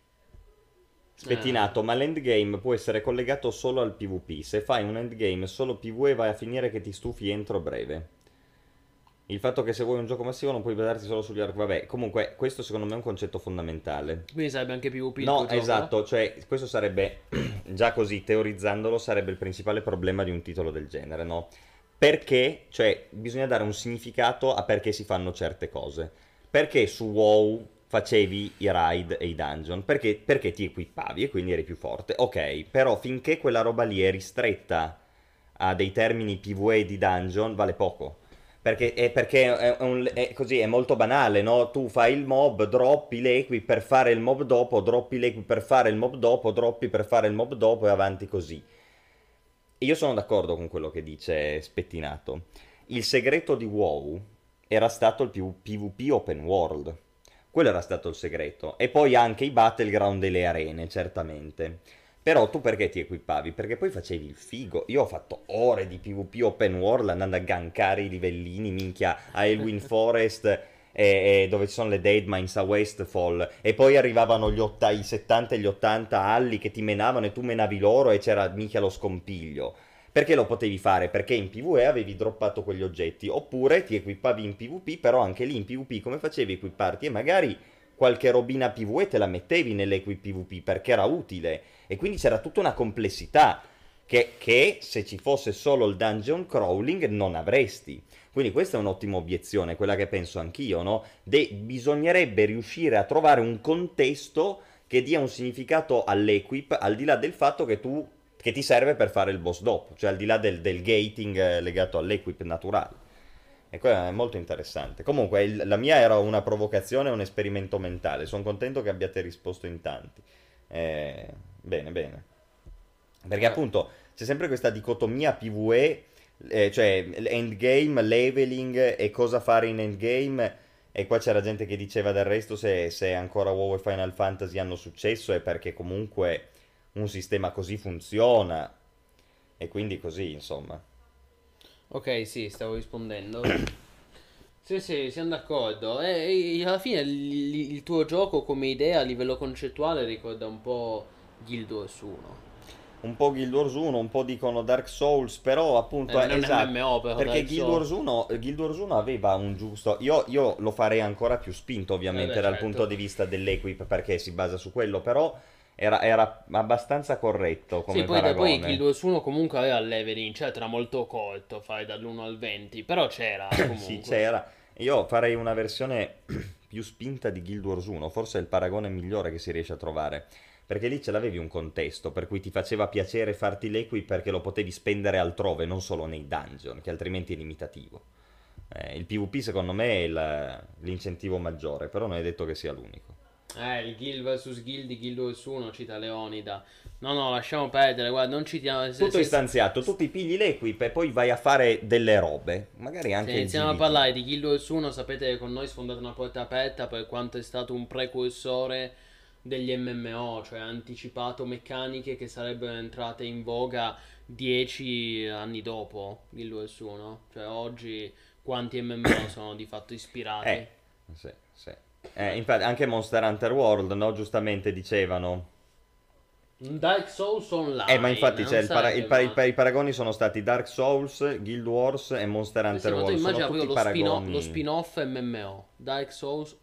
Eh, spettinato, ma l'endgame può essere collegato solo al PvP. Se fai un endgame solo PvE vai a finire che ti stufi entro breve. Il fatto che se vuoi un gioco massivo non puoi basarti solo sugli archi. Vabbè, comunque, questo secondo me è un concetto fondamentale. quindi sarebbe anche PvP il tuo No, gioco? esatto, cioè questo sarebbe, già così teorizzandolo, sarebbe il principale problema di un titolo del genere, no? Perché, cioè, bisogna dare un significato a perché si fanno certe cose. Perché su WoW facevi i raid e i dungeon? Perché, perché ti equipavi e quindi eri più forte. Ok, però finché quella roba lì è ristretta a dei termini PvE di dungeon, vale poco. Perché, è, perché è, un- è così, è molto banale, no? Tu fai il mob, droppi l'equi per fare il mob dopo, droppi l'equi per fare il mob dopo, droppi per fare il mob dopo e avanti così. Io sono d'accordo con quello che dice Spettinato. Il segreto di WoW era stato il più PvP open world. Quello era stato il segreto. E poi anche i battleground e le arene, certamente. Però tu perché ti equipavi? Perché poi facevi il figo. Io ho fatto ore di PvP open world andando a gankare i livellini, minchia, a Elwyn Forest, e, e dove ci sono le Dead Mines a Wastefall. E poi arrivavano gli otta- i settanta e gli ottanta alli che ti menavano e tu menavi loro e c'era minchia lo scompiglio. Perché lo potevi fare? Perché in PvE avevi droppato quegli oggetti. Oppure ti equipavi in PvP, però anche lì in PvP come facevi a equiparti? E magari qualche robina PvE te la mettevi nell'equip PvP perché era utile. E quindi c'era tutta una complessità che, che se ci fosse solo il dungeon crawling non avresti. Quindi questa è un'ottima obiezione, quella che penso anch'io, no? De- bisognerebbe riuscire a trovare un contesto che dia un significato all'equip, al di là del fatto che tu che ti serve per fare il boss dopo, cioè al di là del, del gating eh, legato all'equip naturale. E quello è molto interessante. Comunque, il- la mia era una provocazione, un esperimento mentale. Sono contento che abbiate risposto in tanti. Eh, bene, bene. Perché Eh, appunto c'è sempre questa dicotomia PvE, eh, cioè endgame, leveling e cosa fare in endgame. E qua c'era gente che diceva del resto se, se ancora WoW e Final Fantasy hanno successo è perché comunque un sistema così funziona. E quindi così, insomma. ok, sì, stavo rispondendo. Sì, sì, siamo d'accordo. E, e alla fine il, il tuo gioco come idea a livello concettuale ricorda un po' Guild Wars uno. Un po' Guild Wars uno, un po' dicono Dark Souls, però Eh, appunto ma è non è un esatto, M M O però, perché Dark Guild Souls. Wars uno, Guild Wars uno aveva un giusto... Io, io lo farei ancora più spinto Eh ovviamente beh, dal punto certo. di vista dell'equip perché si basa su quello, però era, era abbastanza corretto Sì, come poi, da- poi Guild paragone. Wars uno comunque aveva il leveling, certo era molto corto, fai dall'uno al venti, però c'era Sì, comunque. c'era. Io farei una versione più spinta di Guild Wars uno, forse è il paragone migliore che si riesce a trovare. Perché lì ce l'avevi un contesto, per cui ti faceva piacere farti l'equi perché lo potevi spendere altrove, non solo nei dungeon, che altrimenti è limitativo. Eh, il PvP secondo me è il- l'incentivo maggiore, però non è detto che sia l'unico. Eh, il Guild versus Guild di Guild Wars uno cita Leonida. No, no, lasciamo perdere, guarda, non citiamo... Se, Tutto se, se, istanziato, tu ti pigli l'equip e poi vai a fare delle robe, magari se anche il iniziamo a G V T. parlare di Guild Wars uno, sapete che con noi sfondate una porta aperta per quanto è stato un precursore degli M M O, cioè ha anticipato meccaniche che sarebbero entrate in voga dieci anni dopo Guild Wars uno. Cioè oggi quanti M M O sono di fatto ispirati? Eh, sì, sì. Eh, infatti anche Monster Hunter World, no? Giustamente dicevano. Dark Souls Eh, ma Online, infatti non cioè, il para- il sarebbe pa- il pa- male. i paragoni sono stati Dark Souls, Guild Wars e Monster Eh sì, Hunter ma tu World. Sono immagina tutti proprio lo, spin-off, lo paragoni. spin-off M M O, Dark Souls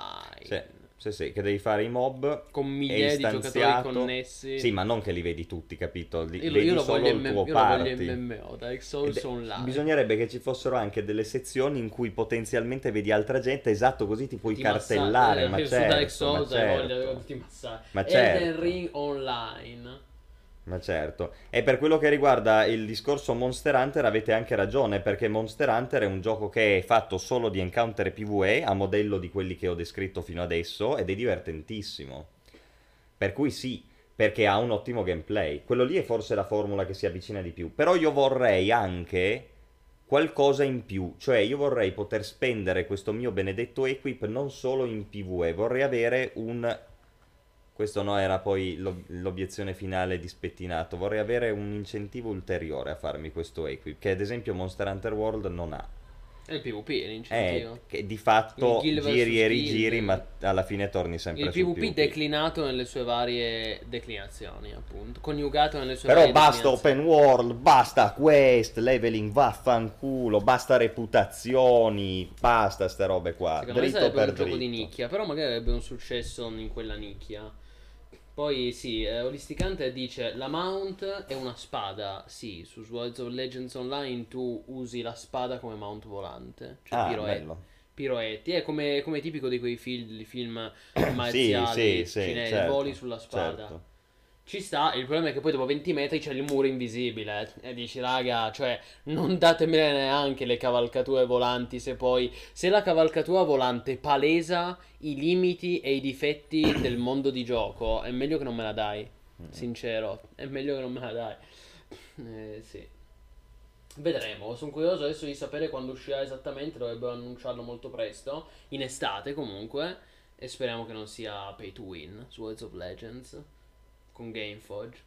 Sì, Online, sì, sì, che devi fare i mob, con è migliaia di giocatori istanziato. Sì, connessi. ma non che li vedi tutti, capito? Li- Io lo, io vedi lo voglio, solo il M M tuo io lo voglio party. M M O, Dark Ed Souls è- Online. bisognerebbe che ci fossero anche delle sezioni in cui potenzialmente vedi altra gente, esatto, così ti puoi Ti massa- cartellare, eh, ma su Dark certo, ma Souls hai voglia certo, di ti massare. ma Elden certo. Ring Online. Ma certo, e per quello che riguarda il discorso Monster Hunter avete anche ragione, perché Monster Hunter è un gioco che è fatto solo di encounter PvE, a modello di quelli che ho descritto fino adesso, ed è divertentissimo. Per cui sì, perché ha un ottimo gameplay. Quello lì è forse la formula che si avvicina di più. Però io vorrei anche qualcosa in più, cioè io vorrei poter spendere questo mio benedetto equip non solo in PvE, vorrei avere un... Questo no, era poi l'ob- l'obiezione finale di Spettinato. Vorrei avere un incentivo ulteriore a farmi questo equip, che ad esempio Monster Hunter World non ha. È il PvP, è È l'incentivo. che di Il fatto Guild giri e versus rigiri, Guild. ma alla fine torni Il sempre sul PvP PvP. declinato nelle sue varie declinazioni, appunto. Coniugato nelle sue Però varie basta declinazioni. open world, basta quest, leveling, vaffanculo, basta reputazioni, basta ste robe qua, Secondo me dritto sarebbe per un gioco di dritto. nicchia, però magari avrebbe un successo in quella nicchia. Poi sì, eh, Holisticante dice la mount è una spada. Sì, su Swords of Legends Online tu usi la spada come mount volante. Cioè Ah, piroe- bello. piroetti. È come, come tipico di quei film, film Sì, sì, marziali sì, cinesi, certo, voli sulla spada. certo. Ci sta, il problema è che poi dopo venti metri c'è il muro invisibile eh, e dici raga, cioè non datemene neanche le cavalcature volanti se poi se la cavalcatura volante palesa i limiti e i difetti del mondo di gioco è meglio che non me la dai, sincero, è meglio che non me la dai. Eh, sì. Vedremo, sono curioso adesso di sapere quando uscirà esattamente, dovrebbero annunciarlo molto presto, in estate comunque, e speriamo che non sia pay to win su Words of Legends con Gameforge.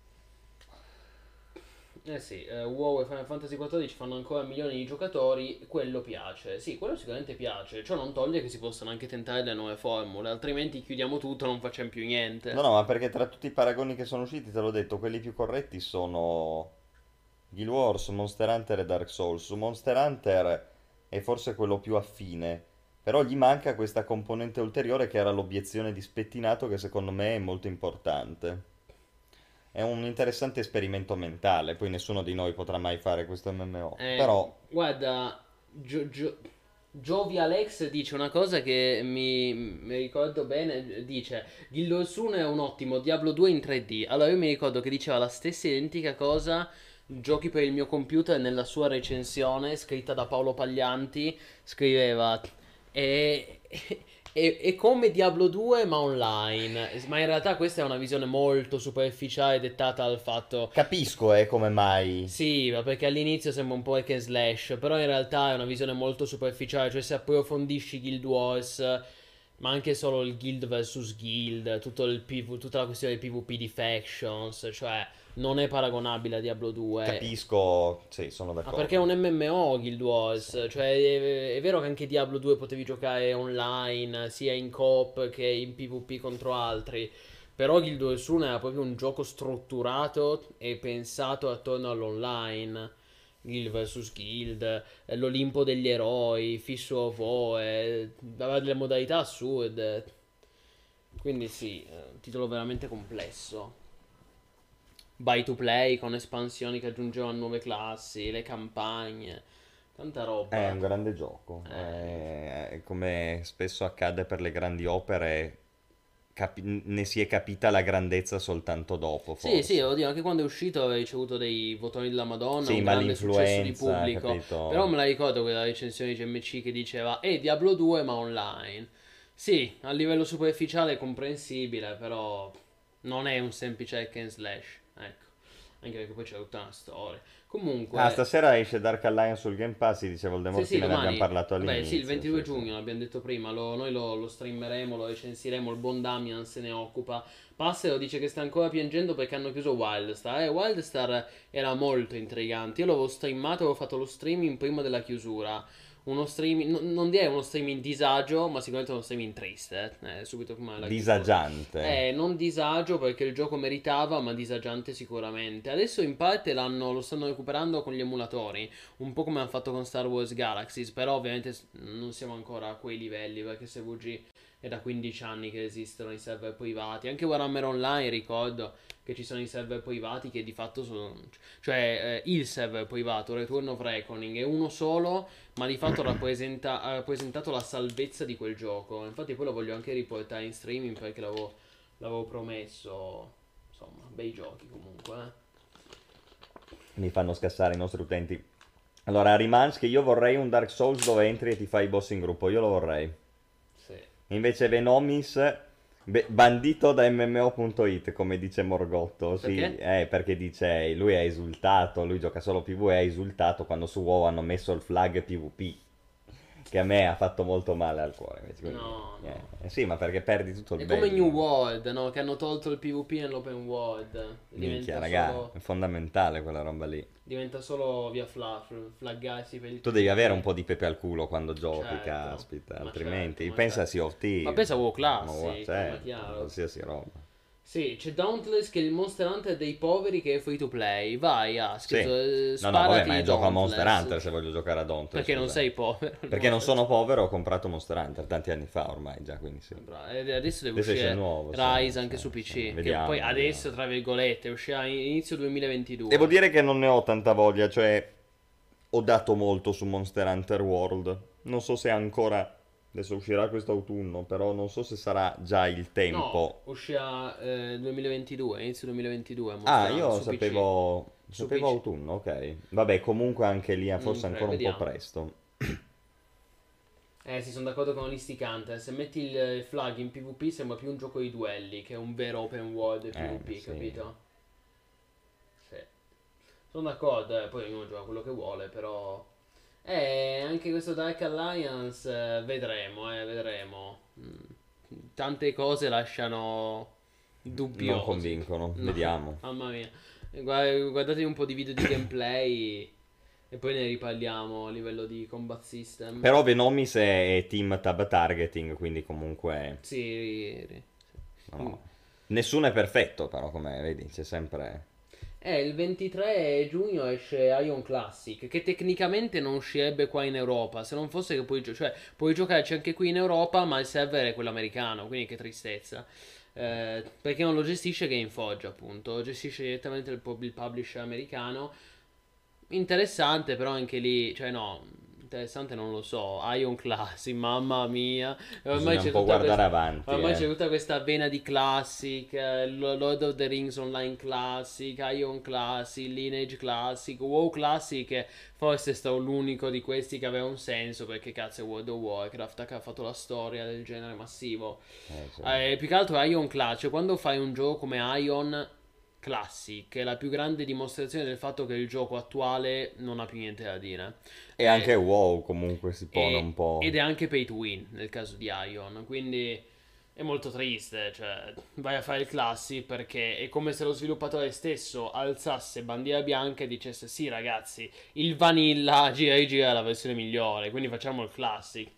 Eh sì, eh, WoW e Final Fantasy quattordici fanno ancora milioni di giocatori, quello piace. Sì, quello sicuramente piace. Ciò non toglie che si possano anche tentare le nuove formule, altrimenti chiudiamo tutto e non facciamo più No, niente. no, ma perché tra tutti i paragoni che sono usciti, te l'ho detto, quelli più corretti sono Guild Wars, Monster Hunter e Dark Souls. Su Monster Hunter è forse quello più affine, Però gli manca questa componente ulteriore che era l'obiezione di spettinato che secondo me è molto importante. È un interessante esperimento mentale, poi nessuno di noi potrà mai fare questo M M O. Eh, Però, guarda, Gio- Gio- Giovi Alex dice una cosa che mi, mi ricordo bene, dice Guild Wars uno è un ottimo Diablo due in tre D. Allora io mi ricordo che diceva la stessa identica cosa, giochi per il mio computer, nella sua recensione scritta da Paolo Paglianti, scriveva è, è- è come Diablo due ma online, ma in realtà questa è una visione molto superficiale dettata dal fatto. capisco, eh, come mai. Sì, ma perché all'inizio sembra un po' hack and slash, però in realtà è una visione molto superficiale, cioè se approfondisci Guild Wars, ma anche solo il guild versus guild, tutto il P V tutta la questione del PvP di factions, cioè non è paragonabile a Diablo due. Capisco, sì, sono Ma d'accordo. perché è un M M O Guild Sì. Wars, cioè è, è vero che anche Diablo due potevi giocare online, sia in coop che in PvP contro altri, però Guild Wars uno era proprio un gioco strutturato e pensato attorno all'online. Guild versus Guild, eh, l'Olimpo degli eroi, Fish of War, eh, aveva delle modalità assurde. Quindi sì, è un titolo veramente complesso. Buy to play con espansioni che aggiungevano nuove classi, le campagne, tanta È roba. un grande gioco. Eh, È- come spesso accade per le grandi opere, capi- ne si è capita la grandezza soltanto dopo, Sì, sì, forse. oddio, anche quando è uscito aveva ricevuto dei votoni della Madonna, Sì, un ma grande successo di l'influenza, pubblico. Però capito? me la ricordo quella recensione di G M C che diceva, eh, Diablo due ma online. Sì, a livello superficiale è comprensibile, però non è un semplice hack and slash, ecco. Anche perché poi c'è tutta una storia. Ah, Comunque, stasera esce Dark Alliance sul Game Pass, si dice sì, Voldemort, sì, ne abbiamo domani. parlato Vabbè, sì, il all'inizio, ventidue sì, sì. giugno, l'abbiamo detto prima. Lo- noi lo, lo streameremo, lo recensiremo. Il buon Damian se ne occupa. Passero dice che sta ancora piangendo perché hanno chiuso Wildstar. Eh, Wildstar era molto intrigante. Io l'avevo streamato, avevo fatto lo streaming prima della chiusura. Uno streaming, no- non direi uno streaming disagio, ma sicuramente uno streaming triste. Eh, subito prima della chiusura. Disagiante. Eh, non disagio perché il gioco meritava, ma disagiante sicuramente. Adesso in parte l'hanno, lo stanno recuperando con gli emulatori, un po' come hanno fatto con Star Wars Galaxies, però ovviamente s- non siamo ancora a quei livelli perché S V G è da quindici anni che esistono i server privati. Anche Warhammer Online ricordo che ci sono i server privati che di fatto sono. Cioè eh, il server privato, Return of Reckoning, è uno solo, ma di fatto rappresenta, ha rappresentato la salvezza di quel gioco. Infatti poi lo voglio anche riportare in streaming perché l'avevo, l'avevo promesso. Insomma, bei giochi comunque. Eh. Mi fanno scassare i nostri utenti. Allora, Rimansky, io vorrei un Dark Souls dove entri e ti fai i boss in gruppo, io lo vorrei. Sì. Invece Venomis, beh, bandito da M M O punto it, come dice Morgotto, sì, Perché? eh, perché dice, lui è esultato, lui gioca solo PvE, è esultato quando su WoW hanno messo il flag PvP, che a me ha fatto molto male al cuore, invece, quindi, No, eh, no. eh sì, ma perché perdi tutto il È come New bello. World, no? Che hanno tolto il PvP nell'open world. Minchia, Diventa raga, solo. è fondamentale quella roba lì. Diventa solo via fla- flaggarsi per il Tu devi avere un PvP. po' di pepe al culo quando giochi, Certo, caspita, ma certo, altrimenti ma pensa a certo. Sea of Ma Thieves, pensa a WoW ma guarda, Classic, ma certo, chiaro. qualsiasi roba. Sì, c'è Dauntless che è il Monster Hunter dei poveri che è free to play. Vai, Asked, Sì. eh, No, no, vabbè, ma sparati gioco a Monster Dauntless. Hunter se voglio giocare a Dauntless, Perché non scusa. sei povero. il Perché non Monster sono povero, ho comprato Monster Hunter tanti anni fa ormai già, quindi sì. Hunter. E adesso deve Adesso esce uscire il nuovo, sì, Rise anche sì, su sì. P C. Che Vediamo, poi vediamo. adesso, tra virgolette, uscirà in- inizio duemilaventidue. Devo dire che non ne ho tanta voglia, cioè ho dato molto su Monster Hunter World. Non so se ancora adesso uscirà quest'autunno, però non so se sarà già il No, tempo. uscirà eh, duemilaventidue, inizio duemilaventidue. Ah, Monster Hunter io su P C. sapevo Su sapevo P C. autunno, ok. Vabbè, comunque anche lì è forse Mm, ancora un po' vediamo. presto. Eh sì, sono d'accordo con Holistic Hunter. Se metti il flag in PvP sembra più un gioco di duelli che un vero open world Eh, PvP, sì. capito? Sì. Sono d'accordo, eh, poi ognuno gioca quello che vuole, però. Eh, anche questo Dark Alliance, eh, vedremo, eh, vedremo. Mm. Tante cose lasciano dubbiosi. Non convincono, No, vediamo. mamma mia. Gua- Guardate un po' di video di gameplay e poi ne riparliamo a livello di combat system. Però Venomis è team tab targeting, quindi comunque Sì, ri- ri- no, Mm. no. Nessuno è perfetto, però come vedi, c'è sempre Eh, il ventitré giugno esce Ion Classic, che tecnicamente non uscirebbe qua in Europa, se non fosse che puoi, gio- cioè, puoi giocarci anche qui in Europa, ma il server è quello americano, quindi che tristezza. Eh, perché non lo gestisce GameForge, appunto, lo gestisce direttamente il, pub- il publisher americano. Interessante, però anche lì, cioè no, interessante non lo so. Ion Classic, mamma mia. E ormai Bisogna un c'è po' tutta guardare questa, avanti, ormai c'è eh. tutta questa vena di Classic, eh, Lo- Lord of the Rings Online Classic, Ion Classic, Lineage Classic, WoW Classic, che forse è stato l'unico di questi che aveva un senso, perché cazzo è World of Warcraft che ha fatto la storia del genere massivo. Eh, sì. Eh, più che altro Ion Classic, cioè quando fai un gioco come Ion Classic, è la più grande dimostrazione del fatto che il gioco attuale non ha più niente da dire. E Eh, anche WoW comunque si pone e- un po'. ed è anche pay to win nel caso di Ion, quindi è molto triste, cioè vai a fare il Classic perché è come se lo sviluppatore stesso alzasse bandiera bianca e dicesse sì ragazzi, il Vanilla gira e gira la versione migliore, quindi facciamo il Classic.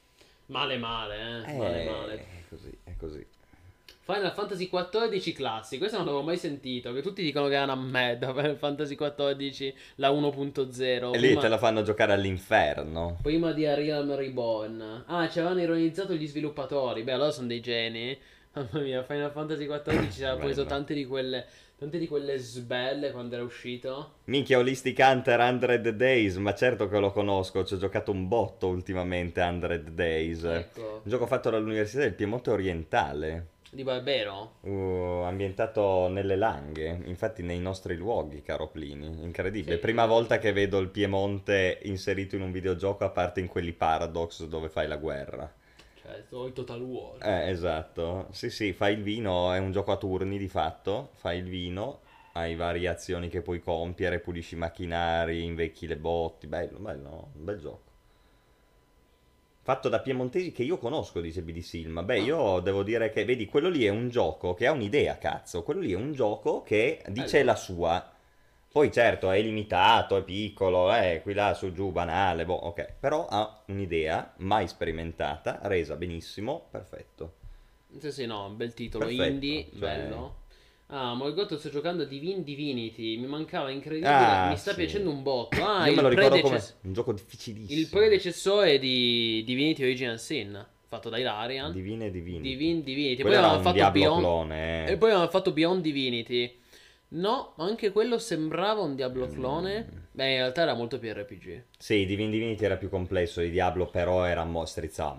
Male male, eh, male Eh, male. è così, è così. Final Fantasy quattordici Classic, questo non l'avevo mai sentito, che tutti dicono che è una merda, Final Fantasy quattordici, la uno punto zero, E lì prima, te la fanno giocare all'inferno. prima di A Realm Reborn. Ah, ci avevano ironizzato gli sviluppatori, beh allora sono dei geni. Mamma mia, Final Fantasy quattordici ci aveva preso Bello. tante di quelle, tante di quelle sbelle quando era uscito. Minchia, Holistic Hunter hundred Days, ma certo che lo conosco, ci ho giocato un botto ultimamente hundred Days. Ecco, Un gioco fatto dall'Università del Piemonte Orientale, di Barbero. uh, ambientato nelle Langhe, infatti nei nostri luoghi, caro Plini. Incredibile, Sì. prima volta che vedo il Piemonte inserito in un videogioco, a parte in quelli Paradox dove fai la guerra. Cioè, il Total War. Eh, esatto. Sì, sì, fai il vino, è un gioco a turni di fatto, fai il vino, hai varie azioni che puoi compiere, pulisci i macchinari, invecchi le botti, bello, bello, un bel gioco. Fatto da piemontesi che io conosco, dice B D Silma. Beh, io devo dire che, vedi, quello lì è un gioco che ha un'idea, cazzo. Quello lì è un gioco che dice Bello. la sua. Poi certo, è limitato, è piccolo, eh, qui là su giù, banale, boh, ok. Però ha un'idea mai sperimentata, resa benissimo, perfetto. Sì, sì, no, un bel titolo Perfetto, indie, cioè- bello. Ah, Morgotto sto giocando Divin Divinity, mi mancava incredibile, Ah, mi sta sì. piacendo un botto. Ah, Io me il, lo ricordo come predecess- un gioco difficilissimo. il predecessore di Divinity Original Sin, fatto da Ilarian. Divine Divini. Divin Divinity. Quello Poi era avevano un fatto Diablo Beyond... clone, eh. E poi avevano fatto Beyond Divinity. No, anche quello sembrava un Diablo Mm. clone. Beh, in realtà era molto più R P G. Sì, Divine Divinity era più complesso di Diablo, però era mo- strizzava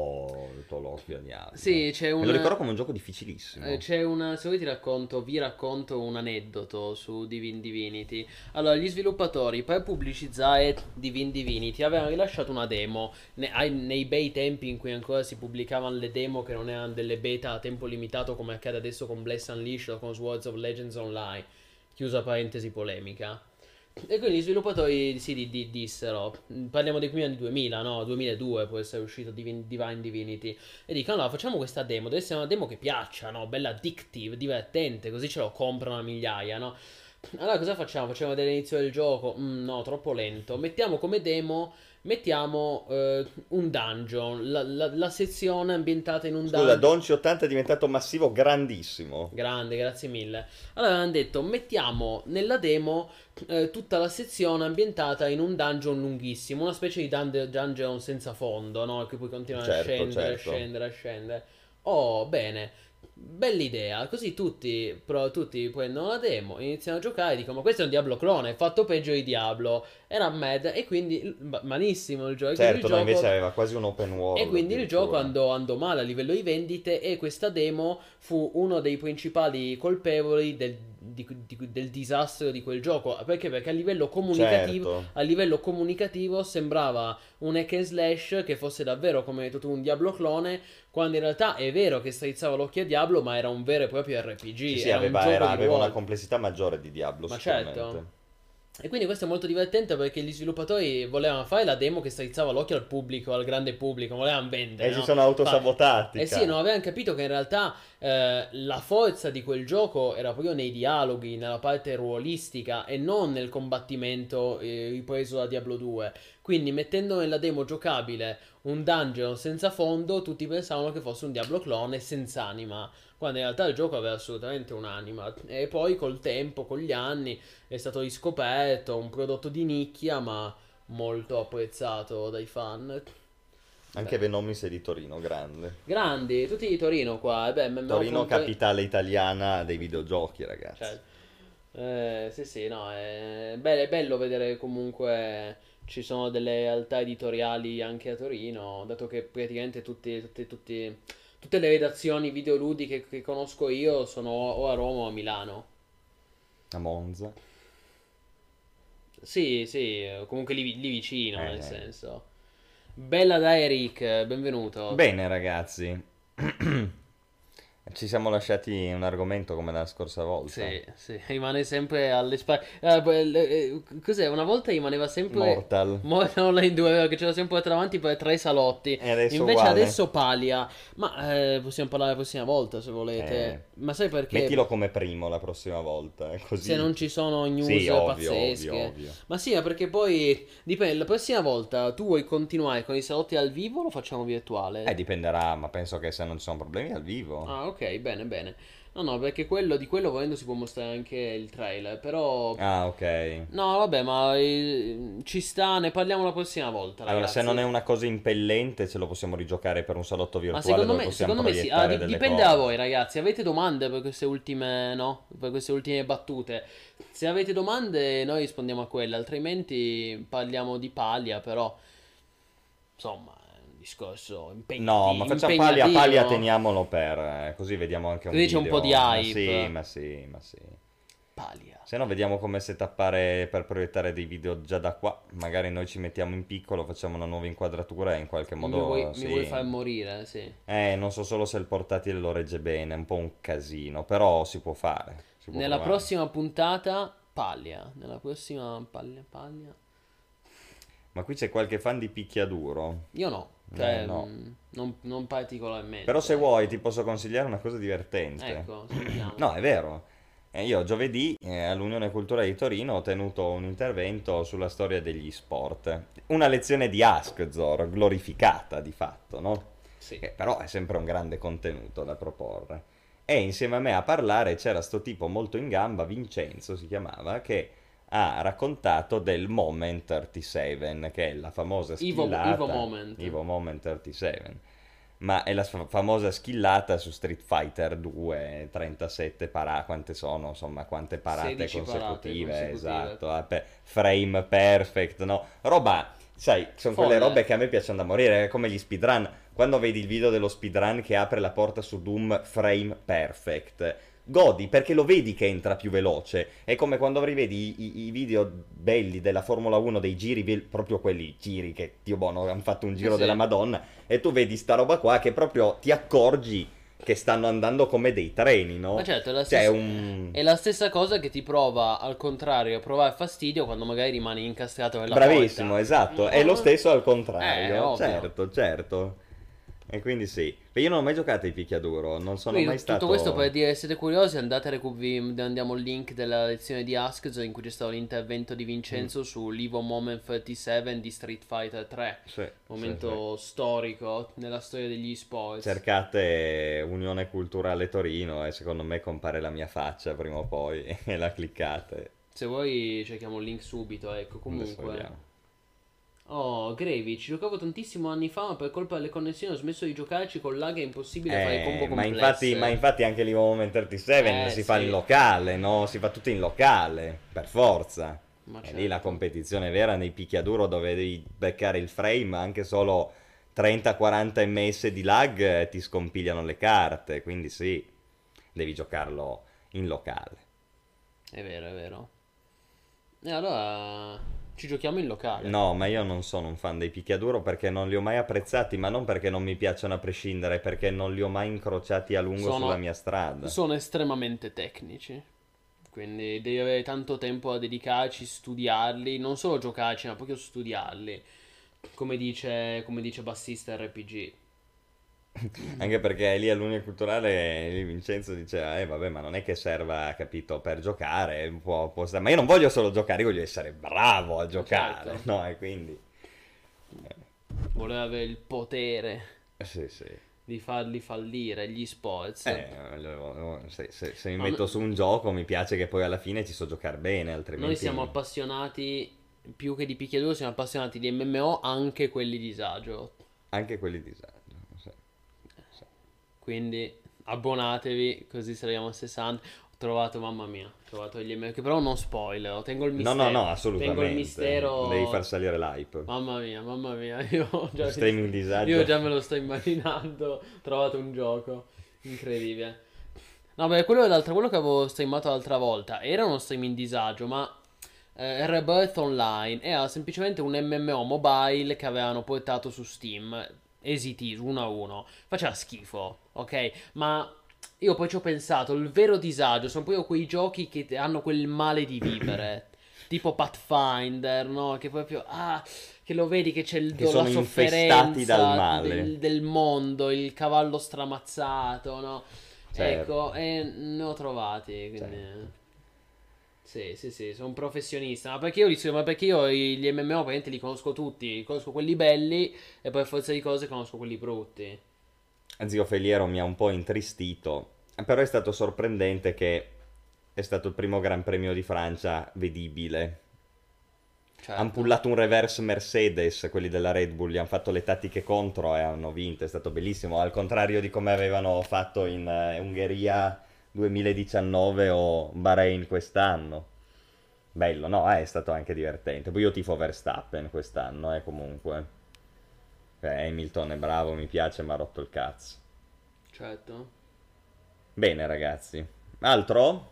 molto l'occhio a Diablo. Sì, c'è Me un... lo ricordo come un gioco difficilissimo. Eh, C'è una, se vuoi ti racconto, vi racconto un aneddoto su Divine Divinity. Allora, gli sviluppatori per pubblicizzare Divine Divinity avevano rilasciato una demo ne- ai- nei bei tempi in cui ancora si pubblicavano le demo che non erano delle beta a tempo limitato come accade adesso con Bless Unleashed o con Swords of Legends Online. Chiusa parentesi polemica. E quindi gli sviluppatori sì, di, di- dissero, parliamo dei primi anni duemila, no? duemiladue può essere uscito Divine, Divine Divinity. E dicono, allora facciamo questa demo, deve essere una demo che piaccia, no? Bella addictive, divertente, così ce lo comprano a migliaia, no? Allora cosa facciamo? Facciamo vedere l'inizio del gioco? Mm, no, troppo lento. Mettiamo come demo, mettiamo eh, un dungeon, la, la- la sezione ambientata in un Scusa, dungeon. Donci ottanta è diventato massivo grandissimo. Grande, grazie mille. Allora hanno detto, mettiamo nella demo eh, tutta la sezione ambientata in un dungeon lunghissimo, una specie di dun- dungeon senza fondo, no? Che poi continua Certo, a scendere, certo. a scendere, a scendere. Oh, bene. Bella idea, così tutti, però tutti prendono la demo, iniziano a giocare e dicono ma questo è un Diablo clone, è fatto peggio di Diablo, era mad e quindi ma- malissimo il gioco. E quindi Certo, il no, gioco- invece aveva quasi un open world. e quindi il gioco addirittura. andò, andò male a livello di vendite e questa demo fu uno dei principali colpevoli del, di- di- del disastro di quel gioco. Perché? Perché a livello comunicativo, Certo. a livello comunicativo sembrava un hack and slash che fosse davvero, come hai detto tu, un Diablo clone, quando in realtà è vero che strizzava l'occhio a Diablo, ma era un vero e proprio R P G. Sì, sì, era un aveva, gioco era- di aveva una ruolo. complessità maggiore di Diablo, Ma sicuramente. certo. E quindi questo è molto divertente perché gli sviluppatori volevano fare la demo che strizzava l'occhio al pubblico, al grande pubblico, volevano vendere. E si no? sono autosabotati. Eh sì, cazzo. non avevano capito che in realtà eh, la forza di quel gioco era proprio nei dialoghi, nella parte ruolistica e non nel combattimento eh, ripreso da Diablo due. Quindi mettendo nella demo giocabile un dungeon senza fondo, tutti pensavano che fosse un Diablo clone senza anima. quando in realtà il gioco aveva assolutamente un'anima. E poi col tempo, con gli anni, è stato riscoperto, un prodotto di nicchia, ma molto apprezzato dai fan. Anche Beh, Venomis è di Torino, grande. grandi, tutti di Torino qua. E beh, M M O Torino, punto it, capitale italiana dei videogiochi, ragazzi. cioè, eh, sì, sì, no, è bello, è bello vedere comunque ci sono delle realtà editoriali anche a Torino, dato che praticamente tutti, tutti, tutti- tutte le redazioni videoludiche che conosco io sono o a Roma o a Milano. A Monza. Sì, sì, comunque lì, lì vicino, nel Eh. senso. Bella da Eric, benvenuto. Bene, ragazzi. Ci siamo lasciati un argomento come la scorsa volta. Sì, sì, rimane sempre alle spalle. Eh, beh, le- eh, cos'è? Una volta rimaneva sempre. Mortal. Mortal Online due, che c'era sempre portato avanti per tre salotti. E adesso Invece uguale. adesso Palia. Ma eh, possiamo parlare la prossima volta se volete. Eh, Ma sai perché? Mettilo come primo la prossima volta, eh, così. Se non ci sono news Sì, ovvio, pazzesche. ovvio, ovvio. Ma sì, ma perché poi dipende. La prossima volta tu vuoi continuare con i salotti al vivo o lo facciamo virtuale? Eh, dipenderà, ma penso che se non ci sono problemi al vivo. Ah, ok, bene, bene. No, no, perché quello, di quello volendo si può mostrare anche il trailer, però. Ah, ok. No, vabbè, ma eh, ci sta, ne parliamo la prossima volta, Allora, ragazzi. se non è una cosa impellente, ce lo possiamo rigiocare per un salotto Ma virtuale secondo dove me, possiamo secondo me sì. proiettare Ah, di- delle dipende cose. da voi, ragazzi. Avete domande per queste ultime, no? Per queste ultime battute? Se avete domande, noi rispondiamo a quelle, altrimenti parliamo di Palia, però. Insomma, è un discorso impegnativo. No, ma facciamo Palia, Palia teniamolo per, eh, così vediamo anche un Così c'è un video. po' di Ma hype. sì, ma sì, ma sì. Palia. Se no vediamo come setappare per proiettare dei video già da qua. Magari noi ci mettiamo in piccolo, facciamo una nuova inquadratura e in qualche Mi modo vuoi, sì. mi vuoi far morire, sì. Eh, non so solo se il portatile lo regge bene, è un po' un casino, però si può fare. Si può Nella provare. prossima puntata, Palia. Nella prossima Palia, Palia. Ma qui c'è qualche fan di picchiaduro. Io no, cioè, Eh, no. mh, non, non particolarmente. Però se ecco. vuoi ti posso consigliare una cosa divertente. Ecco, sentiamo. No, è vero. Eh, io giovedì eh, all'Unione Culturale di Torino ho tenuto un intervento sulla storia degli sport. Una lezione di Askzor, glorificata di fatto, no? Sì. Che però è sempre un grande contenuto da proporre. E insieme a me a parlare c'era sto tipo molto in gamba, Vincenzo si chiamava, che ha raccontato del Moment trentasette, che è la famosa Evo- schillata Evo Moment. Evo Moment trentasette. Ma è la fa- famosa schillata su Street Fighter due, trentasette parate, quante sono, insomma, quante parate sedici parate consecutive, consecutive. esatto, eh, pe- frame perfect, no? Roba, sai, sono quelle Folle. robe che a me piacciono da morire, è come gli speedrun. Quando vedi il video dello speedrun che apre la porta su Doom frame perfect, godi perché lo vedi che entra più veloce. È come quando rivedi i, i- i video belli della Formula uno, dei giri, ve- proprio quelli giri che, Dio buono, hanno fatto un giro sì. della Madonna, e tu vedi sta roba qua che proprio ti accorgi che stanno andando come dei treni, no? Ma certo, è la, Cioè, stessa, un... è la stessa cosa che ti prova al contrario a provare fastidio quando magari rimani incastrato nella Bravissimo, porta. esatto. È lo stesso al Eh, contrario. ovvio. Certo, certo. E quindi sì. Beh, io non ho mai giocato ai picchiaduro, non sono Quindi mai tutto stato... questo per dire, siete curiosi, andate a recuperare, andiamo al link della lezione di Askz in cui c'è stato l'intervento di Vincenzo su l'Evo Moment trentasette di Street Fighter tre. Sì, Momento sì, sì. storico nella storia degli sport. Cercate Unione Culturale Torino e secondo me compare la mia faccia prima o poi e la cliccate. Se vuoi cerchiamo il link subito, ecco, Adesso comunque. vediamo. Oh, Gravy, ci giocavo tantissimo anni fa, ma per colpa delle connessioni ho smesso di giocarci con lag, è impossibile fare combo Eh, ma complesse. infatti, ma infatti anche l'Evo Moment trentasette Eh, si fa sì. in locale, no? Si fa tutto in locale, per forza. Ma E certo. lì la competizione vera nei picchiaduro dove devi beccare il frame, anche solo trenta quaranta ms di lag eh, ti scompigliano le carte, quindi sì, devi giocarlo in locale. È vero, è vero. E allora ci giochiamo in locale. No, ma io non sono un fan dei picchiaduro perché non li ho mai apprezzati, ma non perché non mi piacciono a prescindere, perché non li ho mai incrociati a lungo Sono- sulla mia strada. Sono estremamente tecnici. Quindi devi avere tanto tempo a dedicarci, studiarli, non solo giocarci, ma proprio studiarli. Come dice, come dice Bassista R P G. Anche perché lì all'Unione Culturale lì Vincenzo diceva, eh vabbè, ma non è che serva, capito, per giocare, può, può stare- ma io non voglio solo giocare, io voglio essere bravo a giocare, certo. no? E quindi, Voleva avere il potere. eh, sì, sì. di farli fallire gli sports. Eh, se, se- se mi No, metto no- su un gioco mi piace che poi alla fine ci so giocare bene, Noi altrimenti siamo appassionati più che di picchiaduro, siamo appassionati di M M O, anche quelli disagio. anche quelli disagi. Sì, sì. Quindi abbonatevi, così saremo a sessanta. Ho trovato, mamma mia, ho trovato gli M M O, che però non spoiler, tengo il No, mistero. no, no, Tengo il assolutamente. mistero. Devi far salire l'hype. Mamma mia, mamma mia, io già, Streaming disagio. io già me lo sto immaginando. Ho trovato un gioco incredibile. No, beh, quello, è l'altro, quello che avevo streamato l'altra volta era uno stream in disagio, ma eh, Rebirth Online era semplicemente un M M O mobile che avevano portato su Steam, easy easy, uno a uno. Faceva schifo, ok? Ma io poi ci ho pensato, il vero disagio sono proprio quei giochi che hanno quel male di vivere. Tipo Pathfinder, no? Che proprio, ah, che lo vedi che c'è il, Che la sono sofferenza infestati dal male. del, del mondo, il cavallo stramazzato, no? Certo. Ecco, e ne ho trovati, quindi... Certo. Sì, sì, sì, sono un professionista. Ma perché io, li, ma perché io gli M M O praticamente li conosco tutti. Conosco quelli belli e poi a forza di cose conosco quelli brutti. Zio Feliero mi ha un po' intristito, però è stato sorprendente che è stato il primo Gran Premio di Francia vedibile. Certo. Hanno pullato un reverse Mercedes, quelli della Red Bull, gli hanno fatto le tattiche contro e hanno vinto, è stato bellissimo, al contrario di come avevano fatto in eh, Ungheria duemiladiciannove o Bahrain quest'anno. Bello, no? Eh, è stato anche divertente. Poi io tifo Verstappen quest'anno, eh, comunque. Eh, Hamilton è bravo, mi piace, ma ha rotto il cazzo. Certo. Bene, ragazzi. Altro?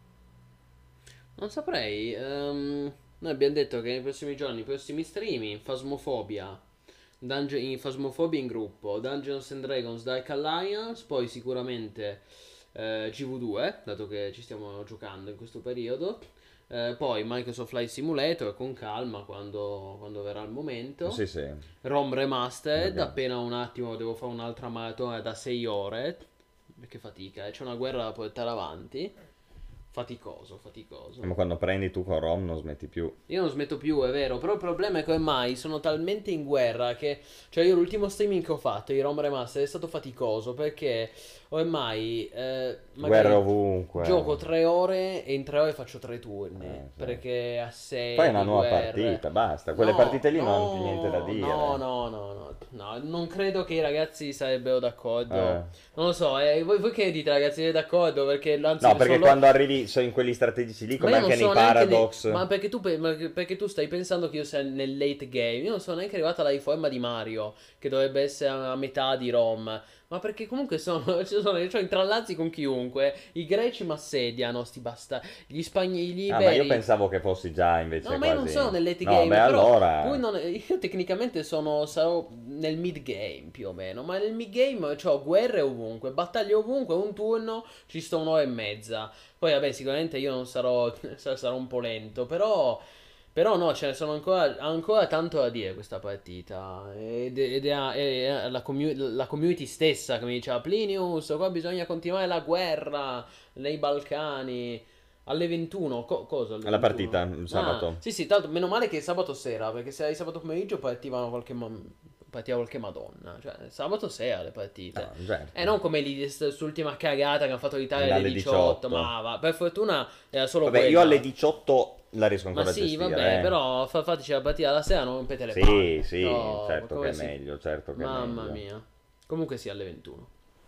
Non saprei. ehm, noi abbiamo detto che nei prossimi giorni, i prossimi streaming, Phasmophobia, Dungeon, in Phasmophobia in gruppo, Dungeons and Dragons Dark Alliance, poi sicuramente eh, G V due, dato che ci stiamo giocando in questo periodo. Eh, poi Microsoft Flight Simulator con calma quando, quando verrà il momento. Sì, sì. ROM Remastered, Abbiamo- appena un attimo devo fare un'altra maratona da sei ore. Perché fatica, eh? C'è una guerra da portare avanti. Faticoso, faticoso. Ma quando prendi tu con Rom non smetti più. Io non smetto più, è vero, però il problema è che ormai sono talmente in guerra che... Cioè io l'ultimo streaming che ho fatto, i ROM Remastered, è stato faticoso perché ormai... Eh, magari Guerra ovunque. gioco tre ore e in tre ore faccio tre turni. Eh, sì. Perché a sei Fai una nuova partita, basta. Quelle partite lì non hanno più niente da dire. No, no, no, no, no, non credo che i ragazzi sarebbero d'accordo. Eh. Non lo so, eh, voi, voi che dite ragazzi, siete d'accordo? Perché anzi, No, perché solo- quando arrivi so, in quelli strategici lì, Ma come io non anche nei sono neanche Paradox. nei- Ma perché tu, pe- ma perché tu stai pensando che io sia nel late game? Io non sono neanche arrivato alla riforma di Mario, che dovrebbe essere a metà di ROM. Ma perché comunque sono, ci sono, cioè, intrallazzi con chiunque. I greci mi assediano, sti basta. Gli spagnoli, gli Ah, ma io iberi. pensavo che fossi già invece No, ma io non quasi... sono nel late No, game, beh, però allora... poi non- io tecnicamente sono, sarò nel mid game più o meno, ma nel mid game ho guerre ovunque, battaglie ovunque, un turno ci sto un'ora e mezza. Poi vabbè, sicuramente io non sarò, sarò un po' lento, però, però no, ce ne sono ancora, ancora tanto da dire questa partita. Ed, ed è, è la, commu- la community stessa che mi diceva Plinius, qua bisogna continuare la guerra nei Balcani. Alle ventuno, co- cosa? Alle La ventuno? partita, il sabato. Ah, sì, sì, tanto meno male che è sabato sera, perché se era di sabato pomeriggio partivano qualche, ma- partiva qualche madonna. Cioè, sabato sera le partite. No, certo. E non come lì, quest'ultima cagata che hanno fatto l'Italia alle Alle diciotto, diciotto. ma va, per fortuna era solo Vabbè, quella. io alle diciotto la riesco Ma ancora a sì, gestire. vabbè, eh. però fa- fateci la partita la sera, non rompete le Sì, palle. sì, No, certo come che è si- meglio, certo che è Mamma meglio. mia. Comunque sì, alle ventuno.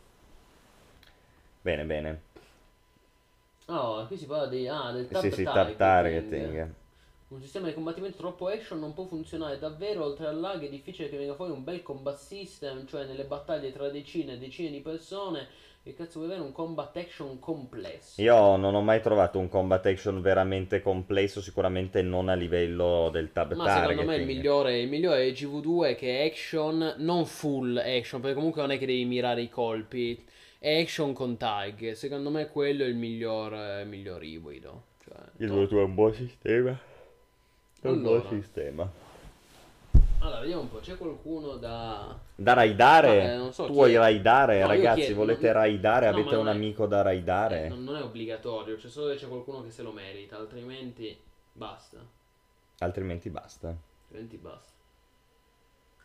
Bene, bene. Oh, qui si parla di, ah, del tap Sì, sì, targeting. tap targeting. Un sistema di combattimento troppo action non può funzionare davvero, oltre al lag è difficile che venga fuori un bel combat system, cioè nelle battaglie tra decine e decine di persone. Che cazzo vuoi avere un combat action complesso? Io non ho mai trovato un combat action veramente complesso, sicuramente non a livello del tab Ma targeting. secondo me il migliore, il migliore è G V due, che è action, non full action, perché comunque non è che devi mirare i colpi, è action con tag. Secondo me quello è il miglior, eh, il miglior ibrido. Cioè, Il no. tuo è un buon sistema. È un Allora. buon sistema. Allora, vediamo un po', c'è qualcuno da... Da raidare? Vabbè, non so tu chi vuoi è. raidare? No, io Ragazzi, chiedo, volete no, raidare? no, Avete ma un non è- amico da raidare? Eh, non, non è obbligatorio, c'è solo che c'è qualcuno che se lo merita, altrimenti basta. Altrimenti basta. Altrimenti basta.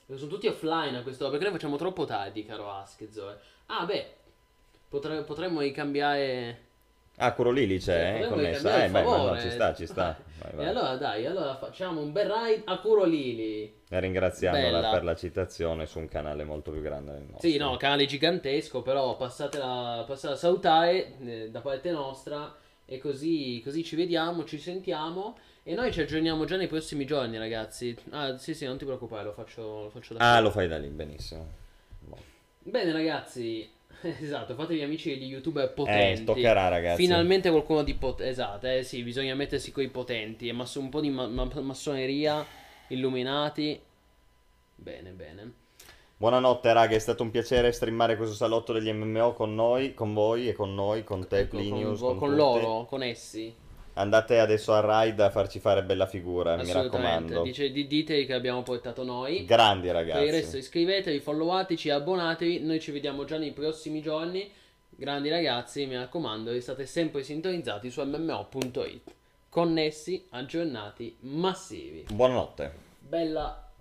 Perché sono tutti offline a quest'ora, perché noi facciamo troppo tardi, caro Askzo. Ah, beh, potre- potremmo ricambiare... Ah, quello lì lì Sì, c'è, eh, potremmo connessa. ricambiare Eh, il beh, ma no, favore. ci sta, ci sta. Dai. Vai, E vai. allora, dai, allora facciamo un bel ride a Curolili. E ringraziandola Bella. per la citazione su un canale molto più grande del nostro. Sì, no, canale gigantesco, però passatela, passatela a salutare eh, da parte nostra e così, così ci vediamo, ci sentiamo e noi ci aggiorniamo già nei prossimi giorni, ragazzi. Ah, sì, sì, non ti preoccupare, lo faccio, lo faccio da Ah, qui. lo fai da lì, benissimo. Boh. Bene, ragazzi. Esatto, fatevi amici degli youtuber Eh, potenti. toccherà, ragazzi. Finalmente qualcuno di potente. Esatto, eh sì, bisogna mettersi coi potenti. E masso- un po' di ma- ma- massoneria, illuminati. Bene, bene. Buonanotte, raga, è stato un piacere streamare questo salotto degli M M O con noi, con voi e con noi, con te, Ecco, con, Plinius, vo- con, con tutti. loro, con essi. Andate adesso a Raid a farci fare bella figura, mi Assolutamente. raccomando. Dice, di- dite che abbiamo portato noi. Grandi, Per il resto ragazzi. iscrivetevi, followateci, abbonatevi. Noi ci vediamo già nei prossimi giorni. Grandi ragazzi, mi raccomando, restate sempre sintonizzati su M M O punto it. Connessi, aggiornati, massivi. Buonanotte. Bella.